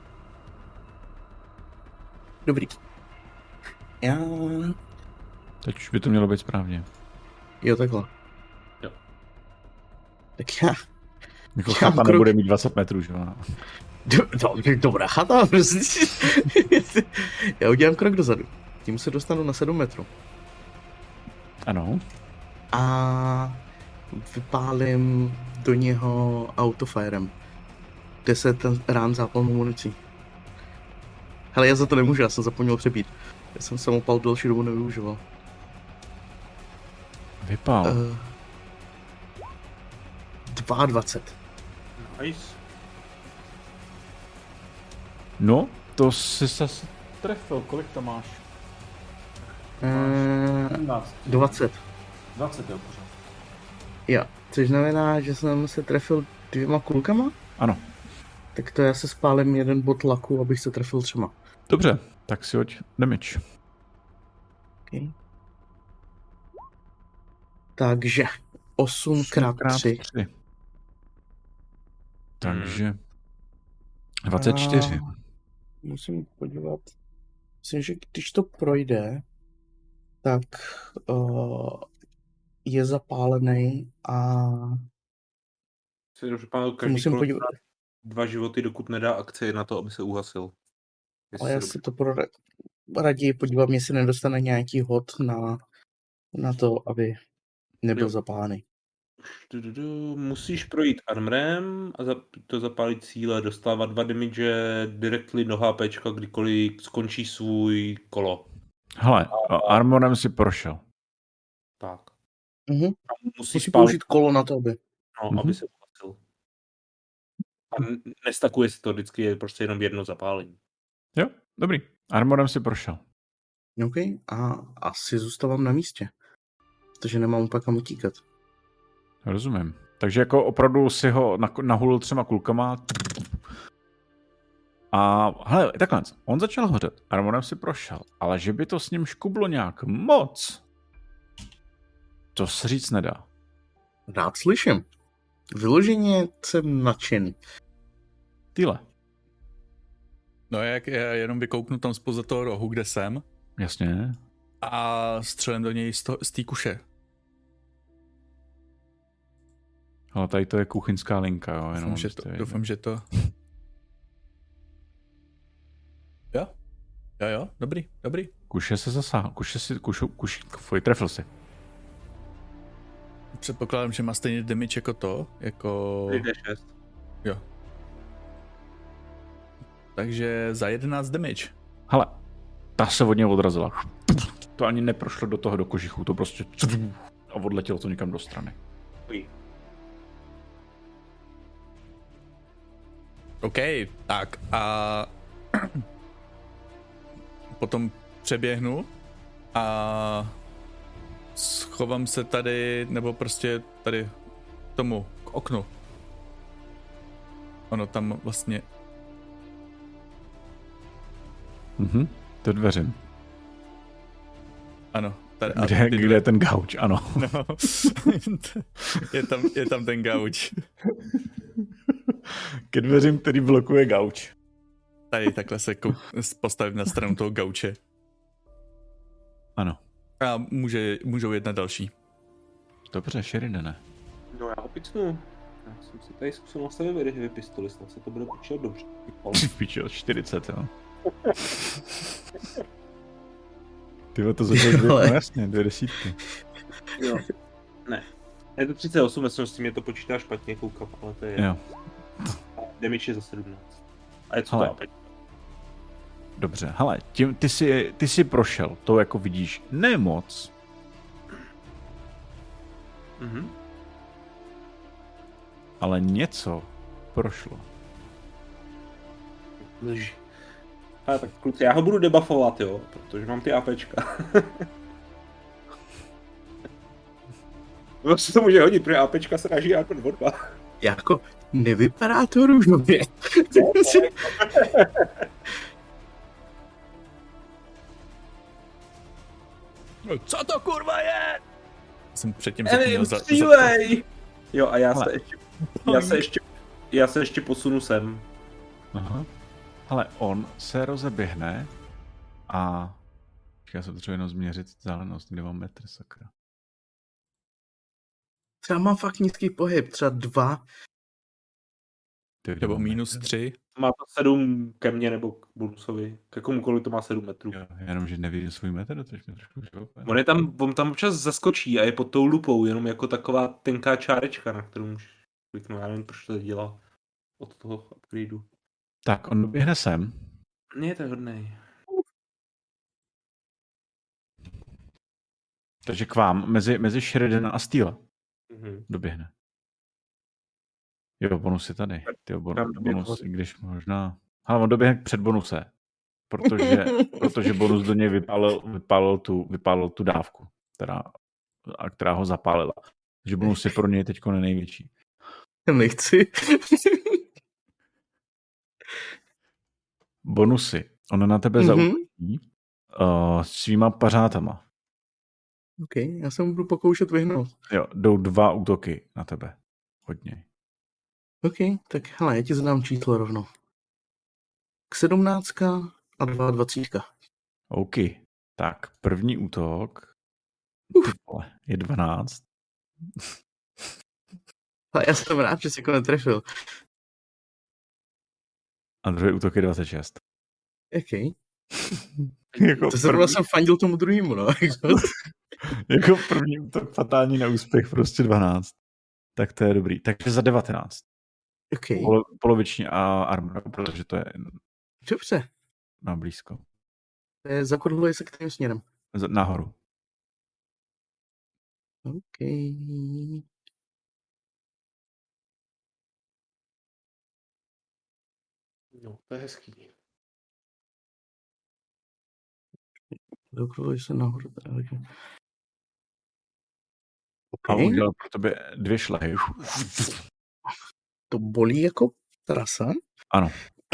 Dobrý. Já... Teď už by to mělo být správně. Jo, takhle. Jo. Tak já... Jako chata nebude mít 20 metrů, že jo? Dobrá chata, prostě. Já udělám krok dozadu. Tím se dostanu na 7 metrů. Ano. A vypálím do něho autofirem. 10 rán zápalnou municí. Hele, já za to nemůžu, já jsem zapomněl přebít. Já jsem samopal delší dobu nevyužíval. Vypál. 22. Nice. No, to jsi zase trefil. Kolik to máš? 20. 20 je pořád. Jo, což znamená, že jsem se trefil 2 kulkama? Ano. Tak to já se spálím 1 bod laku, abych se trefil 3. Dobře, tak si hoď damage. Okay. Takže 8 krát 3. Takže 24. Musím podívat. Myslím, že když to projde, tak je zapálený a... Si dobře pamatuju, každý musím kolo podívat. 2 životy, dokud nedá akci na to, aby se uhasil. Ale já si to raději podívám, jestli nedostane nějaký hod na to, aby nebyl zapálený. Musíš projít armrem a to zapálit cíle, dostávat 2 damage directly do HPčka, kdykoliv skončí svůj kolo. Hele, armorem si prošel. Tak. Mhm. Musí použít kolo na to, aby... No, aby se uhasil. A nestakuje se to, vždycky je prostě jenom jedno zapálení. Jo, dobrý. Armorem si prošel. OK, a asi zůstávám na místě. Protože nemám úplně kam utíkat. Rozumím. Takže jako opravdu si ho nahulil 3 kulkama. A hele, takhle, on začal hořet. Armorem si prošel. Ale že by to s ním škublo nějak moc, to se říct nedá. Rád slyším. Vyloženě jsem nadšený. Tyle. No jak já jenom vykouknu tam zpoza toho rohu, kde jsem. Jasně. A střelím do něj z té kuše. Ale tady to je kuchyňská linka, jo. Doufám, že to... Jo, dobrý. Kuše se zasáhl. Trefil si. Předpokládám, že má stejný damage jako to, jako... 3d6. Jo. Takže za 11 damage. Hele, ta se od něj odrazila. To ani neprošlo do kožichu, to prostě... A odletělo to někam do strany. OK, tak a... Potom přeběhnu a schovám se tady, nebo prostě tady tomu, k oknu. Ono tam vlastně... To dveřím. Ano. Tady, kde je ten gauč, ano. No, je tam ten gauč. Ke dveřím, který blokuje gauč. Tady takhle se postavím na stranu toho gauče. Ano. A můžou jedna další. Dobře, Sheridane. No já ho picnu. Já jsem si tady zkusil nastavit dvě pistoli, snad se to bude počítat dobře. Pičo, 40, jo. Tyhle to začalo no jasně, 2 desítky. Jo. Ne. Je to 38, myslím, s tím je to počítá špatně, koukám, ale to je... Jo. Damage je za 17. A je co hele, to apečka? Dobře, hele, ty jsi prošel, to jako vidíš, ne moc. Mhm. Ale něco prošlo. Ale tak kluci, já ho budu debuffovat, jo, protože mám ty APčka. Vlastně to může hodit, protože APčka se ráží jako 2. Jako, nevypadá to růžově. Co to kurva je? Jsem předtím zapomněl za... Jo, a já se ještě posunu sem. Aha. Ale on se rozeběhne a... Já se potřebuji jenom změřit vzdálenost, kde mám metr, sakra. Třeba mám fakt nízký pohyb, třeba 2. Nebo -3. Má to 7 ke mně nebo k bonusovi. Ke komukoliv to má 7 metrů. Jo, jenom, že nevidím svůj metr, to mě trošku šoupé. On tam občas zaskočí a je pod tou lupou, jenom jako taková tenká čárečka, na kterou můžeš kliknout. Já nevím, proč to dělá od toho upgradeu. Tak, on doběhne sem. Ne, to je hodnej. Takže k vám, mezi Sheridana a Steela. Mhm. Doběhne. Jo, bonus je tady. Tyjo, bonus, i když možná... Ale on doběhne před bonuse. Protože bonus do něj vypálil tu dávku, která ho zapálila. Takže bonus je pro něj teďko největší. Nechci. Bonusy. On na tebe zaútočí svýma pařátama. OK, já se mu budu pokoušet vyhnout. Jo, jdou 2 útoky na tebe. Hodně. OK, tak hele, já ti zadám číslo rovnou. K 17 a 22. OK, tak první útok je 12. A já jsem rád, že jsi jako netrefil. A druhý útok je 26. OK. Jako to zrovna jsem fandil tomu druhému, no. Jako první útok fatální neúspěch, prostě 12. Tak to je dobrý. Takže za 19. Okay. Poloviční armor, protože to je dobře. Na blízko. Zakodluje se kterým směrem? Nahoru. OK. No, to je hezký. Zakodluje se nahoru. Okay. A udělal pro tebe 2 šlahy. To bolí jako trasa? Ano.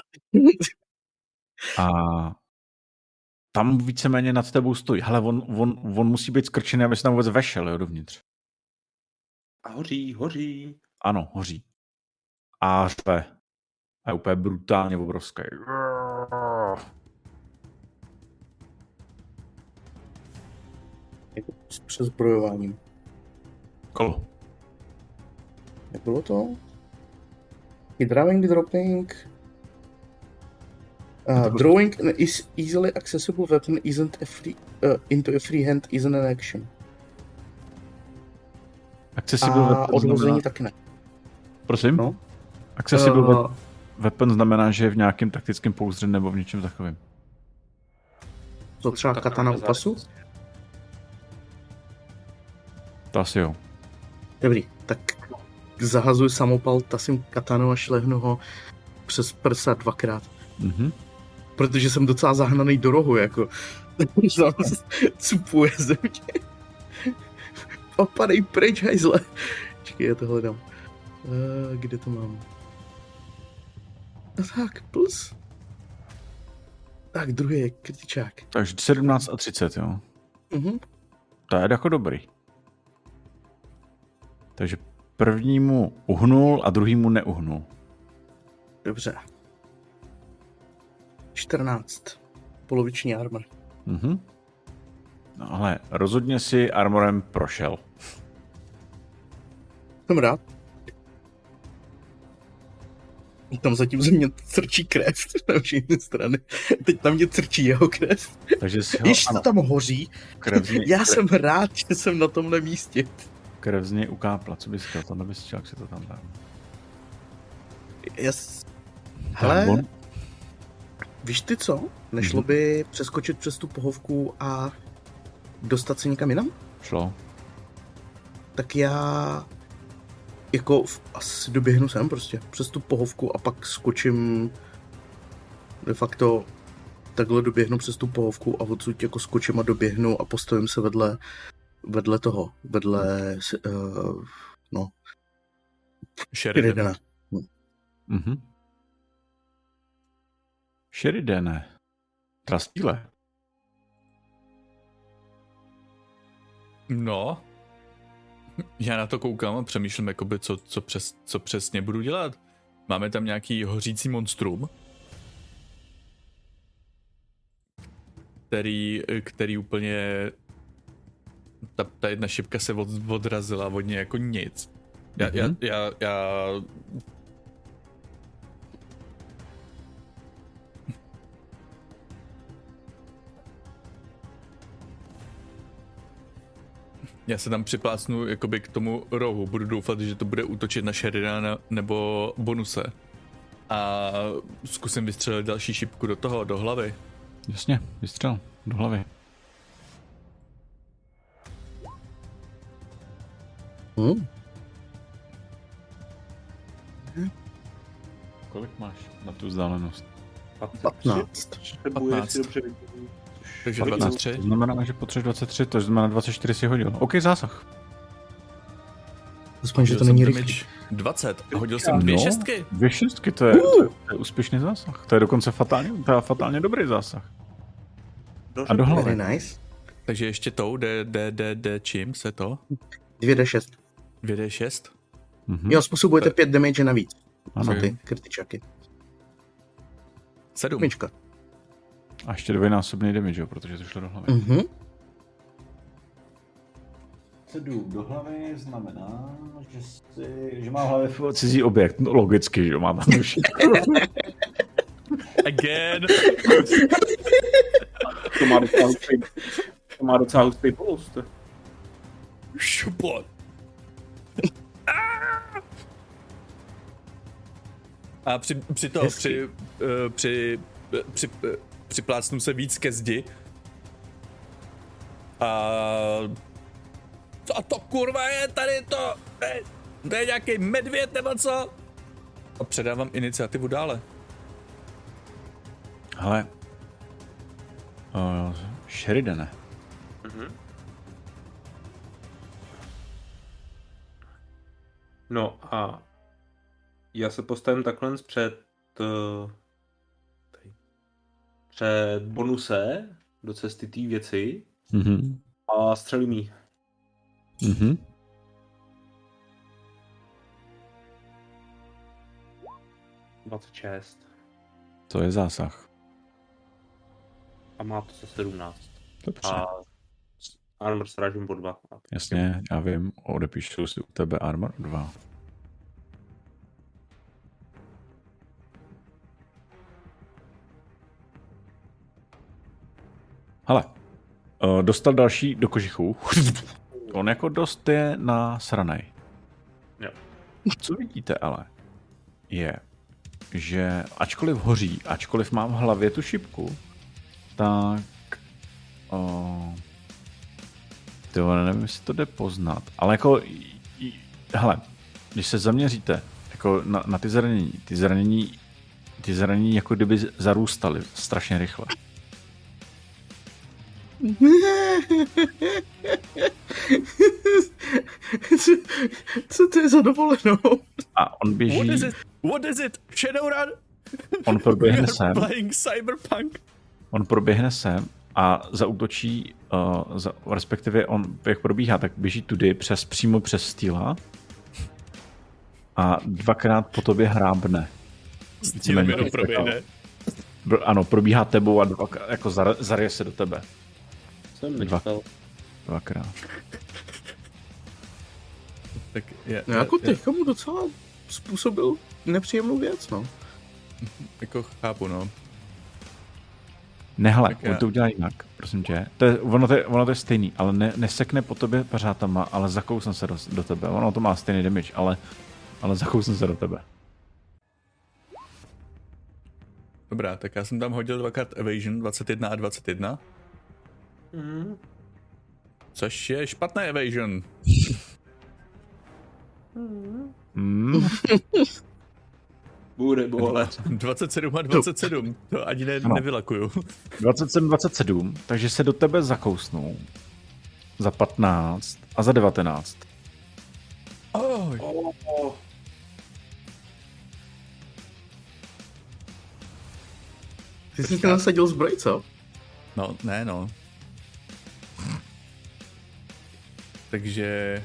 A tam víceméně nad tebou stojí. Hele, on musí být skrčený, aby se tam vůbec vešel, jo, dovnitř. A hoří. Ano, hoří. A řve. A je úplně brutálně obrovský. Jako s přezbrojováním. Kolo. Nebylo to? Drawing, dropping. Drawing an easily accessible weapon isn't a free, into a free hand isn't an action. Accessible weapon odhození znamená... taky ne. Prosím? No. Accessible weapon znamená, že je v nějakém taktickém pouzdře nebo v něčem takovém. To třeba katana u pasu? To asi jo. Dobrý, tak zahazuji samopal, tasím katanu a šlehnu ho přes prsa 2krát. Mhm. Protože jsem docela zahnaný do rohu, jako. Cupuje ze mě. Opadej pryč, hajzle. Čekaj, já to hledám. Kde to mám? No tak, plus. Tak, druhý je kritičák. Takže 17 a 30, jo. Mhm. To je jako dobrý. Takže prvnímu uhnul a druhýmu neuhnul. Dobře. 14. Poloviční armor. Mhm. No ale rozhodně si armorem prošel. Jsem rád. tam zatím ze mě crčí krev na všechny strany. Teď tam mě crčí jeho krev. Takže Když to tam hoří, já jsem rád, že jsem na tomhle místě. Krev z něj ukápla, co bys chtěl, tohle bys chtěl, jak si to tam dám. Hele, víš ty co? Nešlo by přeskočit přes tu pohovku a dostat se někam jinam? Šlo. Tak já jako asi doběhnu sem prostě přes tu pohovku a pak skočím de facto takhle doběhnu přes tu pohovku a odsud jako skočím a doběhnu a postavím se vedle toho, Sheridana. Sheridane. Trastýle. No, já na to koukám a přemýšlím, jakoby, co přesně budu dělat. Máme tam nějaký hořící monstrum, který úplně... Ta jedna šipka se odrazila od něj jako nic. Já se tam připlácnu jakoby k tomu rohu, budu doufat, že to bude útočit na Sheridana nebo Bonuse. A zkusím vystřelit další šipku do hlavy. Jasně, vystřel do hlavy. Kolik máš na tu vzdálenost? 15. 15. Takže 23. To znamená, že potřebuješ 23, to znamená 24 si hodil. OK, zásah. Aspoň, že to není rychlý. 20 a hodil jsem 2 šestky. 2 šestky, to je úspěšný zásah. To je dokonce fatálně dobrý zásah. A do hlavy. Very nice. Takže ještě tou, d čím se to? 2d6. 2d6? Jo, způsobujete 5 damage navíc. Ano. Ty kritičáky. 7. Myčka. A ještě dvojnásobný damage, protože to šlo do hlavy. 7 do hlavy znamená, že má v hlavě cizí objekt. No, logicky, že má tam všechno. Again. To má docela hustý poust. Šupot. A připlácnu se víc ke zdi. A co to kurva je tady to? To je nějaký medvěd nebo co? A předávám iniciativu dále. Hele. Sheridane. No a já se postavím takhle před Bonuse do cesty té věci a střelím jí. 26. To je zásah. A má to za 17. Dobře. A armor srážím po 2. Jasně, já vím, odepíšu si u tebe armor 2. Hele, dostal další do kožichů. On jako dost je nasranej. Jo. Co vidíte ale, je, že ačkoliv hoří, ačkoliv mám v hlavě tu šipku, tak... nevím, jestli to jde poznat, ale jako... Hele, když se zaměříte jako na ty zranění jako kdyby zarůstaly strašně rychle. Co to je za dovolenou? A on běží... What is it? Shadowrun? On proběhne sem. Playing Cyberpunk. On proběhne sem a zaútočí, respektive on, jak probíhá, tak běží tudy přímo přes Steela a dvakrát po tobě hrábne. Steelem jenom proběhne. Ano, probíhá tebou a jako zarije se do tebe. Dvakrát. Tak je, no jako teďka mu docela způsobil nepříjemnou věc, no. Jako chápu, no. Nehle, on to udělá jinak, prosím tě. Ono to je stejný, ale nesekne po tobě pařátama, ale zakousne se do tebe. Ono to má stejný damage, ale zakousne se do tebe. Dobrá, tak já jsem tam hodil 2x evasion, 21 a 21. Což je špatné evasion. Bude bolet. 27 a 27, to ani nevylakuju. 27, takže se do tebe zakousnou. Za 15 a za 19. Ty jsi to nasadil zbroj, co? No, ne no. Takže...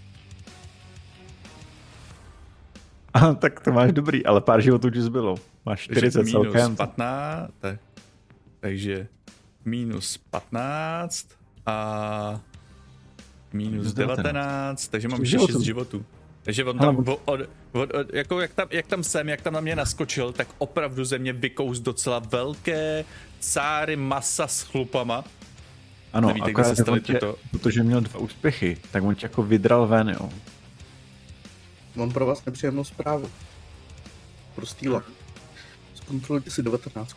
Tak to máš dobrý, ale pár životů ti zbylo. Máš 40 celkem. Minus 15, takže minus 15 a minus 19, takže mám ještě 6 životů. Takže on tam, jako jak tam na mě naskočil, tak opravdu ze mě vykous docela velké cáry masa s chlupama. Ano, nevíte, akorát protože měl 2 úspěchy, tak on tě jako vydral ven, jo. Mám pro vás nepříjemnou zprávu. Prostýla. Zkontrolujte si 19.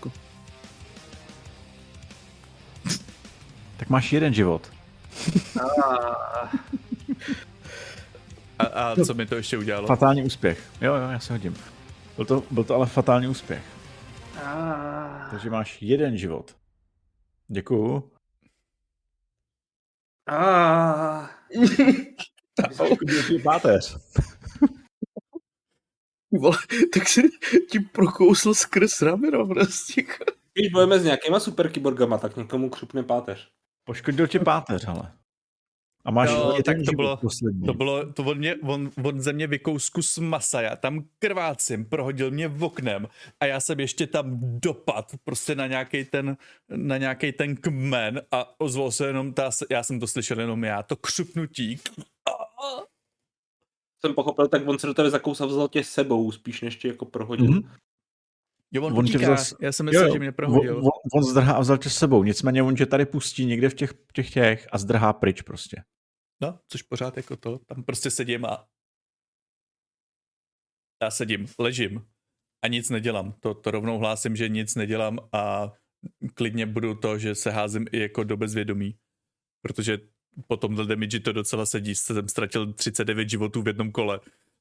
Tak máš 1 život. A co mi to ještě udělalo? Fatální úspěch. Jo, já se hodím. Byl to ale fatální úspěch. Takže máš 1 život. Děkuju. Páteř. Tak si ti prokousl skrz rameno prostě. Když bojeme s nějakýma super kyborgama, tak někomu křupne páteř. Poškodil tě páteř, ale. A máš tak on ze mě vykous kus masa, já tam krvácím, prohodil mě v oknem a já jsem ještě tam dopad prostě na nějaký ten kmen a ozval se jenom já jsem to slyšel jenom to křupnutí. Jsem pochopil, tak on se do tebe zakousal, vzal tě sebou, spíš než tě jako prohodil. Mm-hmm. Jo, on utíká, já jsem myslel, že mě prohodil. On zdrhá a vzal tě sebou, nicméně on tě tady pustí někde v těch a zdrhá pryč prostě. No, což pořád jako to, tam prostě sedím a já ležím a nic nedělám. To rovnou hlásím, že nic nedělám a klidně budu to, že se házím i jako do bezvědomí, protože po tomhle damage to docela sedí, jsem ztratil 39 životů v jednom kole.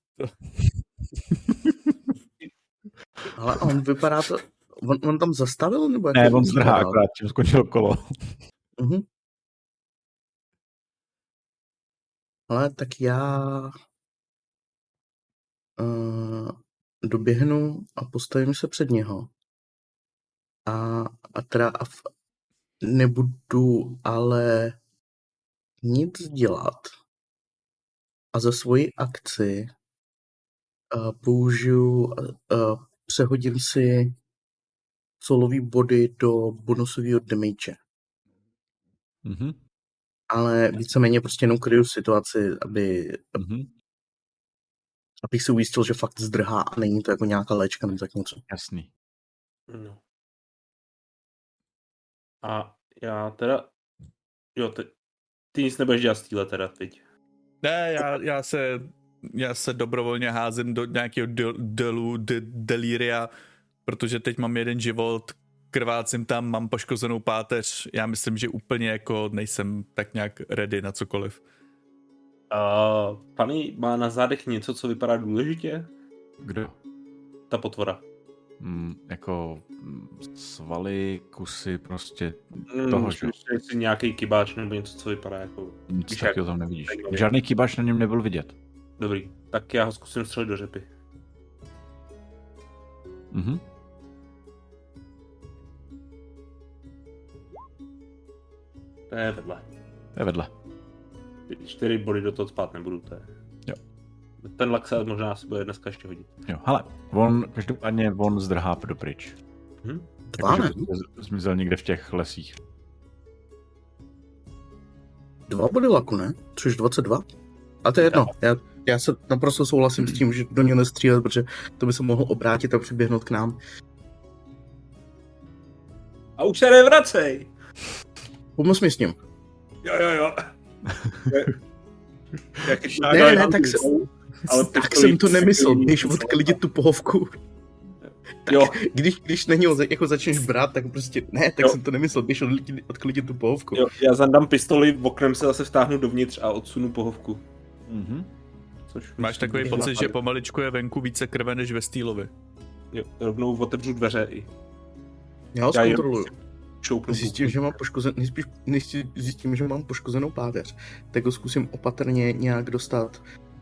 Ale on vypadá to... On tam zastavil? Nebo ne, on zdrhá akorát, čím skončil kolo. Uh-huh. Ale tak já doběhnu a postavím se před něho. Nebudu ale nic dělat. A za svoji akci přehodím si solový body do bonusového damage. Mm-hmm. Ale víceméně prostě jenom kryju situaci, abych si ujistil, že fakt zdrhá a není to jako nějaká léčka nebo tak něco. Jasný. No. A já teda... Jo, ty nic nebudeš dělat stýle teda teď. Ne, já se dobrovolně házím do nějakého delíria, protože teď mám 1 život, krvácím tam, mám poškozenou páteř, já myslím, že úplně jako nejsem tak nějak ready na cokoliv. Pani má na zádech něco, co vypadá důležitě? Kdo? Ta potvora. Jako svaly, kusy, prostě toho, že? Jestli nějaký kybáč nebo něco, co vypadá jako... Nic takového tam nevidíš. Žádný kybáč na něm nebyl vidět. Dobrý, tak já ho zkusím střelit do řepy. Mhm. To je vedle. 4 body do toho spát nebudu, to je. Jo. Ten laxa možná si bude dneska ještě hodit. Jo, hele, každopádně on zdrhá dopryč. 2, ne? Zmizel někde v těch lesích. 2 body laku, ne? Což 22? A to je jedno. Já se naprosto souhlasím s tím, že do něj nestřílet, protože to by se mohlo obrátit a přiběhnout k nám. A už se nevracej! Pomoz mi s ním. Jo. Ne, tak jsem to nemyslel, když odklidit tu pohovku. Tak, jo. Když na něho jako začneš brát, tak prostě ne, tak jo. Jsem to nemyslel, když odklidit tu pohovku. Jo, já zandám pistoli, oknem se zase vtáhnu dovnitř a odsunu pohovku. Máš takový pocit, že pomaličku je venku více krve než ve Steelovi. Jo, rovnou otevřu dveře i. Já ho zkontroluju. Zjistím, že mám poškozenou páteř, tak ho zkusím opatrně nějak dostat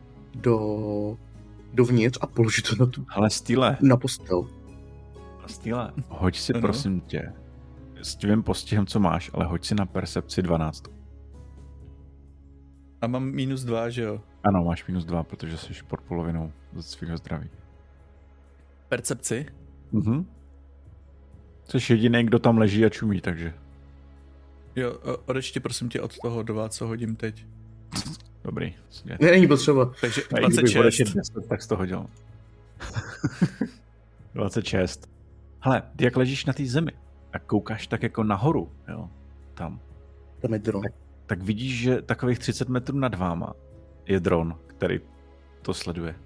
dovnitř a položit to na tu... Ale Steele. Na postel. Steele, hoď si prosím tě, s tím postihem, co máš, ale hoď si na percepci 12. A mám -2, že jo? Ano, máš -2, protože jsi pod polovinou ze svého zdraví. Percepci? Jsi jediný, kdo tam leží a čumí, takže... Jo, odečti prosím tě od toho 2, co hodím teď. Dobrý. Není potřeba. Takže 26. 10, tak jsi to hodil. 26. Hele, ty jak ležíš na té zemi a koukáš tak jako nahoru, jo, tam je dron. Tak vidíš, že takových 30 metrů nad váma je dron, který to sleduje.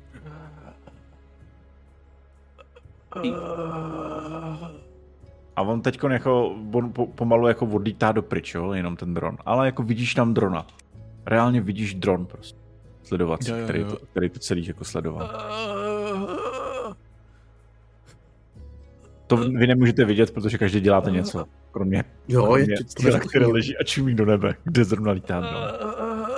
A on teďkon jako pomalu jako odlítá do pryč, jo, jenom ten dron. Ale jako vidíš tam drona. Reálně vidíš dron prostě. Sledovací, který to celý jako sledoval. To vy nemůžete vidět, protože každý děláte něco. Kromě Steela, který leží a čumí do nebe, kde zrovna lítá dron.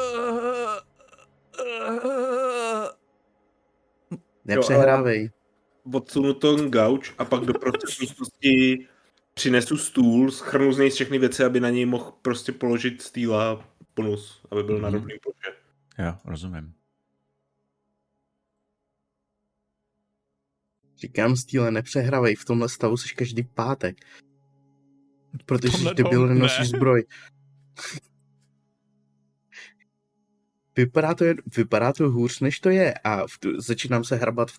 Nepřehrávej. Odsunu ten gauč a pak do místnosti přinesu stůl, schrnu z něj všechny věci, aby na něj mohl prostě položit Steela bonus, aby byl na rovný ploše. Jo, rozumím. Říkám, Steele, nepřehravej, v tomhle stavu jsi každý pátek. Protože jsi debil, nenosíš zbroj. Vypadá to hůř, než to je. A začínám se hrabat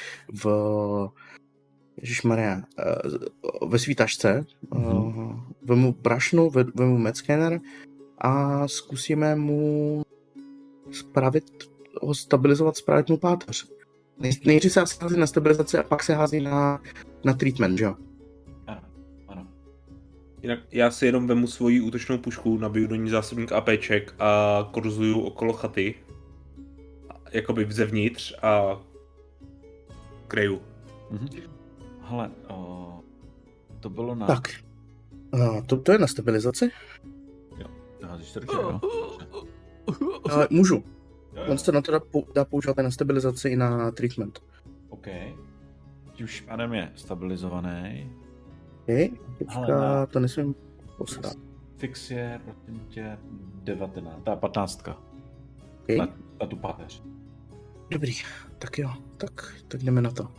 ježišmarja, ve svý tašce. Vemu prašnu, vemu medscanner a zkusíme mu stabilizovat mu páteř. Nejdřív se hází na stabilizaci a pak se hází na treatment, že jo? Ano. Jinak já si jenom vemu svoji útočnou pušku, nabiju do ní zásobník APček a korzuju okolo chaty. Jakoby zevnitř a kryju. Hele, to bylo na... Tak. To je na stabilizaci? Jo, házíš srdce, jo? Můžu. On se na to dá používat na stabilizaci i na treatment. OK. Ti už Adam je stabilizovaný. Teďka to nesmím poslat. Fix je, prosím tě, 19, 15. Okay. Na tu páteř. Dobrý, tak jo, tak jdeme na to.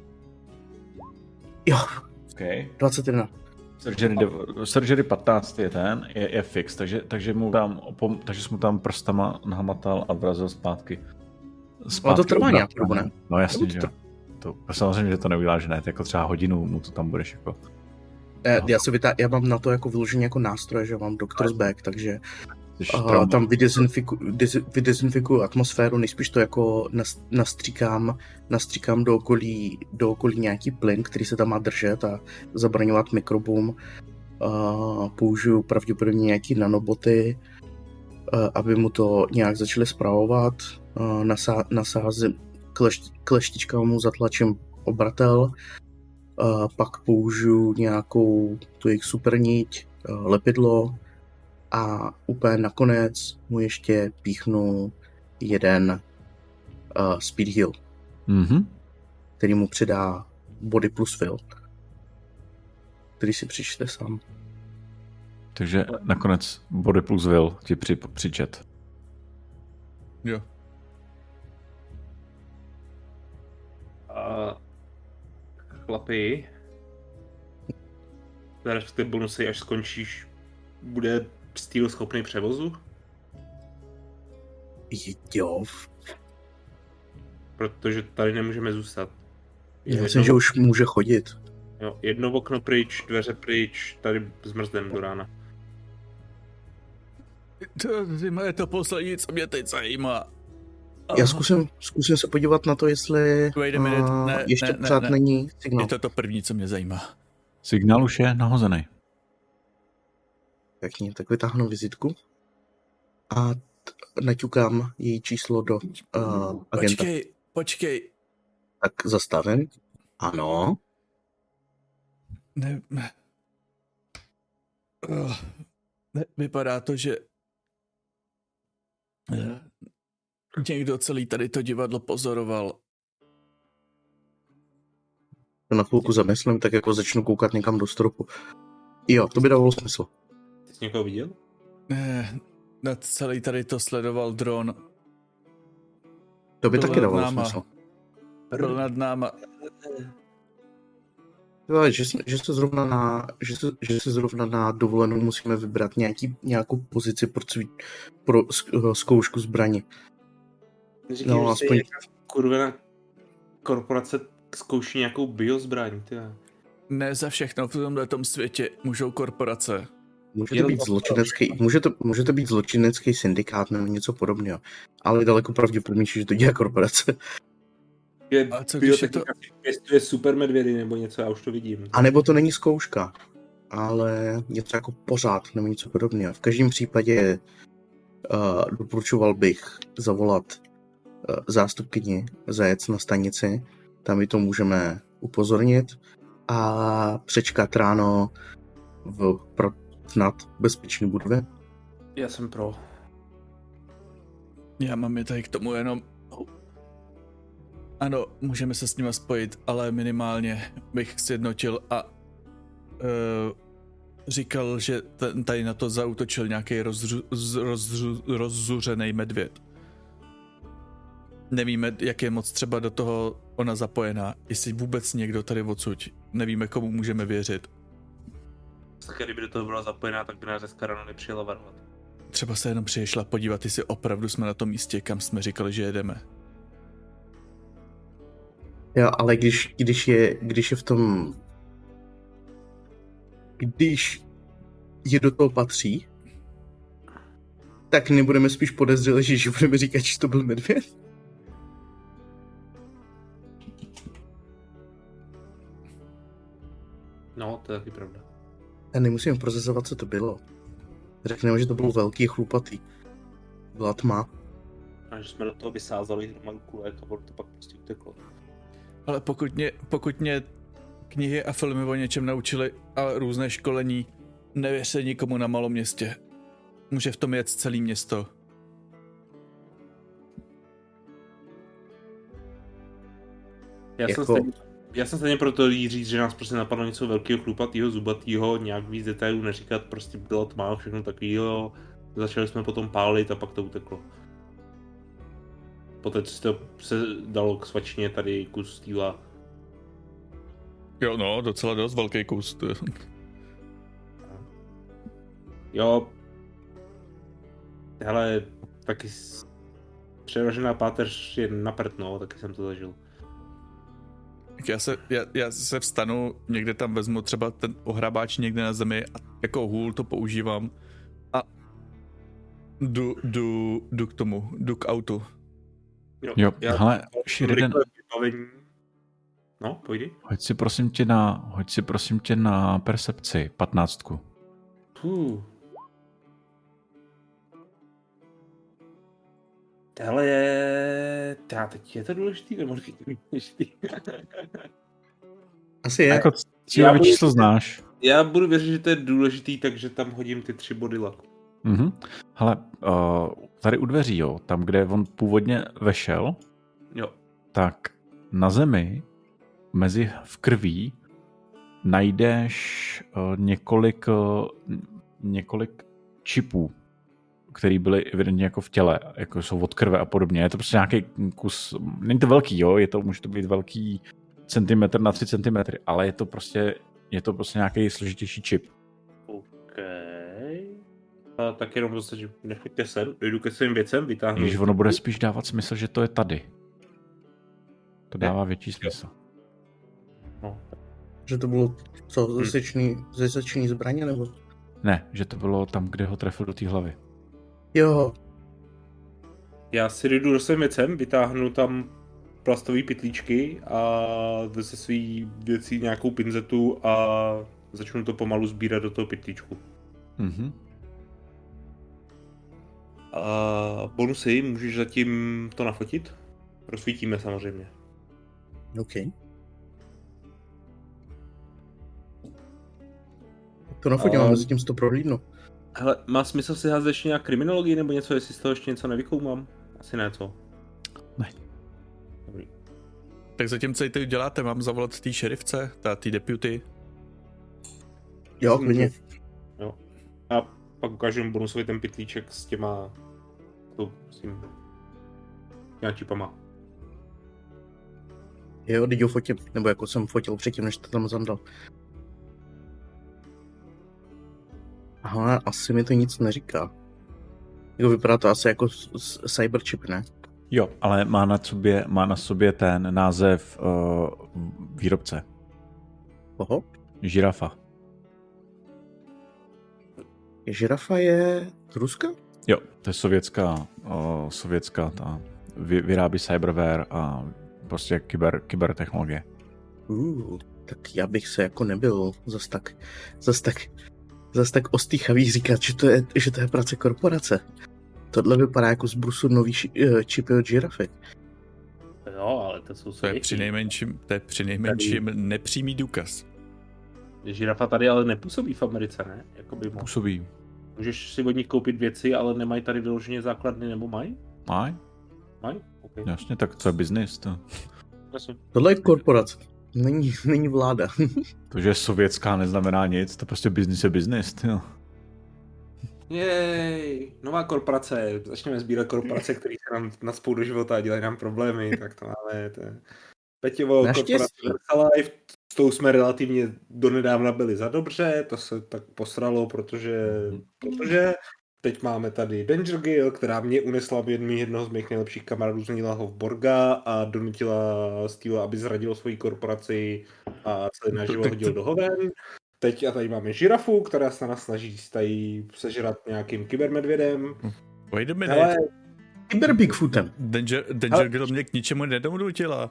Jo, okay. 21. Surgery 15 je je fix, takže jsi mu tam prstama nahmatal a vrazil zpátky. Ale to trvá nějak dobu, ne? No jasně, že to samozřejmě, že to neuděláš, že ne, jako třeba hodinu mu to tam budeš jako... Já mám na to jako vyloženě jako nástroj, že mám Doctor's Bag, takže tam vydezinfikuju atmosféru, nejspíš to jako nastříkám do okolí nějaký plyn, který se tam má držet a zabraňovat mikrobům. Použiju pravděpodobně nějaký nanoboty, aby mu to nějak začali spravovat. Nasázím kleštičkama mu zatlačím obratel, pak použiju nějakou tu jejich super niť, lepidlo a úplně nakonec mu ještě píchnu jeden speed heal, který mu přidá body plus fill, který si přičte sám. Takže nakonec body plus will ti přičet. Jo. Chlapi, zaraz ty bonusy, až skončíš, bude Steel schopný převozu? Jo. protože tady nemůžeme zůstat. Já myslím, že už může chodit. Jo, jedno okno pryč, dveře pryč, tady zmrzneme do rána. Zima je to poslední, co mě teď zajímá. Já zkusím se podívat na to, jestli ještě pořád není signál. Je to první, co mě zajímá. Signál už je nahozený. Pěkně, tak vytáhnu vizitku a naťukám její číslo do agenta. Počkej. Tak zastavím. Ano. Ne. Vypadá to, že někdo celý tady to divadlo pozoroval. Na chvilku zamyslím, tak jako začnu koukat někam do stropu. Jo, to by dávalo smysl. Ty jsi někoho viděl? Ne, na celý tady to sledoval dron. To by taky dávalo smysl. Byl nad náma. Že se zrovna na dovolenou musíme vybrat nějakou pozici pro zkoušku zbraně. Říkám, no, že aspoň... kurvená korporace zkouší nějakou biozbraň, ty. Ne za všechno v tomhletom světě můžou korporace. Může to být zločinecký syndikát nebo něco podobného, ale je daleko pravděpodobnější, že to dělá korporace. A co když je to... Pěstuje super medvědy nebo něco, já už to vidím. A nebo to není zkouška, ale něco jako pořád nebo něco podobného. V každém případě doporučoval bych zavolat zástupkyni, zajet na stanici, tam i to můžeme upozornit a přečkat ráno v snad bezpečné budově. Já jsem pro. Já mám je tady k tomu jenom... Ano, můžeme se s nima spojit, ale minimálně bych sjednotil a říkal, že tady na to zaútočil nějaký rozzuřený medvěd. Nevíme, jak je moc třeba do toho ona zapojená, jestli vůbec někdo tady odsud. Nevíme, komu můžeme věřit. Tak kdyby do toho byla zapojená, tak by nás dneska ráno nepřijela varovat. Třeba se jenom přišla podívat, jestli opravdu jsme na tom místě, kam jsme říkali, že jedeme. Jo, ale když je v tom... Když je do toho patří, tak nebudeme spíš podezřeli, že budeme říkat, že to byl medvěd? No, to je taky pravda. A nemusíme procesovat, co to bylo. Řekneme, že to bylo velký chlupatý. Byla tma. A že jsme do toho vysázali hromadu kulek a to pak prostě uteklo. Ale pokud mě knihy a filmy o něčem naučili a různé školení, nevěřte nikomu na malom městě. Může v tom jet celé město. Já jsem stejně proto říct, že nás prostě napadlo něco velkého, chlupatýho, zubatýho, nějak víc detailů neříkat, prostě bylo tma, všechno takového. Začali jsme potom pálit a pak to uteklo. Poté, co to se dalo k svačině tady kus týla. Jo, no, docela dost velký kus. Jo. Hele, taky přerožená páteř je na prd, no, taky jsem to zažil. Já se vstanu, někde tam vezmu třeba ten ohrabáč někde na zemi a jako hůl to používám a jdu k tomu, jdu k autu. Jo, hele, Sheridan. No, pojdi. Hoď si prosím tě na percepci, 15. Tohle je... teď je to důležitý, nebo důležitý? Asi je. Jako cílový číslo znáš. Já budu věřit, že to je důležitý, takže tam hodím ty 3 body laku. Hele, tady u dveří, jo, tam, kde on původně vešel, jo, tak na zemi mezi v krví najdeš několik čipů, které byly evidentně jako v těle, jako jsou od krve a podobně. Je to prostě nějaký kus, není to velký, jo, může to být velký centimetr na 3 centimetry, ale je to prostě nějaký složitější čip. OK. A tak jenom zase, že nechoďte sem, dojdu ke svým věcem, vytáhnu. Když ono bude spíš dávat smysl, že to je tady. To dává větší smysl. No. Že to bylo co, zasečný zbraně, nebo? Ne, že to bylo tam, kde ho trefil do té hlavy. Jo. Já si jdu do svým věcem, vytáhnu tam plastové pytlíčky a ze svý věcí nějakou pinzetu a začnu to pomalu sbírat do toho pytlíčku. Mhm. A bonusy, můžeš zatím to nafotit? Rozsvítíme samozřejmě. OK. To nafotím, ale mezi tím si to prohlídnu. Hele, má smysl si házet ještě nějak kriminologii nebo něco, jestli z toho ještě něco nevykoumám? Asi ne, co? Ne. Dobrý. Tak zatím, co tady děláte, mám zavolat té šerifce, té deputy. Jo, klidně. Jo. A pak ukážu bonusový ten pytlíček s těma... s tím... těma čipama. Jo, teď ho fotím, nebo jako jsem fotil předtím, než to tam zandal. Aha, asi mi to nic neříká. Jako vypadá to asi jako cyberchip, ne? Jo, ale má na sobě ten název výrobce. Oho. Žirafa. Žirafa je Ruska? Jo, to je sovětská ta vyrábí cyberware a prostě kybertechnologie. Tak já bych se jako nebyl zas tak ostýchavý říkat, že to je práce korporace. Tohle vypadá jako z brusu nový čipy od žirafy. Jo, ale to jsou To je přinejmenším nepřímý důkaz. Žirafa tady ale nepůsobí v Americe, ne? Jakoby Působí. Můžeš si od nich koupit věci, ale nemají tady vyloženě základny, nebo mají? Mají? Mají? Okay. Jasně, tak co je biznis? To... Jasně. Tohle je korporace. Není vláda. To, že je sovětská, neznamená nic, to prostě biznis je biznis. Jo. Jej, nová korporace. Začneme sbírat korporace, které se nám nacpou do života a dělají nám problémy, tak to máme. Peťovo, korporace Life, s tou jsme relativně donedávna byli za dobře, to se tak posralo, protože teď máme tady Danger Girl, která mě unesla jednoho z mých nejlepších kamarádů, změnila ho v Borga a donutila Steela, aby zradil svoji korporaci a celý náš život hodil do hoven. Teď a tady máme žirafu, která se nás snaží tady sežrat nějakým kybermedvědem. Wait a minute. Ale... Kyber Bigfootem. Danger Girl mě k ničemu nedonutila.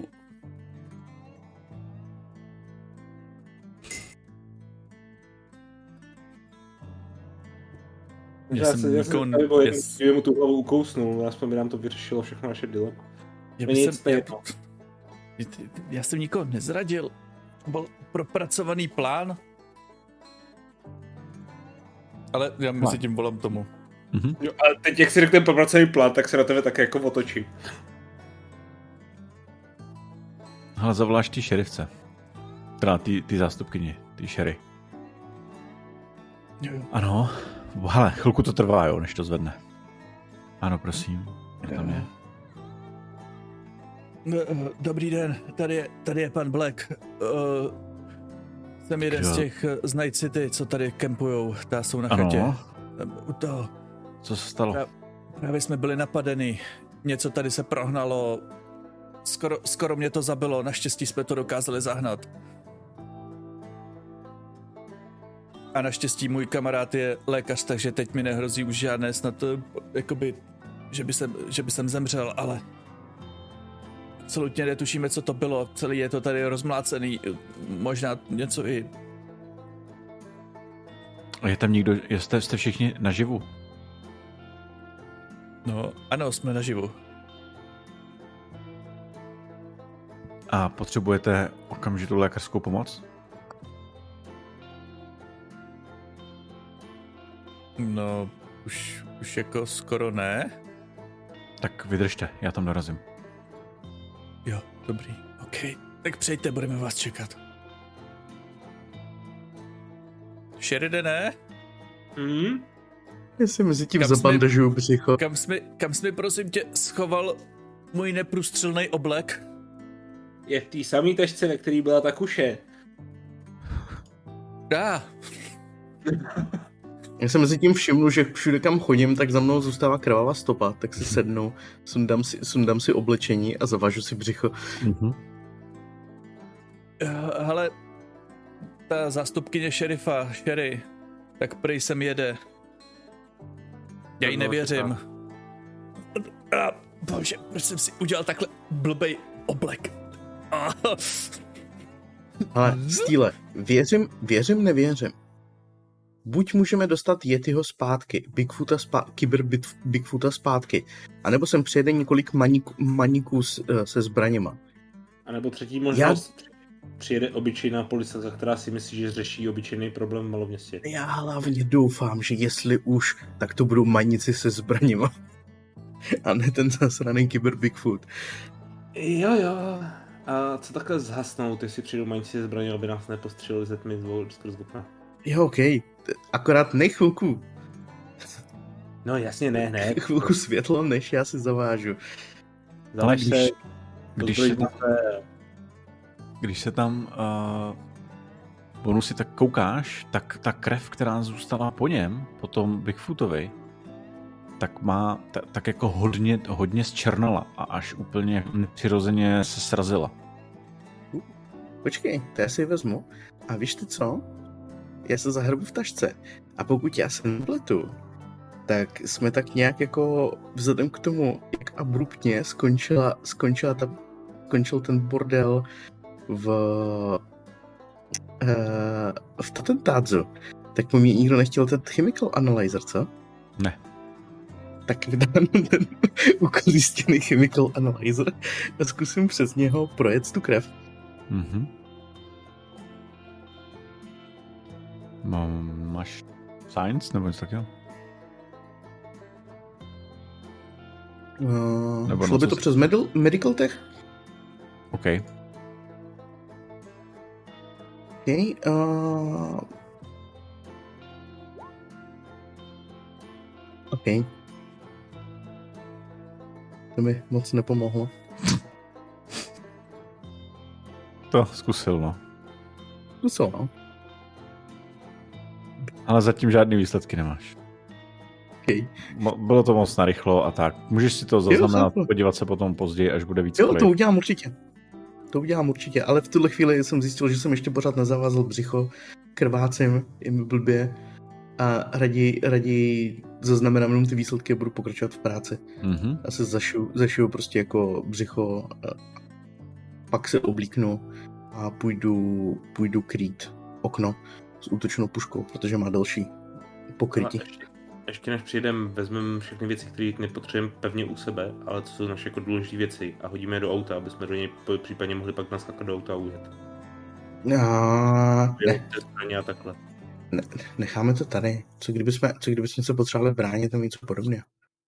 Já jsem mu tu hlavu ukousnul, aspoň by nám to vyřešilo všechno naše dilema. Já jsem nikoho nezradil. Byl propracovaný plán. Ale já mezi tím volám tomu. Mm-hmm. Jo, ale teď, jak si řekne propracovaný plán, tak se na tebe také jako otočí. Ale zavoláš ty šerifce. Teda ty zástupkyni, ty šery. Jo. Ano. Hele, chvilku to trvá, jo, než to zvedne. Ano, prosím. Tam je. Dobrý den, tady je pan Black. Jsem jeden z těch z Night City, co tady kempujou, ta jsou na chatě. Co se stalo? Právě jsme byli napadeni, něco tady se prohnalo, skoro mě to zabilo, naštěstí jsme to dokázali zahnat. A naštěstí můj kamarád je lékař, takže teď mi nehrozí už žádné snad, jakoby, že by jsem zemřel, ale absolutně netušíme, co to bylo. Celý je to tady rozmlácený, možná něco i... Je tam někdo, jste všichni naživu? No, ano, jsme naživu. A potřebujete okamžitou lékařskou pomoc? No, už jako skoro ne. Tak vydržte, já tam dorazím. Jo, dobrý, OK. Tak přejďte, budeme vás čekat. Sheridané? Já si mezi tím zabandažuju břicho. Kam jsi mi prosím tě schoval můj neprůstřelný oblek? Je v té samé tašce, ve který byla ta kuše. Já jsem mezi tím všiml, že všude kam chodím, tak za mnou zůstává krvavá stopa, tak si sednu, sundám si oblečení a zavažu si břicho. Hele, ta zástupkyně šerifa, Sherry, tak prej sem jede. Já jí nevěřím. Bože, proč jsem si udělal takhle blbej oblek? Ale Stýle, věřím, nevěřím. Buď můžeme dostat Yetiho zpátky, Bigfoota zpátky, anebo sem přijede několik maníků se zbraněma. A nebo třetí možnost, přijede obyčejná policie, která si myslí, že řeší obyčejný problém v maloměstě. Já hlavně doufám, že jestli už, tak to budou maníci se zbraněma. A ne ten zasraný kyber Bigfoot. Jo. A co takhle zhasnout, jestli přijdou maníci se zbraněma, aby nás nepostřelili ze tmy skrz okna? Jo, okej. Akorát chvilku. No jasně, ne. Chvilku světlo, než já si zavážu. Ale když se tam bonusy tak koukáš, tak ta krev, která zůstala po něm, po tom Bigfootovi, tak má tak jako hodně zčernala a až úplně nepřirozeně se srazila. Počkej, to já si ji vezmu. A víš ty co? Já se zahrbu v tašce. A pokud já se nepletu, tak jsme tak nějak jako vzhledem k tomu, jak abruptně skončil ten bordel v Tatentázu, tak po mně nikdo nechtěl ten chemical analyzer, co? Ne. Tak dám ten ukolístěný chemical analyzer a zkusím přes něho projet tu krev. Mhm. Máš science nebo něco takového? Šlo by to přes medical tech? OK. OK. To mi moc nepomohlo. To zkusil, no. Zkusil, no. Ale zatím žádný výsledky nemáš. Okay. Bylo to moc narychlo a tak. Můžeš si to zaznamenat, podívat se potom později, až bude víc Jo, to udělám určitě. Ale v tuhle chvíli jsem zjistil, že jsem ještě pořád nezavázal břicho, krvácím, je mi blbě a raději zaznamenám jenom ty výsledky a budu pokračovat v práci. Mm-hmm. Já se zašiju prostě jako břicho, pak se oblíknu a půjdu krýt okno s útočnou puškou, protože má další pokrytí. Ještě než přijedeme, vezmeme všechny věci, které nepotřebujeme pevně u sebe, ale co jsou naše jako důležité věci a hodíme je do auta, aby jsme do něj případně mohli pak naskakat do auta a ujet. Ne. A takhle. Ne, necháme to tady. Co kdybychom se potřebovali bránit nebo něco podobného?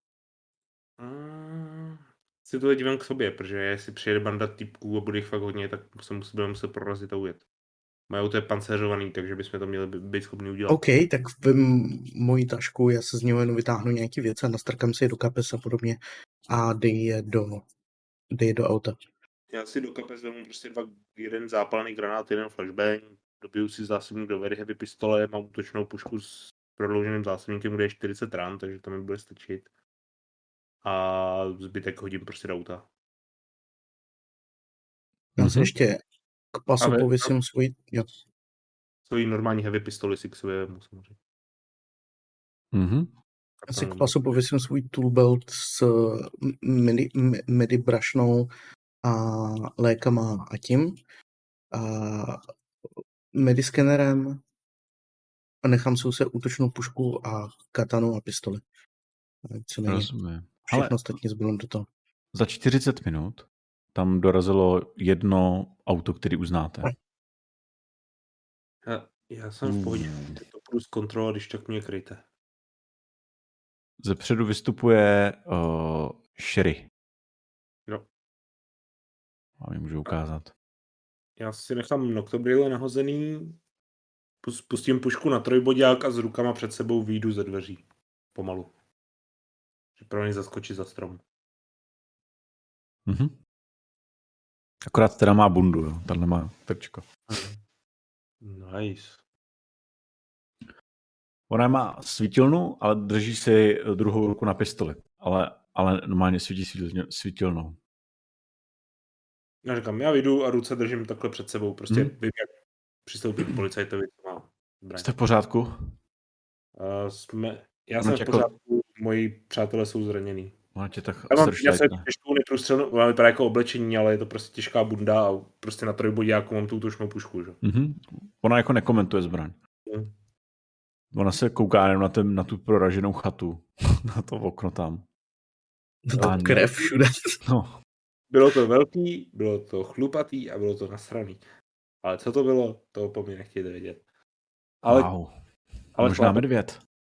Si to dívám k sobě, protože jestli přijede banda typků a bude jich fakt hodně, tak se budeme muset prorazit a ujet. Moje auto je pancéřovaný, takže bychom to měli být schopni udělat. OK, tak v mojí tašku já se z něho jenom vytáhnu nějaký věci a nastrkám si je do kapes a podobně a dej je do auta. Já si do kapes vezmu prostě jeden zápalný granát, jeden flashbang, dobiju si zásobník do very heavy pistole, mám útočnou pušku s prodlouženým zásobníkem, kde je 40 rán, takže to mi bude stačit. A zbytek hodím prostě do auta. Já si ještě k pasu pověsím svoji normální heavy pistoli si k sobě musím říct. Mm-hmm. Já si k pasu pověsím svůj toolbelt s medibrašnou a lékama a tím a mediskenerem a nechám si se útočnou pušku a katanu a pistoli. Rozumím. Všechno ostatní zbylím do toho. Za 40 minut tam dorazilo jedno auto, který uznáte. Já jsem v pohodě. Teď to budu zkontrolovat, když tak mě kryjte. Zepředu vystupuje Sherry. Jo. A mi můžu ukázat. Já si nechám noktobrýle nahozený, pustím pušku na trojbodák a s rukama před sebou vyjdu ze dveří. Pomalu. Připravený zaskočit za strom. Mhm. Akorát teda má bundu, jo. Tam nemá trčko. Nice. Ona má svítilnu, ale drží si druhou ruku na pistoli. Ale normálně svítí svítilnou. Já říkám, já vyjdu a ruce držím takhle před sebou. Prostě vím, jak přistoupit k policajtovi, co má zbraň. Jste v pořádku? Já jsem v pořádku, moji přátelé jsou zranění. Já jsem těžkou neprůstřelnou, mám vypadá jako oblečení, ale je to prostě těžká bunda a prostě na trojboďáku mám tu útočnou pušku. Že? Ona jako nekomentuje zbraň. Ona se kouká jenom na tu proraženou chatu, na to okno tam. Na to krev všude. No. Bylo to velký, bylo to chlupatý a bylo to nasraný. Ale co to bylo, to po mě nechtějte vědět. Ale možná medvěd.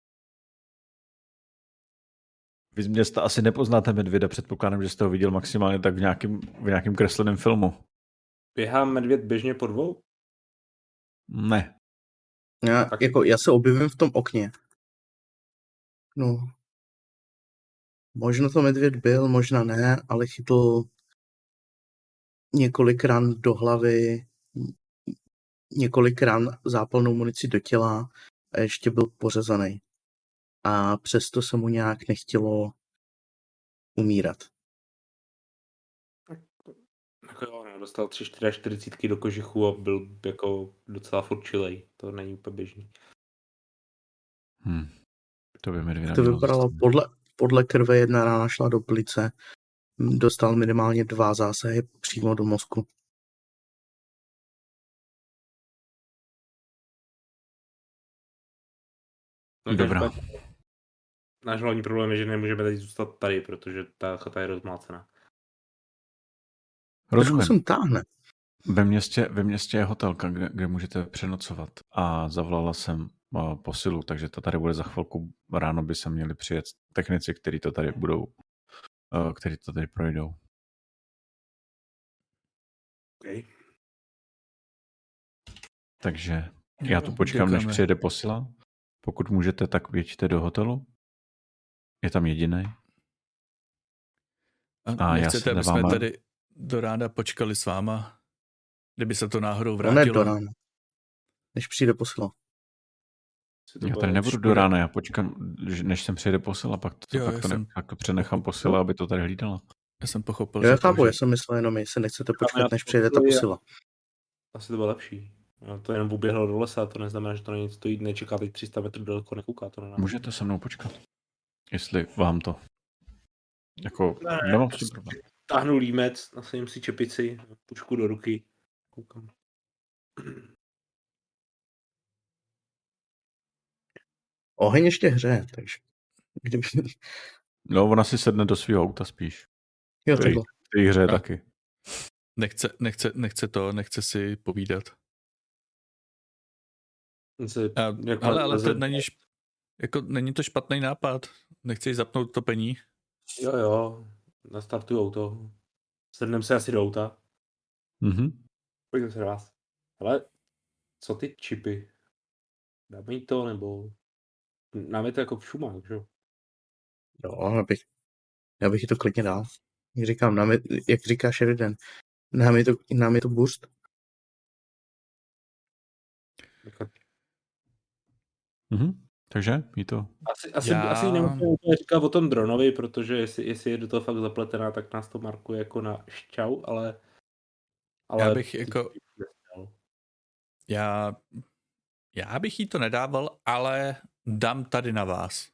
Vy z města asi nepoznáte medvěda, předpokládám, že jste ho viděl maximálně tak v nějakém kresleném filmu. Běhá medvěd běžně po dvou? Ne. Já se objevím v tom okně. No. Možná to medvěd byl, možná ne, ale chytl několik ran do hlavy, několik ran zápalnou munici do těla a ještě byl pořezaný. A přesto se mu nějak nechtělo umírat. Jako jo, dostal 3-4 do kožichu a byl jako docela furt chilej. To není úplně běžný. To by medvěda to vypadalo podle krve, jedna rána šla do plice. Dostal minimálně 2 zásahy přímo do mozku. No, dobrá. Náš hlavní problém je, že nemůžeme teď zůstat tady, protože ta chata je rozmácená. Rozumím. Sem táhne. Ve městě je hotelka, kde můžete přenocovat. A zavolala jsem posilu, takže to tady bude za chvilku. Ráno by se měli přijet technici, kteří to tady projdou. Okay. Takže já tu počkám, než přijede posila. Pokud můžete, tak běžte do hotelu. Je tam jediný. A nechcete, aby jsme tady do rána počkali s váma? Kdyby se to náhodou vrátilo. Ne do rána. Než přijde posila. Já tady nebudu do rána, já počkám, než sem přijede posila, pak to přenechám posila, aby to tady hlídala. Já jsem pochopil. Já chápu, já jsem myslel jenom, jestli nechcete počkat, než přijede ta posila. Asi to bylo lepší. To jenom uběhlo do lesa, to neznamená, že to není stojí, nečeká teď 300 metrů daleko, nekouká to na nás. Můžete se mnou počkat, jestli vám to. Jako, nemám s tím problém. Táhnu límec, nasadím si čepici, pušku do ruky, koukám. Oheň ještě hřeje, takže... No, ona si sedne do svého auta spíš. Jo, to bylo. Který hřeje taky. Nechce si povídat. Ale to není to špatný nápad. Nechceš zapnout topení? Jo, nastartuju auto. Sedneme se asi do auta. Pojďme se do vás. Ale co ty čipy? Dáme jí to, nebo... Nám je to jako v šumách, že jo? Jo, já bych ji to klidně dal. Jak říká Sheridan, nám je to boost. Takže jí to... Asi nemusíme úplně říkat o tom dronovi, protože jestli je do toho fakt zapletená, tak nás to markuje jako na šťau, ale já bych jako... Já bych jí to nedával, ale dám tady na vás.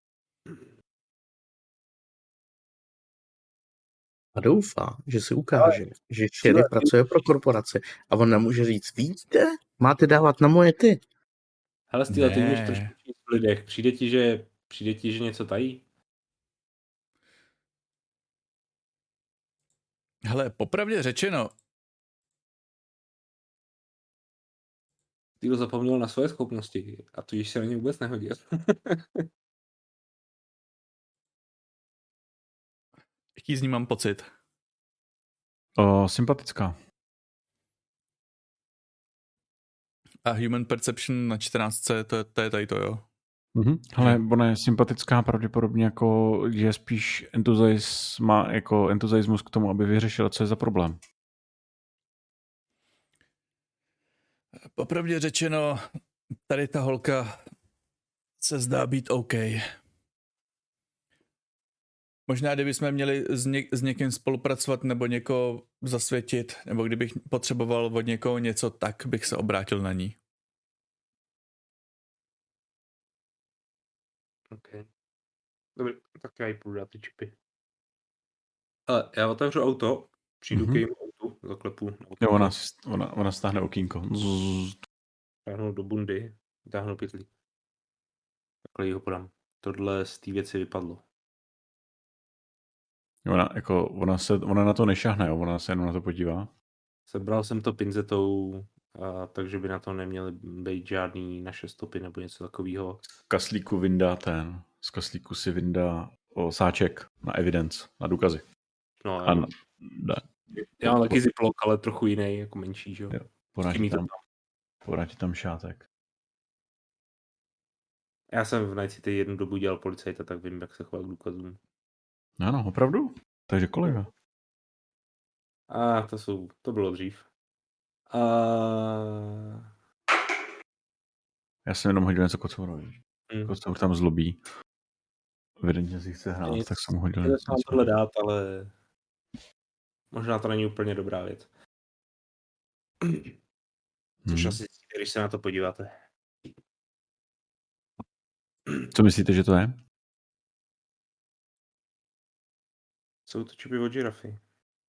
A doufá, že se ukáže, že Sherry pracuje pro korporaci a on nám může říct, víte, máte dávat na moje ty. Hele, Stýle, ty můžeš trošku číst v lidech. Přijde ti, že něco tají? Hele, popravdě řečeno. Stýle zapomněl na svoje schopnosti a tudíž se na ně vůbec nehodil. Jaký z ní mám pocit? Sympatická. A human perception na 14, to je tady to, jo? Ale ona je sympatická, pravděpodobně jako je spíš má jako entuziasmus k tomu, aby vyřešila, co je za problém. Popravdě řečeno, tady ta holka se zdá být OK. Možná, kdybychom měli s někým spolupracovat nebo někoho zasvětit, nebo kdybych potřeboval od někoho něco, tak bych se obrátil na ní. OK. Dobře, tak já jí půjdu dát ty čipy. Ale já otevřu auto, přijdu k jejímu autu, zaklepu. Jo, ona stáhne okýnko. Táhnu do bundy, táhnu pytlík. Takhle jí ho podám. Tohle z té věci vypadlo. Ona na to nešahne, jo? Ona se jenom na to podívá. Sebral jsem to pinzetou, takže by na to neměly být žádný naše stopy nebo něco takového. Z kaslíku si vyndá sáček na evidence, na důkazy. No, já mám taky ziplock, ale trochu jiný, jako menší, že jo. Podá ti tam šátek. Já jsem v Night City jednu dobu dělal policajta, tak vím, jak se chovat k důkazům. Ano, opravdu? Takže kolega. To bylo dřív. Já jsem jenom hodil něco Kocourovi. Kocour tam zlobí. Evidentně si chce hrát, tak jsem hodil něco. Chtěl jsem tohle dát, ale možná to není úplně dobrá věc. Což asi zjistíte, když se na to podíváte. Co myslíte, že to je? Jsou to čipy od žirafy.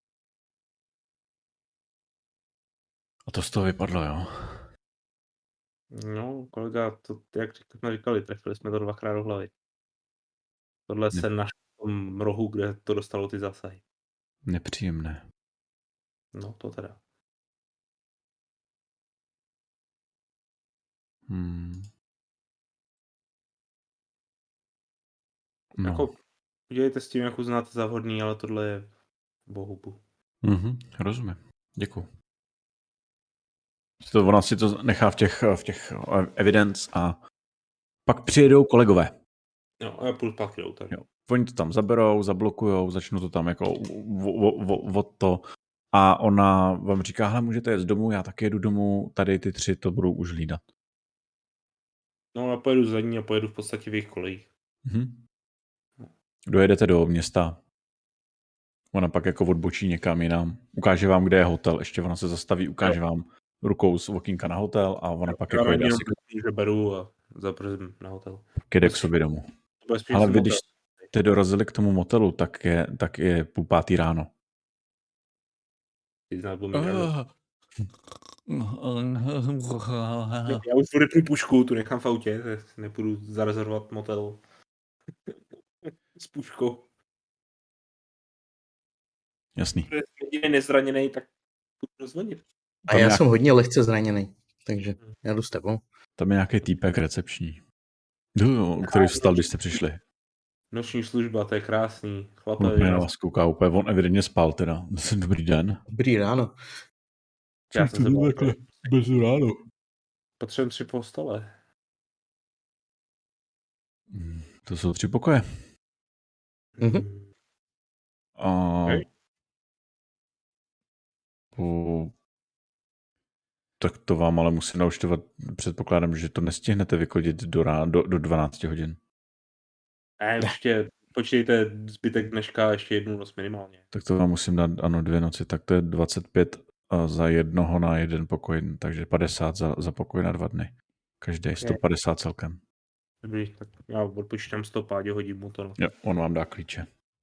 A to z toho vypadlo, jo? No, kolega, to, jak jsme říkali, trefili jsme to 2krát do hlavy. Tohle se našlo v tom rohu, kde to dostalo ty zásahy. Nepříjemné. No, to teda. No. Jako, udělejte s tím, jak uznáte za vhodný, ale tohle je bohubu. Rozumím. Děkuju. Ona si to nechá v těch evidence a pak přijedou kolegové. No, a já půjdu pak jdou tady. Jo. Oni to tam zaberou, zablokujou, začnou to tam jako od to a ona vám říká, hele, můžete jet z domu, já taky jedu domů, tady ty 3 to budou už hlídat. No, já pojedu za ní a pojedu v podstatě v jejich kolejích. Dojedete do města, ona pak jako odbočí někam jinam, ukáže vám, kde je hotel, ještě ona se zastaví, ukáže vám rukou z okýnka na hotel a ona pak jako jde asi... že beru a zaprzím na hotel. Jde k sobě domů. Ale vy, když jste dorazili k tomu motelu, tak je 4:30 ráno. Já už vypnu pušku, tu nechám v autě, nepůjdu zarezervovat motel s puškou. Jasný. Když je nezraněný, tak budu rozvodit. A já jsem hodně lehce zraněný, takže já jdu s tebou. Tam je nějaký týpek recepční, který vstal, když jste přišli. Noční služba, to je krásný. Chlape, úplně na vás kouká, úplně on evidentně spal teda. Dobrý den. Dobrý ráno. Já jsem se bál. Bez ráno. Potřebujeme 3 postele. To jsou 3 pokoje. Tak to vám ale musím naučtovat. Předpokládám, že to nestihnete vykodit do 12 hodin. Ještě počítejte zbytek dneška, ještě 1 noc minimálně. Tak to vám musím dát, 2 noci. Tak to je 25 za jednoho na 1 pokoj, takže 50 za pokoj na 2 dny. Každý 150 celkem. Dobrý, tak já odpočítám 100 pádě, hodím mu to. Jo, on vám dá klíče.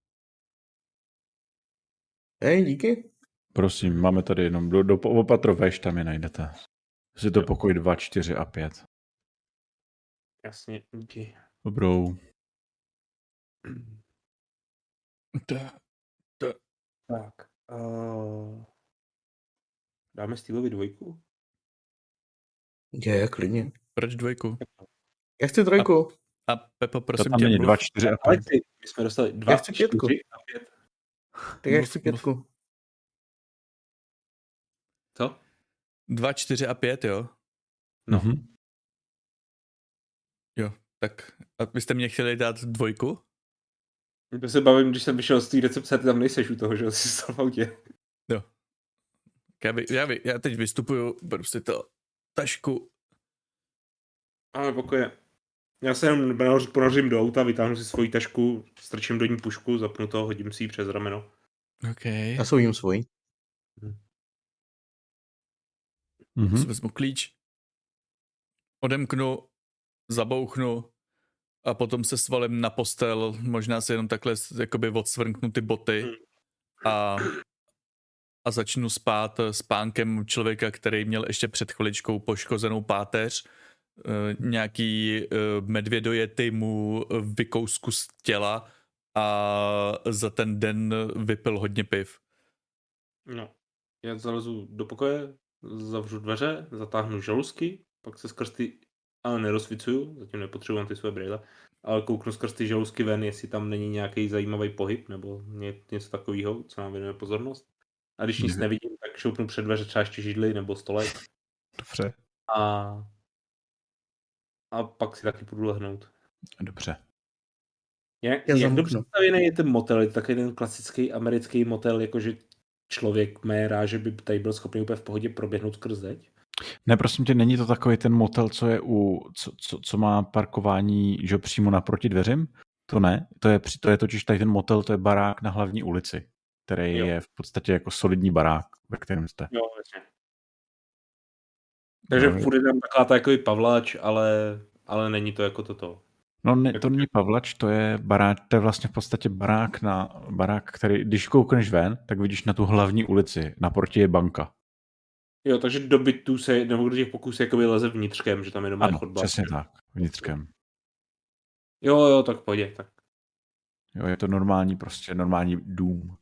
Hej, díky. Prosím, máme tady jenom do opatrové, tam je najdete. Je to pokoj 2, 4 a 5. Jasně, díky. Dobrou. Tak. Dáme Steelovi 2? Je, klidně. Proč 2? Já chci 3. A Pepo, prosím tě. Tam není 2, 4 a 5. My jsme dostali 2, 4 a 5. Tak já chci 5. Co? 2, 4 a 5, jo? No. Jo, tak a vy jste mě chtěli dát 2? To se bavím, když jsem vyšel z té recepce, ty tam nejseš u toho, že jsi stal v autě. Jo. Já teď vystupuju, beru si to tašku. Máme pokoje Já se jenom ponořím do auta, vytáhnu si svoji tašku, strčím do ní pušku, zapnu to, hodím si ji přes rameno. OK. Já soudím svoji. Si vezmu klíč, odemknu, zabouchnu a potom se svalím na postel, možná si jenom takhle jakoby odsvrknu ty boty a začnu spát spánkem člověka, který měl ještě před chviličkou poškozenou páteř. Nějaký medvědojety mu vykousku z těla a za ten den vypil hodně piv. No, já zalezu do pokoje, zavřu dveře, zatáhnu žaluzky, pak se skrz ty, ale nerozsvicuju, zatím nepotřebuji ty své brýle, ale kouknu skrz ty žaluzky ven, jestli tam není nějaký zajímavý pohyb nebo něco takového, co nám věnuje pozornost. A když nic nevidím, tak šoupnu před dveře třeba ještě židli nebo stolek. Dobře. A pak si taky půjdu lehnout. Dobře. Jak to představený je ten motel? Je to takový ten klasický americký motel, jakože člověk mérá, že by tady byl schopný úplně v pohodě proběhnout skrz zeď? Ne, prosím tě, není to takový ten motel, co je co má parkování, že přímo naproti dveřím? To ne, to je totiž tady ten motel, to je barák na hlavní ulici, který je v podstatě jako solidní barák, ve kterém jste. Jo, vlastně. Takže furt je tam taková ta jako pavlač, ale není to jako toto. No ne, to není pavlač, to je barák, to je vlastně v podstatě barák, který, když koukneš ven, tak vidíš na tu hlavní ulici, naproti je banka. Jo, takže do bytů se, nebo do těch pokusů jakoby leze vnitřkem, že tam je doma chodba. Přesně tak, vnitřkem. Jo, tak pojď, tak. Jo, je to normální dům.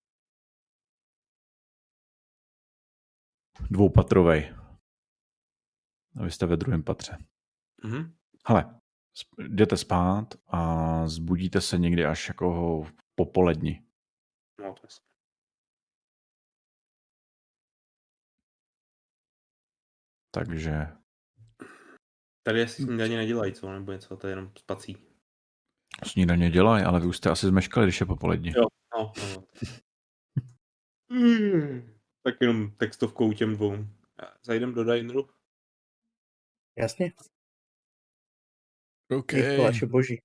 Dvoupatrovej. A vy jste ve druhém patře. Hele, jdete spát a zbudíte se někdy až jako popoledni. No, to je. Takže... Tady asi snídaně nedělají, co? Nebo něco, to je jenom spací. Snídaně dělají, ale vy už jste asi zmeškali, když je popoledni. Jo, no. Tak jenom textovkou těm dvou. Zajdem do dineru? Jasně. OK. Koláče boží.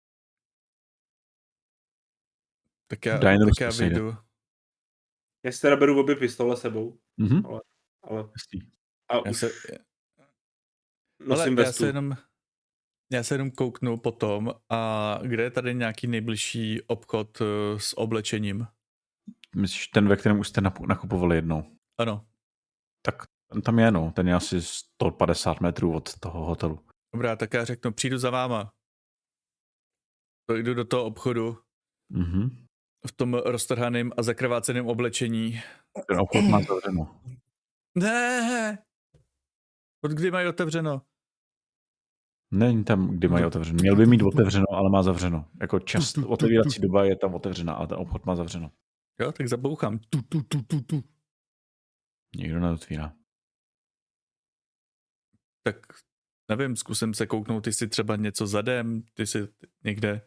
Tak já vyjdu. Já si teda beru obě pistole sebou. Ale... Já se jenom kouknu potom, a kde je tady nějaký nejbližší obchod s oblečením? Myslíš ten, ve kterém už jste nakupovali jednou? Ano. Tak tam je, ten je asi 150 metrů od toho hotelu. Dobrá, tak já řeknu, přijdu za váma. To jdu do toho obchodu. V tom roztrhaném a zakrváceném oblečení. Ten obchod má zavřeno. Ne! Od kdy mají otevřeno? Není tam, kdy mají otevřeno. Měl by mít otevřeno, ale má zavřeno. Jako otevírací doba je tam otevřena, ale ten obchod má zavřeno. Jo, tak zabouchám. Nikdo neotvírá. Tak nevím, zkusím se kouknout, ty si třeba něco zadem, ty si někde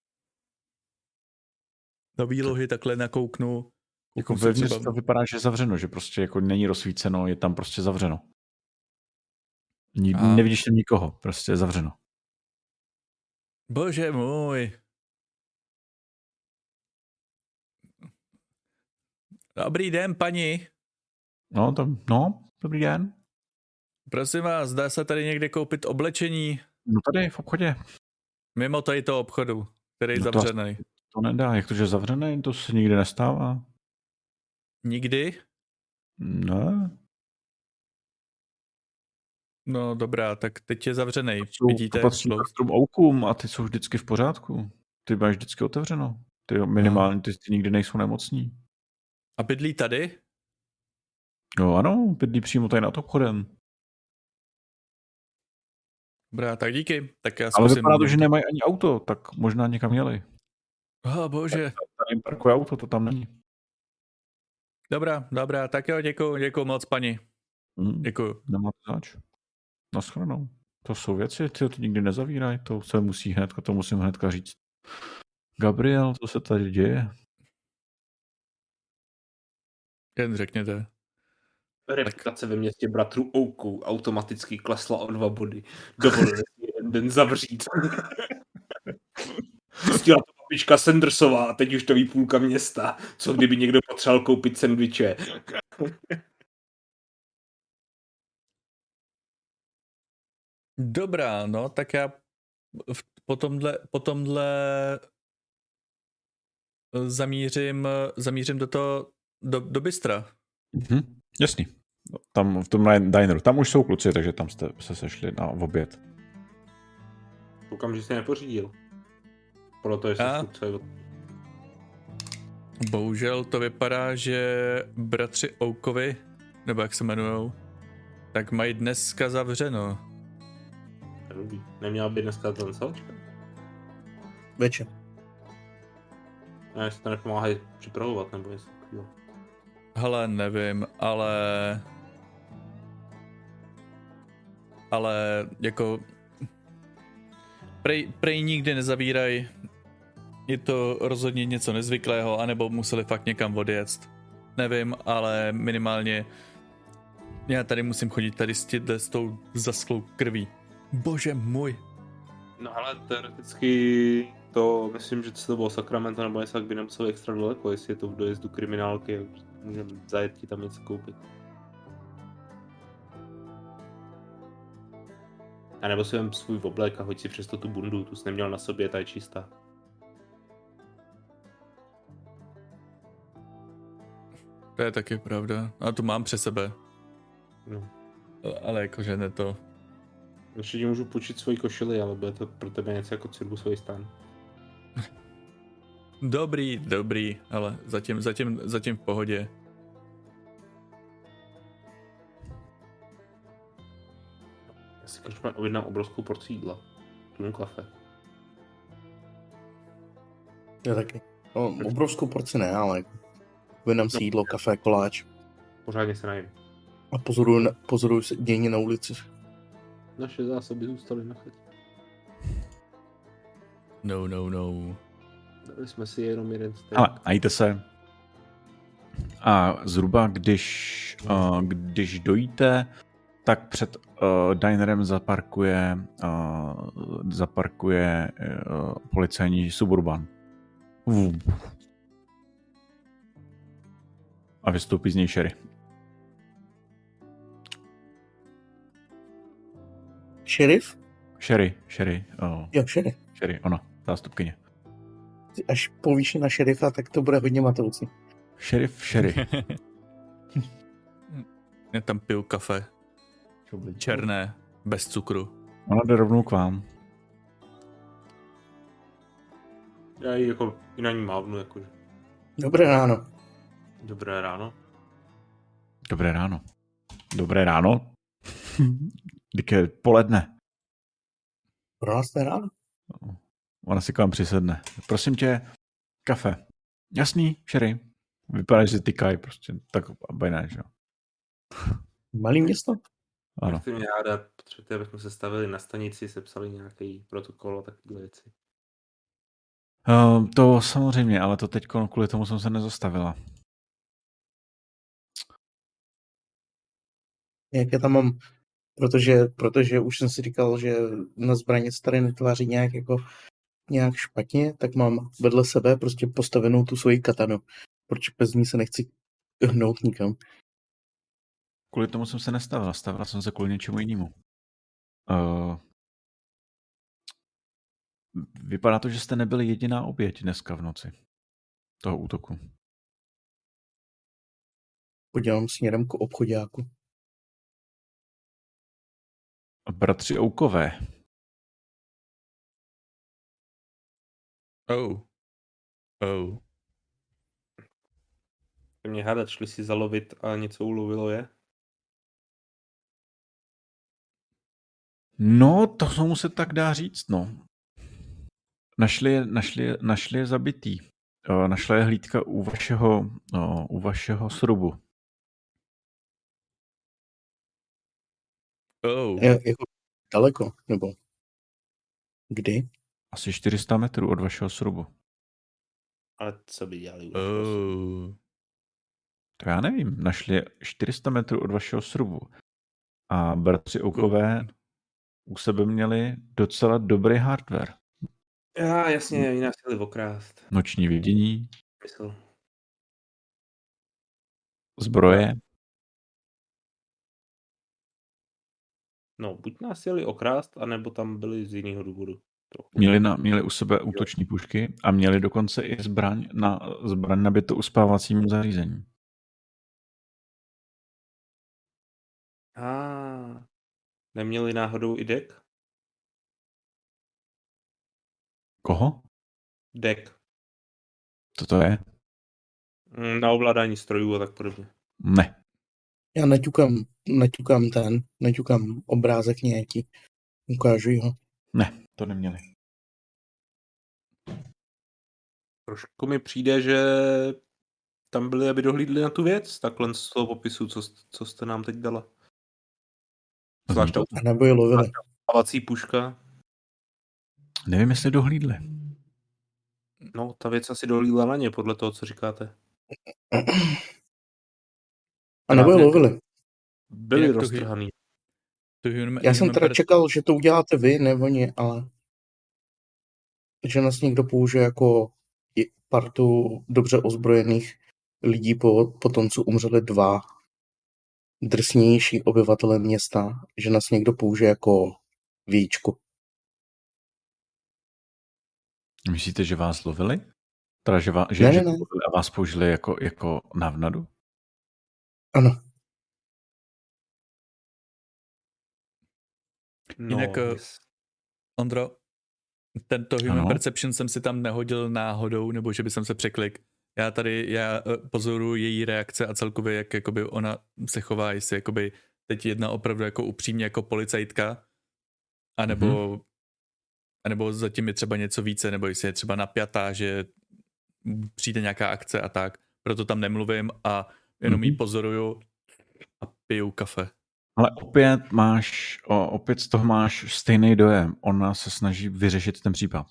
do výlohy takhle nakouknu. Jako vevnitř to vypadá, že je zavřeno, že prostě jako není rozsvíceno, je tam prostě zavřeno. Nevidíš tam nikoho, prostě je zavřeno. Bože můj. Dobrý den, paní. Dobrý den. Prosím vás, dá se tady někde koupit oblečení? No tady v obchodě. Mimo tady toho obchodu, který je zavřený. To nedá, jak to, že je zavřený, to se nikdy nestává. Nikdy? Ne. No dobrá, tak teď je zavřený. Vidíte? To patří Castrum Oakum a ty jsou vždycky v pořádku. Ty máš vždycky otevřeno. Ty minimálně, ty nikdy nejsou nemocní. A bydlí tady? No ano, bydlí přímo tady nad obchodem. Dobrá, tak díky. Tak já ale vypadá to, že nemají ani auto, tak možná někam jeli. Bože. Tady parkuje auto, to tam není. Dobrá, tak jo, děkuju moc, paní. Děkuju. Nemáte zač. Naschledanou. To jsou věci, ty nikdy nezavírají, to se musí to musím hnedka říct. Gabriel, co se tady děje? Jen řekněte. Reputace ve městě bratrů Oaků automaticky klesla o 2 body. Dovolili si jeden den zavřít. Zjistila to babička Sandersová a teď už to ví půlka města. Co kdyby někdo potřeboval koupit sendviče? Dobrá, no, tak já po tomhle zamířím do bystra. Jasný. Tam v tom dineru. Tam už jsou kluci, takže tam jste se sešli na oběd. Koukám, že jsi nepořídil. Podle toho, jestli Bohužel to vypadá, že bratři Oukovi, nebo jak se jmenujou, tak mají dneska zavřeno. Neměla by dneska tancovačka? Večer. Ne, jestli to nepomáhají připravovat, nebo něco takového. Hele, nevím, ale jako prej nikdy nezavírají. Je to rozhodně něco nezvyklého, anebo museli fakt někam odjet. Nevím, ale minimálně já tady musím chodit tady s tou zasklou krví. Bože můj. No ale teoreticky to, myslím, že to bylo Sacramento nebo něco, tak by nemuselo extra daleko, jestli je to v dojezdu kriminálky, můžeme zajet ti tam něco koupit. A nebo si vem svůj oblek a hoď si přesto tu bundu, tu jsi neměl na sobě, ta je čistá. To je taky pravda. A tu mám při sebe. No. Ale jakože ne to. Ještě ti můžu půjčit svoji košili, ale bude to pro tebe něco jako cirkusový stán. Dobrý, ale zatím v pohodě. Já si každopádně objednám obrovskou porci jídla. Tunu kafe. Já taky. No, obrovskou porci ne, ale objednám si jídlo, kafe, koláč. Pořádně se najím. A pozoruju se dění na ulici. Naše zásoby zůstaly na chatě. No. Dali jsme si jenom jeden steak. Ale najíte se. A zhruba, když dojíte, tak před dinerem zaparkuje policajní Suburban. A vystoupí z něj Sherry. Šerif? Sherry. Jo, šerif. Sherry, ona, zástupkyně. Až povýší na šerifa, tak to bude hodně matoucí. Sherry. Já tam piju kafe. Černé, bez cukru. Ona jde rovnou k vám. Já ji jako i na ní mávnu, jakože. Dobré ráno. Dobré ráno. Dobré ráno? Díky je poledne. Pro nás to je ráno. Ona si k vám přisedne. Prosím tě, kafe. Jasný, Sherry. Vypadá, že tykají prostě. Tak aby ne, že jo. Malý město? Ano. Nechci mě hádat, potřebujete, abychom se stavili na stanici, sepsali nějaký protokol a takové věci. To samozřejmě, ale to teď kvůli tomu jsem se nezastavila. Jak já tam mám, protože už jsem si říkal, že na zbraně se tady netváří nějak špatně, tak mám vedle sebe prostě postavenou tu svoji katanu, protože bez ní se nechci hnout nikam. Kvůli tomu jsem se nestavila, stavila jsem se kvůli něčemu jinému. Vypadá to, že jste nebyli jediná oběť dneska v noci toho útoku. Podívám směrem k obchoďáku. Bratři Oukové. Oh. Mě hádat, šli si zalovit a něco ulovilo je? No, to tomu se tak dá říct, no. Našli je zabitý. Našla je hlídka u vašeho srubu. Jako daleko, nebo kdy? Asi 400 metrů od vašeho srubu. Ale co by dělali? To já nevím. Našli je 400 metrů od vašeho srubu. A bratři Oukové u sebe měli docela dobrý hardware. Já, jasně, oni nás chtěli okrást. Noční vidění, Mysl. zbroje. No, buď nás chtěli okrást, anebo tam byli z jiného důvodu. Měli u sebe útoční pušky a měli dokonce i zbraň nabito uspávacím zařízením. Neměli náhodou i deck? Koho? Deck. Co to je? Na ovládání strojů a tak podobně. Ne. Já naťukám obrázek nějaký. Ukážu ho. Ne, to neměli. Trošku mi přijde, že tam byli, aby dohlídli na tu věc, takhle z toho popisu, co jste nám teď dala. Zvlášť ta A nebo je lovili. uspávací puška. Nevím, jestli dohlídli. No, ta věc asi dohlídla na ně, podle toho, co říkáte. A nebo je lovili. Byli roztrhaný. Já jsem teda čekal, že to uděláte vy, nebo ne, ale že nás někdo použije jako partu dobře ozbrojených lidí po tom, co umřeli 2 drsnější obyvatele města, že nás někdo použije jako víčku. Myslíte, že vás lovili? Teda, že ne. a vás použili jako návnadu? Ano. No, jinak, Ondro, tento human perception jsem si tam nehodil náhodou, nebo že by jsem se překlik. Já pozoruji její reakce a celkově, jak jakoby ona se chová, jestli jakoby teď jedna opravdu jako upřímně jako policajtka, anebo zatím je třeba něco více, nebo jestli je třeba napjatá, že přijde nějaká akce a tak. Proto tam nemluvím a jenom jí pozoruju a piju kafe. Ale opět z toho máš stejný dojem. Ona se snaží vyřešit ten případ.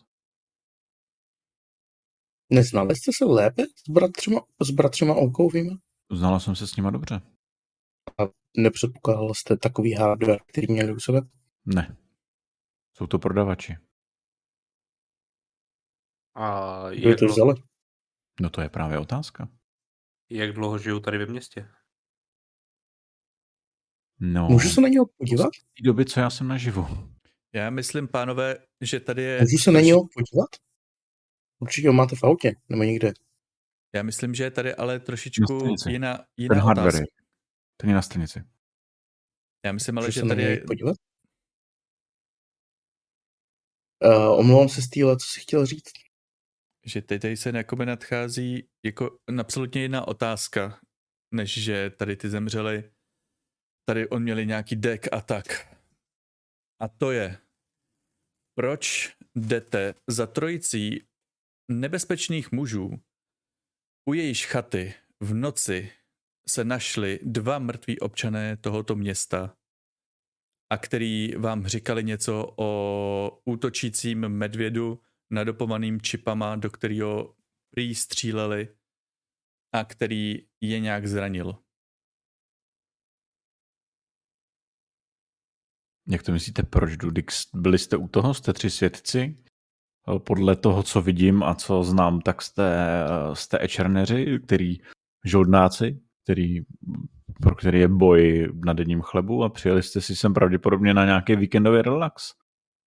Neznali jste se lépe s bratřima Oakovými? Znala jsem se s nima dobře. A nepředpokládal jste takový hardware, který měli u sebe? Ne. Jsou to prodavači. A jak to vzali? No to je právě otázka. Jak dlouho žijou tady ve městě? No. Můžu se na něho podívat? V té doby, co já jsem naživu. Já myslím, pánové, že tady je... Můžu se na něho podívat? Určitě ho máte v autě, nebo někde. Já myslím, že je tady ale trošičku jiná otázka. Ten je na stanici. Já myslím, ale, Můžu že se tady na něj je... podívat? Omlouvám se, Stýle, co jsi chtěl říct? Že tady se jakoby nadchází jako absolutně jiná otázka, než že tady ty zemřeli, tady on měli nějaký deck a tak. A to je, proč jdete za trojicí nebezpečných mužů, u jejíž chaty v noci se našli 2 mrtví občané tohoto města a který vám říkali něco o útočícím medvědu nadopovaným čipama, do kterého prý stříleli a který je nějak zranil. Jak to myslíte, proč jdu? Byli jste u toho, jste 3 svědci? Podle toho, co vidím a co znám, tak jste ečerneři, žoldnáci, pro který je boj na denním chlebu a přijeli jste si sem pravděpodobně na nějaký víkendový relax.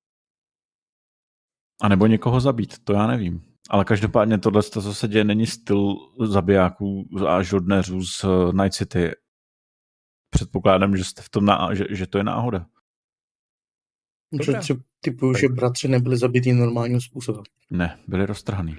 A nebo někoho zabít, to já nevím. Ale každopádně tohle, co se děje, není styl zabijáků a žoldnéřů z Night City. Předpokládám, že jste v tom že to je náhoda. Že typu, že bratři nebyli zabití normálním způsobem. Ne, byli roztrhaný.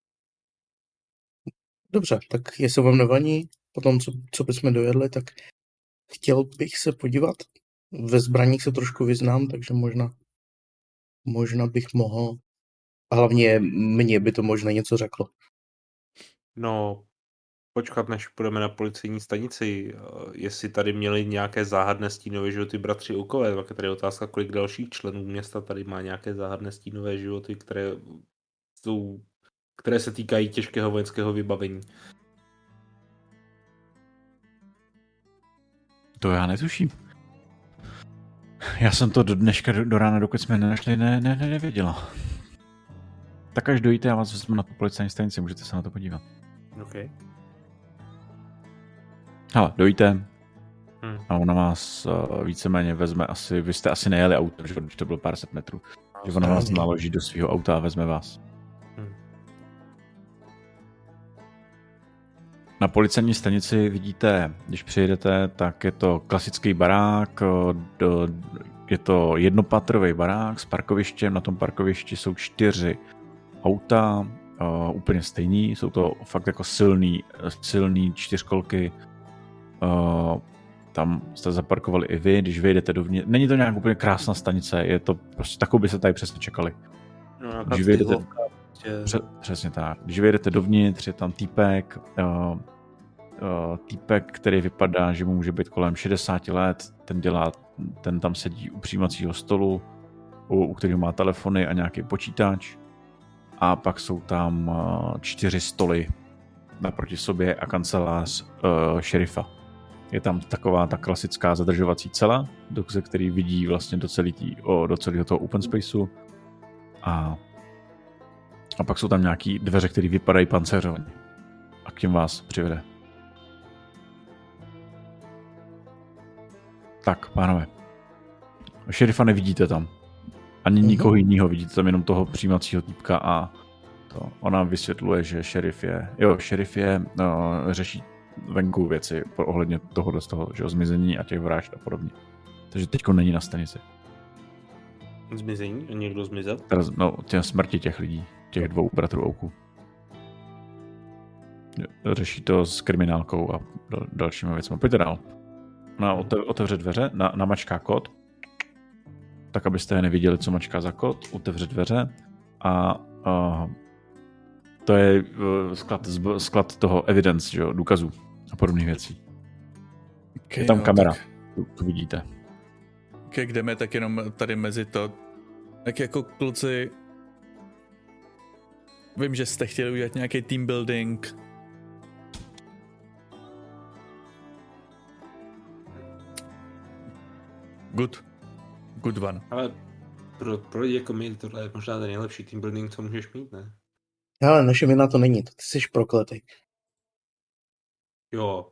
Dobře, tak jestli vám nevadí, potom co bychom dojedli, tak chtěl bych se podívat. Ve zbraních se trošku vyznám, takže možná bych mohl. A hlavně mně by to možná něco řeklo. No, počkat, než půjdeme na policejní stanici, jestli tady měli nějaké záhadné stínové životy bratři Oakové, tak je tady otázka, kolik dalších členů města tady má nějaké záhadné stínové životy, které se týkají těžkého vojenského vybavení. To já netuším. Já jsem to do dneška do rána, dokud jsme nenašli, nevěděla. Tak až dojíte, já vás vezmu na tu policajní stanici, můžete se na to podívat. OK. Hele, dojíte a ona vás víceméně vezme asi, vy jste asi nejeli autem, že když to bylo pár set metrů, že ona vás naloží do svého auta a vezme vás. Na policajní stanici vidíte, když přijedete, tak je to klasický barák, je to jednopatrový barák s parkovištěm, na tom parkovišti jsou 4 auta, úplně stejný, jsou to fakt jako silný 4kolky, tam jste zaparkovali i vy, když vyjedete dovnitř, není to nějak úplně krásná stanice, je to prostě takovou by se tady přesně čekali. No, když vyjedete, přesně tak, když vyjedete dovnitř, je tam týpek, který vypadá, že mu může být kolem 60 let, ten tam sedí u přijímacího stolu, u kterého má telefony a nějaký počítač. A pak jsou tam 4 stoly naproti sobě a kancelář šerifa. Je tam taková ta klasická zadržovací cela, ze který vidí vlastně do celého toho open spaceu. A pak jsou tam nějaký dveře, které vypadají pancéřovaně. A k těm vás přivede. Tak, pánové. Šerifa nevidíte tam. Ani nikoho jiného, vidíte tam jenom toho přijímacího týpka a to. Ona vysvětluje, že šerif řeší venku věci ohledně toho že zmizení a těch vražd a podobně. Takže teďko není na stanici. Zmizení? A někdo zmizel? Smrti těch lidí, těch 2 bratrů Oaků. Řeší to s kriminálkou a dalšími věcmi. Pojďte dál. Ona otevře dveře, namačká kód, tak abyste je neviděli, co mačká za kód, otevře dveře a to je sklad toho evidence, že jo, důkazů a podobných věcí. Okay, je tam kamera, tu vidíte. Jak jdeme, tak jenom tady mezi to, tak jako kluci, vím, že jste chtěli udělat nějaký team building. Good one. Ale pro lidi jako my, tohle je možná ten nejlepší team building, co můžeš mít, ne? Ale naše vina to není, ty jsi prokletý. Jo.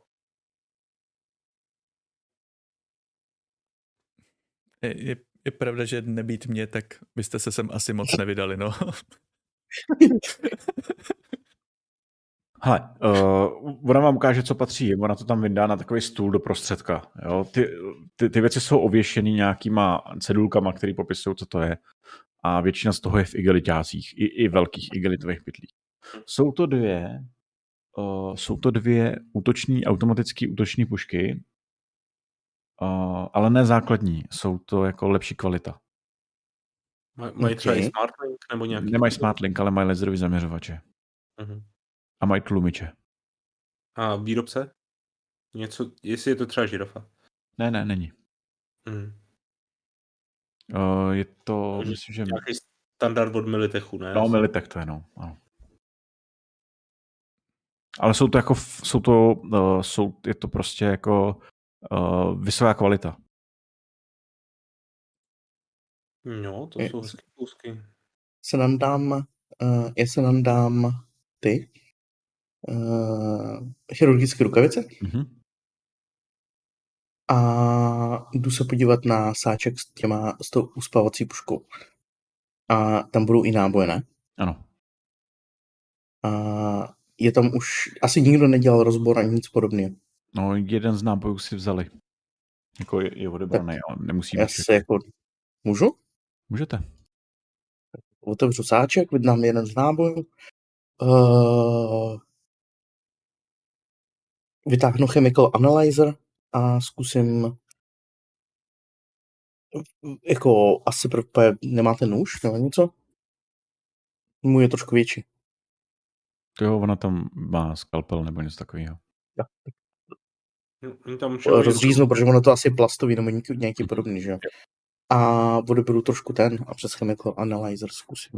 Je pravda, že nebýt mě, tak byste se sem asi moc nevydali, no. Hele, ona vám ukáže, co patří. Ona to tam vyndá na takový stůl do prostředka. Jo? Ty věci jsou ověšený nějakýma cedulkama, které popisují, co to je. A většina z toho je v igeliťácích, i velkých igelitových pytlích. Jsou to dvě automatické útoční pušky, ale ne základní. Jsou to jako lepší kvalita. Mají třeba i SmartLink nebo nějaký? Nemají SmartLink, ale mají laserový zaměřovače. Uh-huh. A mají tlumiče. A výrobce? Něco, jestli je to třeba žirafa? Ne, není. Je to, myslím, že... Nějaký standard od Militechu, ne? No, Militech to je, no. Ano. Ale je to prostě jako vysoká kvalita. No, to jsou hezké kousky. Já se nám dám ty chirurgické rukavice a jdu se podívat na sáček s tou uspávací puškou. A tam budou i náboje, ne? Ano. A je tam už, asi nikdo nedělal rozbor ani nic podobného. No, jeden z nábojů si vzali. Jako je odebraný, ale nemusí být. Já se jako, můžu? Můžete. Otevřu sáček, vydám jeden z nábojů. Vytáhnu chemical analyzer a zkusím jako asi nemáte nůž nebo něco? Můj je trošku větší. Jo, ona tam má skalpel nebo něco takového. Ja. Rozříznu, protože ono to asi plastový nebo nějaký podobný, že jo? A odeberu trošku a přes chemical analyzer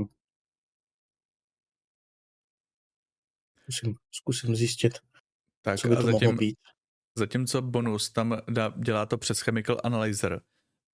zkusím zjistit, tak co by to mohlo být. Zatímco bonus tam dělá to přes chemical analyzer,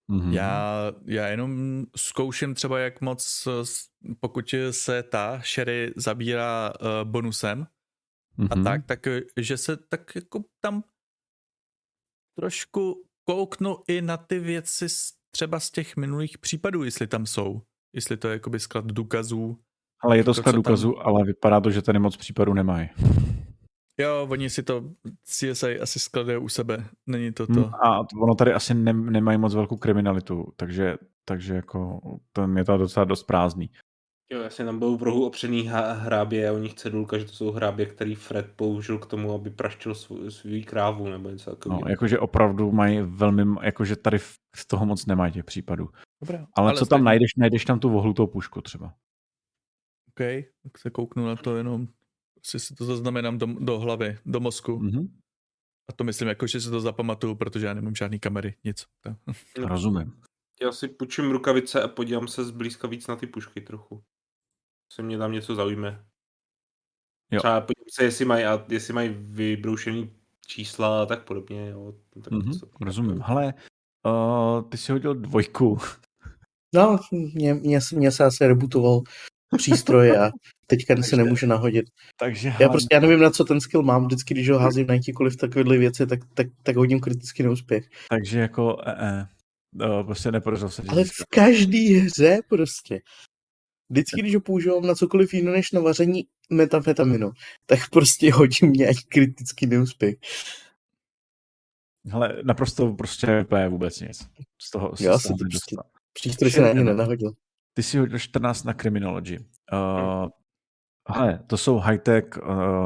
Já jenom zkouším třeba jak moc, pokud se ta Sherry zabírá bonusem a tak, že se tak jako tam trošku kouknu i na ty věci třeba z těch minulých případů, jestli tam jsou. Jestli to je jakoby sklad důkazů. Ale je to sklad důkazů, ale vypadá to, že tady moc případů nemají. Jo, oni si to CSA asi skladají u sebe. Není to. A ono tady asi nemají moc velkou kriminalitu, takže jako ten je to docela dost prázdný. Jo, jasně, tam byl v rohu opřený hrábě a u nich cedulka, že to jsou hrábě, který Fred použil k tomu, aby praštil svůj krávu nebo něco takového. No, jakože opravdu mají velmi, jakože tady z toho moc nemají těch případů. Dobrá, ale co tam najdeš tam tu vohlutou pušku třeba. OK, tak se kouknu na to jenom, si to zaznamenám do hlavy, do mozku. A to myslím jako, že si to zapamatuju, protože já nemám žádný kamery, nic. Rozumím. Já si půjčím rukavice a podívám se zblízka víc na ty pušky trochu. Se mě tam něco zaujme. Jo. Třeba podívám se, jestli mají vybroušený čísla a tak podobně. Jo. Tak rozumím. Hele, ty jsi hodil 2. No, mě se asi rebootoval přístroj a teďka se nemůže nahodit. Takže já nevím, na co ten skill mám. Vždycky, když ho házím na jakýkoliv takovéhle věci, tak hodím kritický neúspěch. Takže jako prostě nepodařilo se. Ale v každý hře prostě. Vždycky, když ho používám na cokoliv jiného než na vaření metamfetaminu, tak prostě hodím nějaký kritický neúspěch. Hele, naprosto prostě vůbec nic. Z toho já jsem prostě přístroj se na ně nenahodil. Ty si hodil 14 na Criminology. Hele, to jsou high-tech,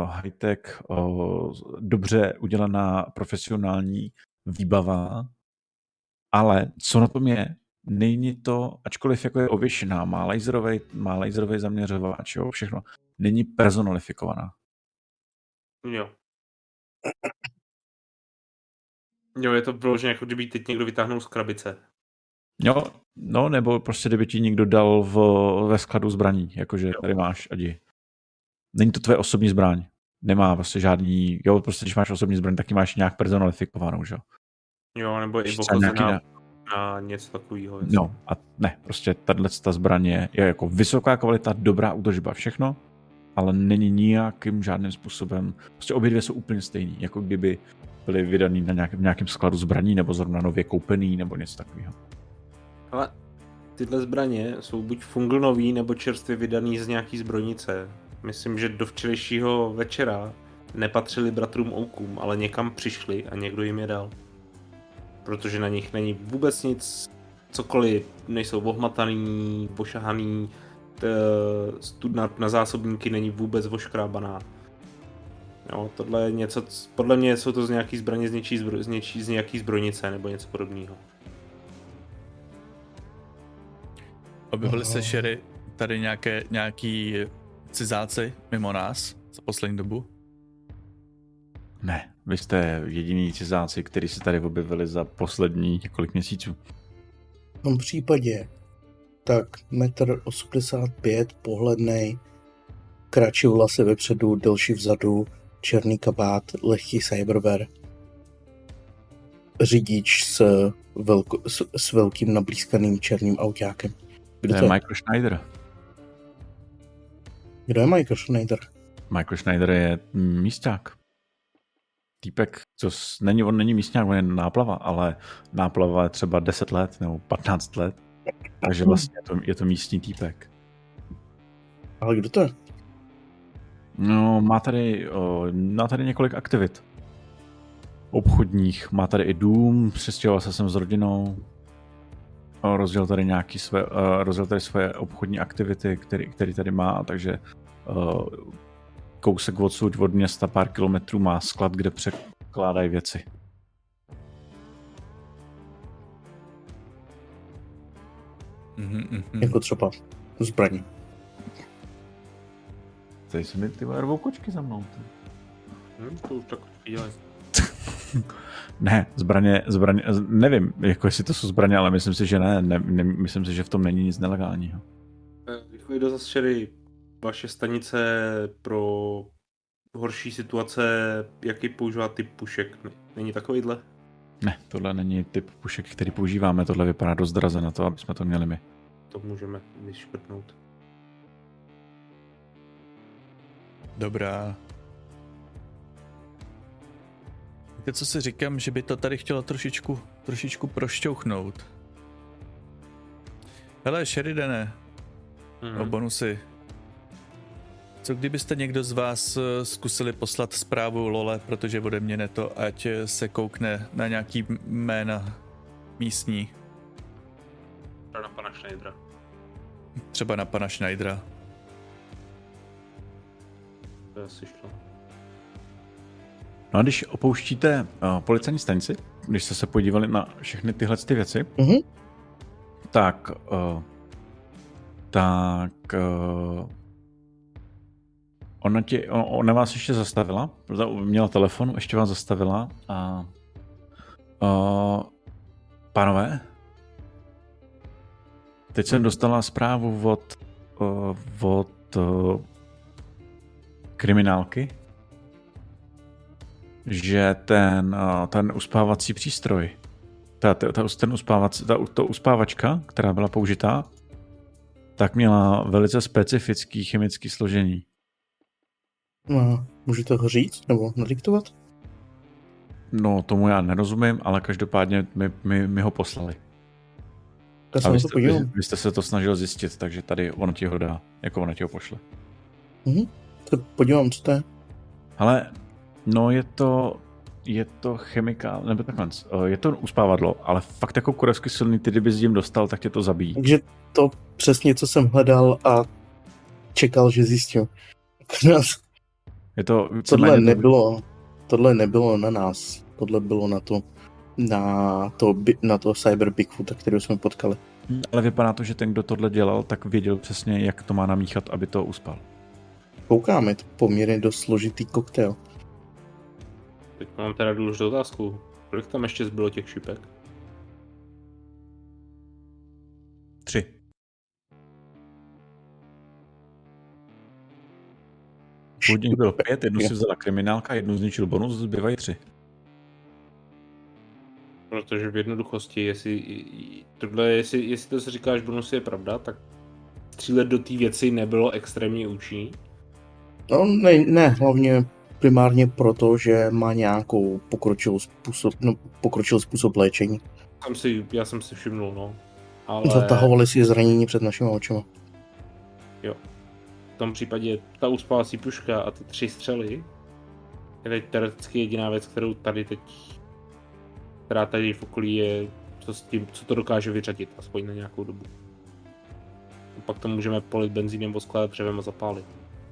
dobře udělaná profesionální výbava, ale co na tom je, není to, ačkoliv jako je ověšená, má laserový zaměřovač, jo, všechno, není personalifikovaná. Jo. Jo, je to vyloženě, jako kdyby teď někdo vytáhnul z krabice. Jo, no, nebo prostě kdyby ti někdo dal ve skladu zbraní, jakože tady máš, adi. Není to tvoje osobní zbraň. Nemá prostě žádný, jo, prostě když máš osobní zbraň, tak ji máš nějak personalifikovanou, že jo. Jo, nebo i ochozená na něco takového. No, a ne, prostě ta zbraň je jako vysoká kvalita, dobrá údržba, všechno, ale není nijakým žádným způsobem, prostě obě dvě jsou úplně stejný, jako kdyby byly vydaný na nějakém skladu zbraní, nebo zrovna nově koupený, nebo něco takového. Ale tyhle zbraně jsou buď funglnový, nebo čerstvě vydaný z nějaký zbrojnice. Myslím, že do včerejšího večera nepatřili bratrům Oakům, ale někam přišli a někdo jim je dal. Protože na nich není vůbec nic, cokoliv, nejsou ohmataný, ošahaný, studna na zásobníky není vůbec oškrábaná. Jo, tohle je něco, podle mě jsou to z nějaký zbraně z nějaký zbrojnice nebo něco podobného. Objevili se Sherry tady nějaký cizáci mimo nás za poslední dobu? Ne, vy jste jediní cizáci, kteří se tady objevili za poslední několik měsíců. V tom případě tak 1,85 m, pohlednej, kratší vlasy vepředu, delší vzadu, černý kabát, lehký cyberwear. Řidič s velkým nablízkaným černým autákem. Kdo to je? Michael Schneider. Kdo je Michael Schneider? Michael Schneider je mísťák. Týpek, on není místňák, on je náplava, ale náplava je třeba 10 let nebo 15 let. Takže vlastně je to místní týpek. Ale kdo to je? No, má tady několik aktivit. Obchodních, má tady i dům, přestěhoval se sem s rodinou. Rozdělil tady svoje obchodní aktivity, který tady má, takže kousek odsud od města pár kilometrů má sklad, kde překládají věci. Jako třeba zbraní. Tady se mi ty rvou kočky za mnou. To už tak dělají. Ne, zbraně, nevím, jako jestli to jsou zbraně, ale myslím si, že ne, myslím si, že v tom není nic nelegálního. Děkuji do Sherry. Vaše stanice pro horší situace, jaký používá typ pušek? Není takovýhle? Ne, tohle není typ pušek, který používáme, tohle vypadá dost draze na to, aby jsme to měli my. To můžeme vyškrtnout. Dobrá. Víte, co si říkám, že by to tady chtělo trošičku prošťouchnout. Hele, Sheridane, o bonusy. Co kdybyste někdo z vás zkusili poslat zprávu Lole, protože ode mě ne to, ať se koukne na nějaký jména místní. Na pana Schneidera. Třeba na pana Schneidera. To asi šlo. No a když opouštíte policajní stanici, když jste se podívali na všechny tyhle ty věci, tak ona vás ještě zastavila, měla telefon, ještě vás zastavila a pánové, teď jsem dostala zprávu od kriminálky, že ten uspávací přístroj, ta uspávačka, která byla použitá, tak měla velice specifický chemický složení. No, můžete ho říct nebo nadiktovat? No, tomu já nerozumím, ale každopádně mi ho poslali. A vy jste se to snažil zjistit, takže tady ono ti ho dá, jako ono ti ho pošle. To podívám, co to je. Ale no je to chemikál, nebo takhle, je to uspávadlo, ale fakt jako kurevsky silný, ty kdyby s tím dostal, tak tě to zabíjí. Takže to přesně, co jsem hledal a čekal, že zjistil. Je to tohle nebylo na nás, tohle bylo na to Cyber Bigfoota, kterého jsme potkali. Ale vypadá to, že ten, kdo tohle dělal, tak věděl přesně, jak to má namíchat, aby to uspal. Koukám, je to poměrně dost složitý koktejl. Teď mám teda důležitou otázku. Kolik tam ještě zbylo těch šipek? 3. Původně bylo 5, jednu si vzala kriminálka, jednu zničil bonus, zbývají 3. Protože v jednoduchosti, jestli to, co říkáš, bonus je pravda, tak střílet do té věci nebylo extrémně účinný. No ne, hlavně primárně proto, že má nějakou pokročilý způsob léčení. Já jsem si všimnul, no. Ale... Zatahovali si zranění před našimi očima. Jo. V tom případě ta uspávací puška a ty 3 střely je teď teoreticky jediná věc, která tady v okolí je, co to dokáže vyřadit, aspoň na nějakou dobu. A pak to můžeme polit benzínem, oskládat dřevem a zapálit.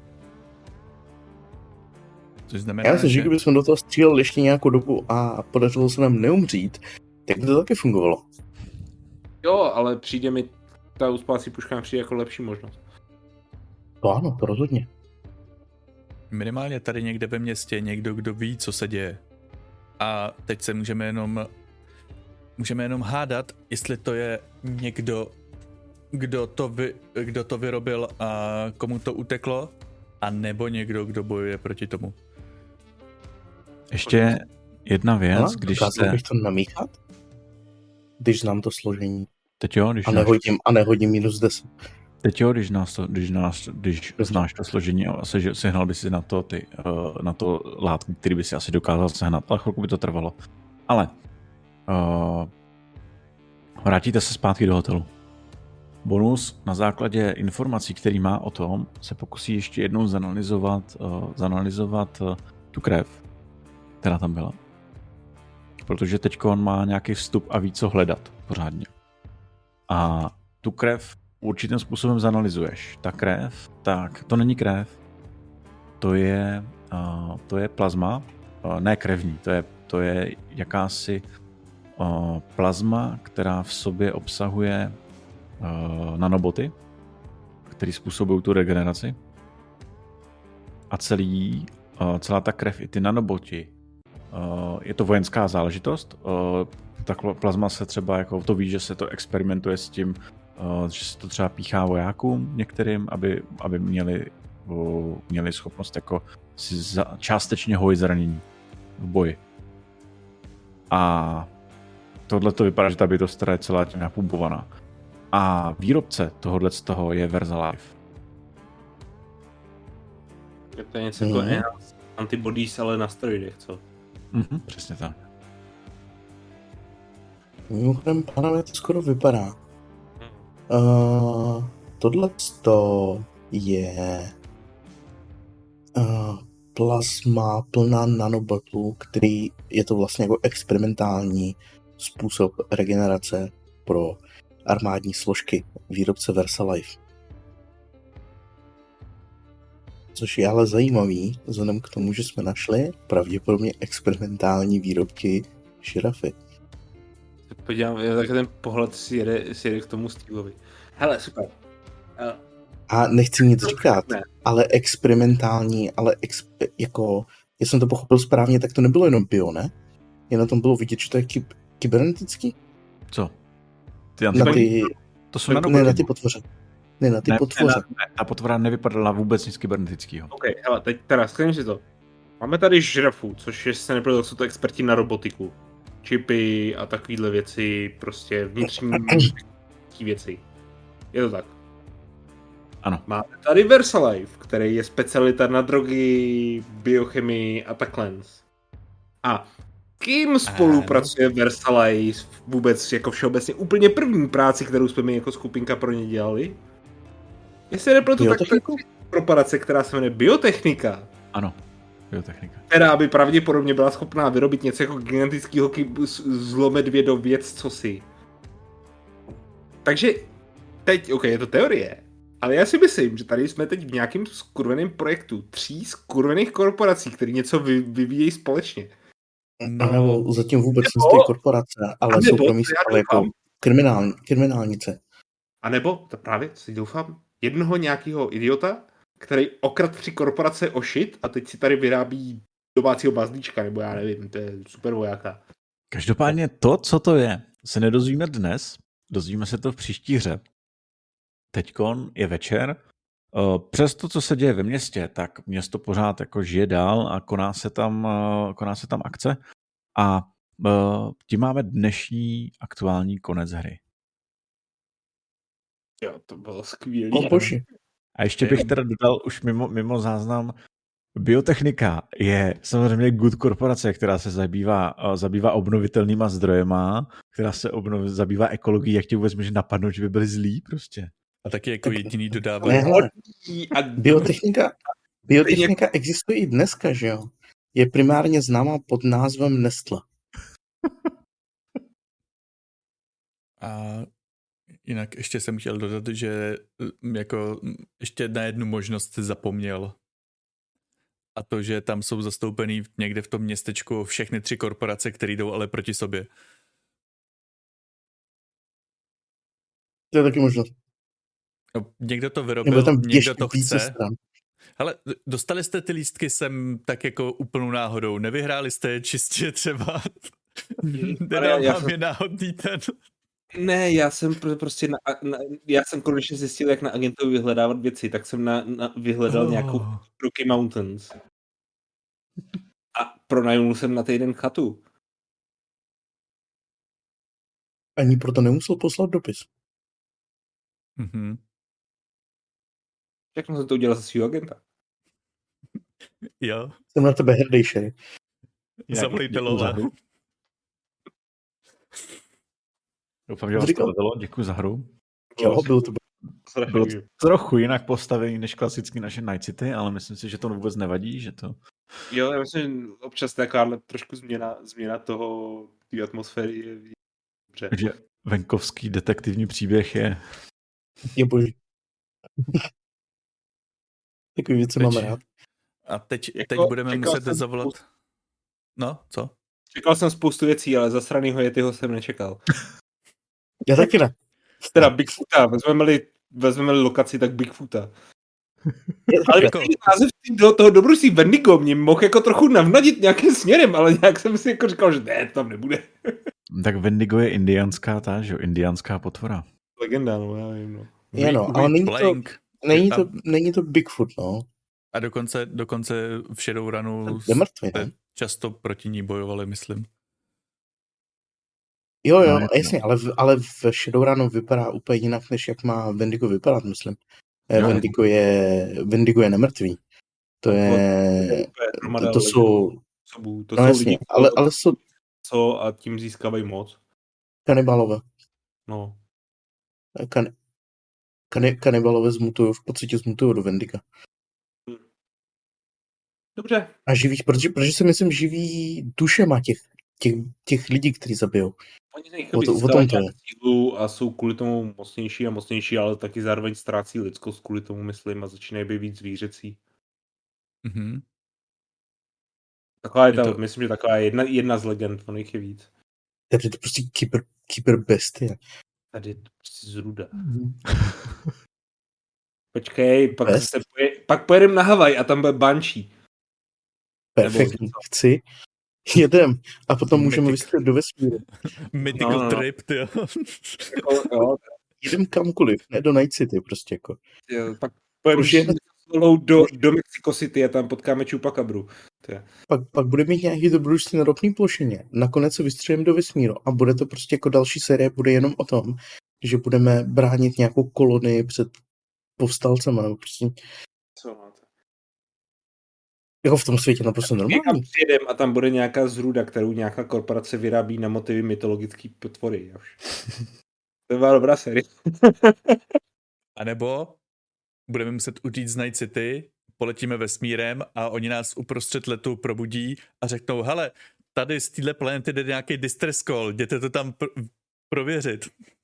Což znamená, já myslím, že kdybychom do toho stříleli ještě nějakou dobu a podařilo se nám neumřít, tak by to taky fungovalo. Jo, ale přijde mi, ta uspávací puška přijde jako lepší možnost. To ano, to rozhodně. Minimálně tady někde ve městě někdo, kdo ví, co se děje. A teď se můžeme jenom hádat, jestli to je někdo, kdo to vyrobil a komu to uteklo, a nebo někdo, kdo bojuje proti tomu. Ještě jedna věc, když se... bych to namíchat? Když znám to složení. Teď jo, a nehodím minus 10. Teď jo, když znáš to složení a sehnal by si na to látku, který by si asi dokázal sehnat, ale chvilku by to trvalo. Ale vrátíte se zpátky do hotelu. Bonus na základě informací, který má o tom, se pokusí ještě jednou zanalizovat tu krev, která tam byla. Protože teďko on má nějaký vstup a ví, co hledat pořádně. A tu krev určitým způsobem zanalizuješ. Ta krev, tak to není krev, to je plazma, ne krevní, to je jakási plazma, která v sobě obsahuje nanoboty, které způsobují tu regeneraci. A celá ta krev i ty nanoboti, je to vojenská záležitost. Ta plazma se třeba, jako to ví, že se to experimentuje s tím, že se to třeba píchá vojákům některým, aby měli schopnost jako si částečně hojit zranění v boji. A tohle to vypadá, že ta bytost je celá tím napumpovaná. A výrobce tohohle z toho je Versalife. To je něco jako antibodies, ale na steroidech, co? Přesně tak. Mimochodem, pánové, to skoro vypadá. Tohle je plazma plná nanobotů, který je to vlastně jako experimentální způsob regenerace pro armádní složky výrobce Versalife. Což je ale zajímavý, vzhledem k tomu, že jsme našli pravděpodobně experimentální výrobky žirafy. Podívám, tak ten pohled si jede k tomu Steveovi. Hele, super. A nechci nic říkat, ale experimentální, jako, já jsem to pochopil správně, tak to nebylo jenom bio, ne? Jen na tom bylo vidět, že to je kybernetický? Co? To jsou na ty potvoře. Ne, na ty potvoře. Ne, ta potvora nevypadala vůbec nic kybernetického. OK, hele, teď teda sklidím si to. Máme tady žirafu, což je, se neprodal, jsou to experti na robotiku. Čipy a takovýhle věci, prostě vnitřní věci. Je to tak? Ano. Máme tady Versalife, který je specialita na drogy, biochemii a takhle. A kým spolupracuje Versalife vůbec jako všeobecně úplně první práci, kterou jsme my jako skupinka pro ně dělali? Jestli nepletu, tak to je korporace, která se jmenuje Biotechnika. Ano, Biotechnika. Která by pravděpodobně byla schopná vyrobit něco jako genetického zlomedvědověc, cosi. Takže teď, OK, je to teorie, ale já si myslím, že tady jsme teď v nějakém skurveném projektu 3 skurvených korporací, které něco vyvíjejí společně. No, zatím vůbec nejsou korporace, ale soukromí stále jako kriminálnice. A nebo, to právě si doufám, jednoho nějakého idiota, který okradl 3 korporace o shit a teď si tady vyrábí domácího bazlíčka, nebo já nevím, to je super vojáka. Každopádně to, co to je, se nedozvíme dnes, dozvíme se to v příští hře. Teďkon je večer, přes to, co se děje ve městě, tak město pořád jako žije dál a koná se tam akce a tím máme dnešní aktuální konec hry. Jo, to bylo skvělý. A ještě bych teda dodal už mimo záznam, Biotechnika je samozřejmě good korporace, která se zabývá obnovitelnýma zdrojema, která se zabývá ekologií, jak tě vůbec může napadnout, že by byli zlí prostě. A taky jako jediný dodává. Biotechnika existuje i dneska, že jo? Je primárně známá pod názvem Nestle. A jinak ještě jsem chtěl dodat, že jako ještě na jednu možnost si zapomněl. A to, že tam jsou zastoupený někde v tom městečku všechny 3 korporace, které jdou ale proti sobě. To je taky možnost. No, někdo to vyrobil, někdo to chce. Stran. Ale dostali jste ty lístky sem tak jako úplnou náhodou. Nevyhráli jste je čistě třeba. Nedávám je náhodný ten. Ne, já jsem prostě já jsem konečně zjistil, jak na agentovi vyhledávat věci, tak jsem vyhledal nějakou Rocky Mountains. A pronajmul jsem na týden chatu. Ani proto nemusel poslat dopis. Mhm. Jak jsem to udělal ze svýho agenta? Jo. Jsem na tebe hrdý, Sherry. Zavolejte Lola. Doufám, že vás to bavilo. Děkuji za hru. Jo, bylo trochu jinak postavený než klasicky naše Night City, ale myslím si, že to vůbec nevadí, že to... Jo, já myslím, že občas taková trošku změna toho, té atmosféry je dobře. Takže venkovský detektivní příběh je boží. Takový věci mám rád. A teď budeme muset zavolat... No, co? Čekal jsem spoustu věcí, ale zasranýho Yetiho jsem nečekal. Já taky ne. Teda Bigfoota, vezmeme-li lokaci, tak Bigfoota. Ale jako... název toho dobrodružství Wendigo mě mohl jako trochu navnadit nějakým směrem, ale nějak jsem si jako říkal, že ne, to tam nebude. Tak Wendigo je indiánská potvora. Legenda, no, já vím, no. Ale není to Bigfoot, no. A dokonce v Shadowrunu je mrtvý, ne? často proti ní bojovali, myslím. Jo, No, jasně, ale v Shadowrunu vypadá úplně jinak, než jak má Wendigo vypadat, myslím. Jo. Wendigo je nemrtvý. To jsou... To No jsou jasně, lidi, ale jsou co a tím získávají moc. kanibalové. No. Kanibalové v podstatě zmutují do Wendiga. Dobře. A živí, protože si myslím, živí dušema těch lidí, kteří zabijou. Oni O tom to je. sílu a jsou kvůli tomu mocnější, ale taky zároveň ztrácí lidskost kvůli tomu, myslím, a začínají být víc zvířecí. Mhm. Taková je ta, myslím, že taková je jedna z legend, ono jich je víc. Tady je to prostě kyberbestie. Tady je to prostě zruda. Počkej, pak pojedeme na Havaj a tam bude Banshee. Perfektní, chci. Jedem a potom můžeme vystřelit do vesmíru. Mythical trip, tyjo. Jedem kamkoliv, ne do Night City prostě jako. Pak pojedeme do Mexico City a tam potkáme Chupacabru. Pak bude mít nějaký dobrodružství na ropný plošině. Nakonec se vystřelíme do vesmíru a bude to prostě jako další série, bude jenom o tom, že budeme bránit nějakou kolonii před povstalcema. Prostě... Co máte? Jako v tom světě naprosto normální. Přijedem a tam bude nějaká zrůda, kterou nějaká korporace vyrábí na motivy mytologický potvory. To byla dobrá série. A nebo budeme muset utíct z Night City, poletíme vesmírem a oni nás uprostřed letu probudí a řeknou, hele, tady z téhle planety jde nějaký distress call, jděte to tam prověřit.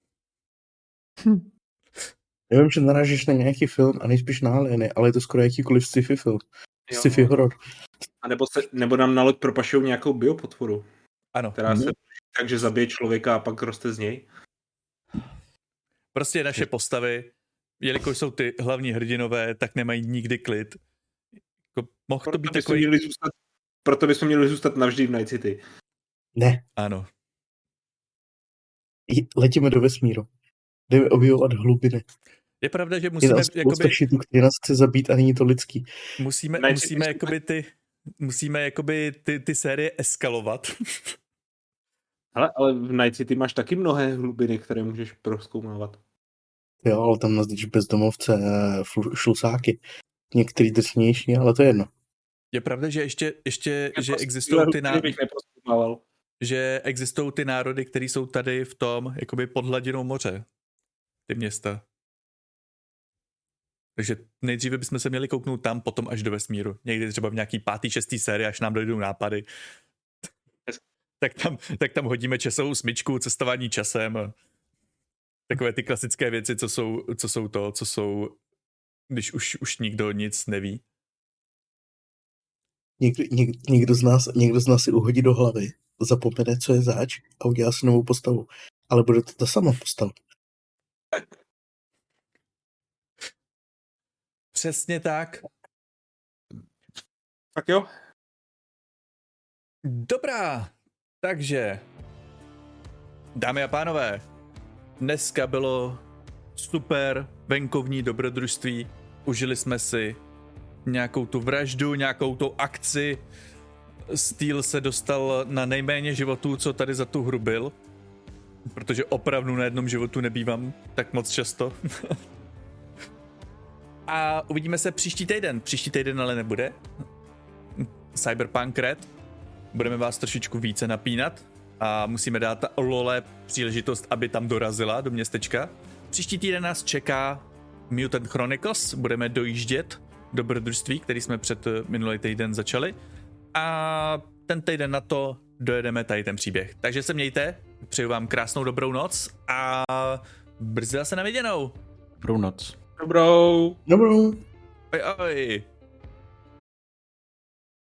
Já vím, že narážíš na nějaký film a nejspíš na alieny, ale je to skoro jakýkoliv sci-fi film. Sci-fi horor. A nebo nám na loď propašou nějakou biopotvoru. Ano. Která se takže zabije člověka a pak roste z něj. Prostě naše postavy, jelikož jsou ty hlavní hrdinové, tak nemají nikdy klid. Mohl to být takový... Proto bychom měli zůstat navždy v Night City. Ne. Ano. Letíme do vesmíru. Jdeme objevovat hlubiny. Je pravda, že musíme... Jakoby... Šitu, který nás chce zabít a není to lidský. Musíme jakoby ty série eskalovat. Ale v Night City máš taky mnohé hlubiny, které můžeš prozkoumávat. Jo, ale tam nazdíš bezdomovce, šlusáky. Některý drsnější, ale to je jedno. Je pravda, že ještě že existují existují ty národy, které jsou tady v tom, jakoby pod hladinou moře. Ty města. Takže nejdříve bychom se měli kouknout tam, potom až do vesmíru. Někdy třeba v nějaký 5., 6. sérii, až nám dojdou nápady. tak tam hodíme časovou smyčku, cestování časem. Takové ty klasické věci, co jsou, když už nikdo nic neví. Někdo z nás si uhodí do hlavy, zapomene, co je zač a udělá si novou postavu. Ale bude to ta sama postava. Přesně tak. Tak jo. Dobrá, takže dámy a pánové, dneska bylo super venkovní dobrodružství, užili jsme si nějakou tu vraždu, nějakou tu akci, Steel se dostal na nejméně životů, co tady za tu hru byl, protože opravdu na jednom životu nebývám tak moc často. A uvidíme se příští týden ale nebude Cyberpunk Red. Budeme vás trošičku více napínat a musíme dát Lole příležitost, aby tam dorazila do městečka. Příští týden nás čeká Mutant Chronicles, budeme dojíždět dobrodružství, který jsme před minulý týden začali, a ten týden na to dojedeme tady ten příběh. Takže se mějte, přeju vám krásnou dobrou noc a brzy zase na viděnou. Dobrou noc. Dobrou. Dobrou. Ahoj.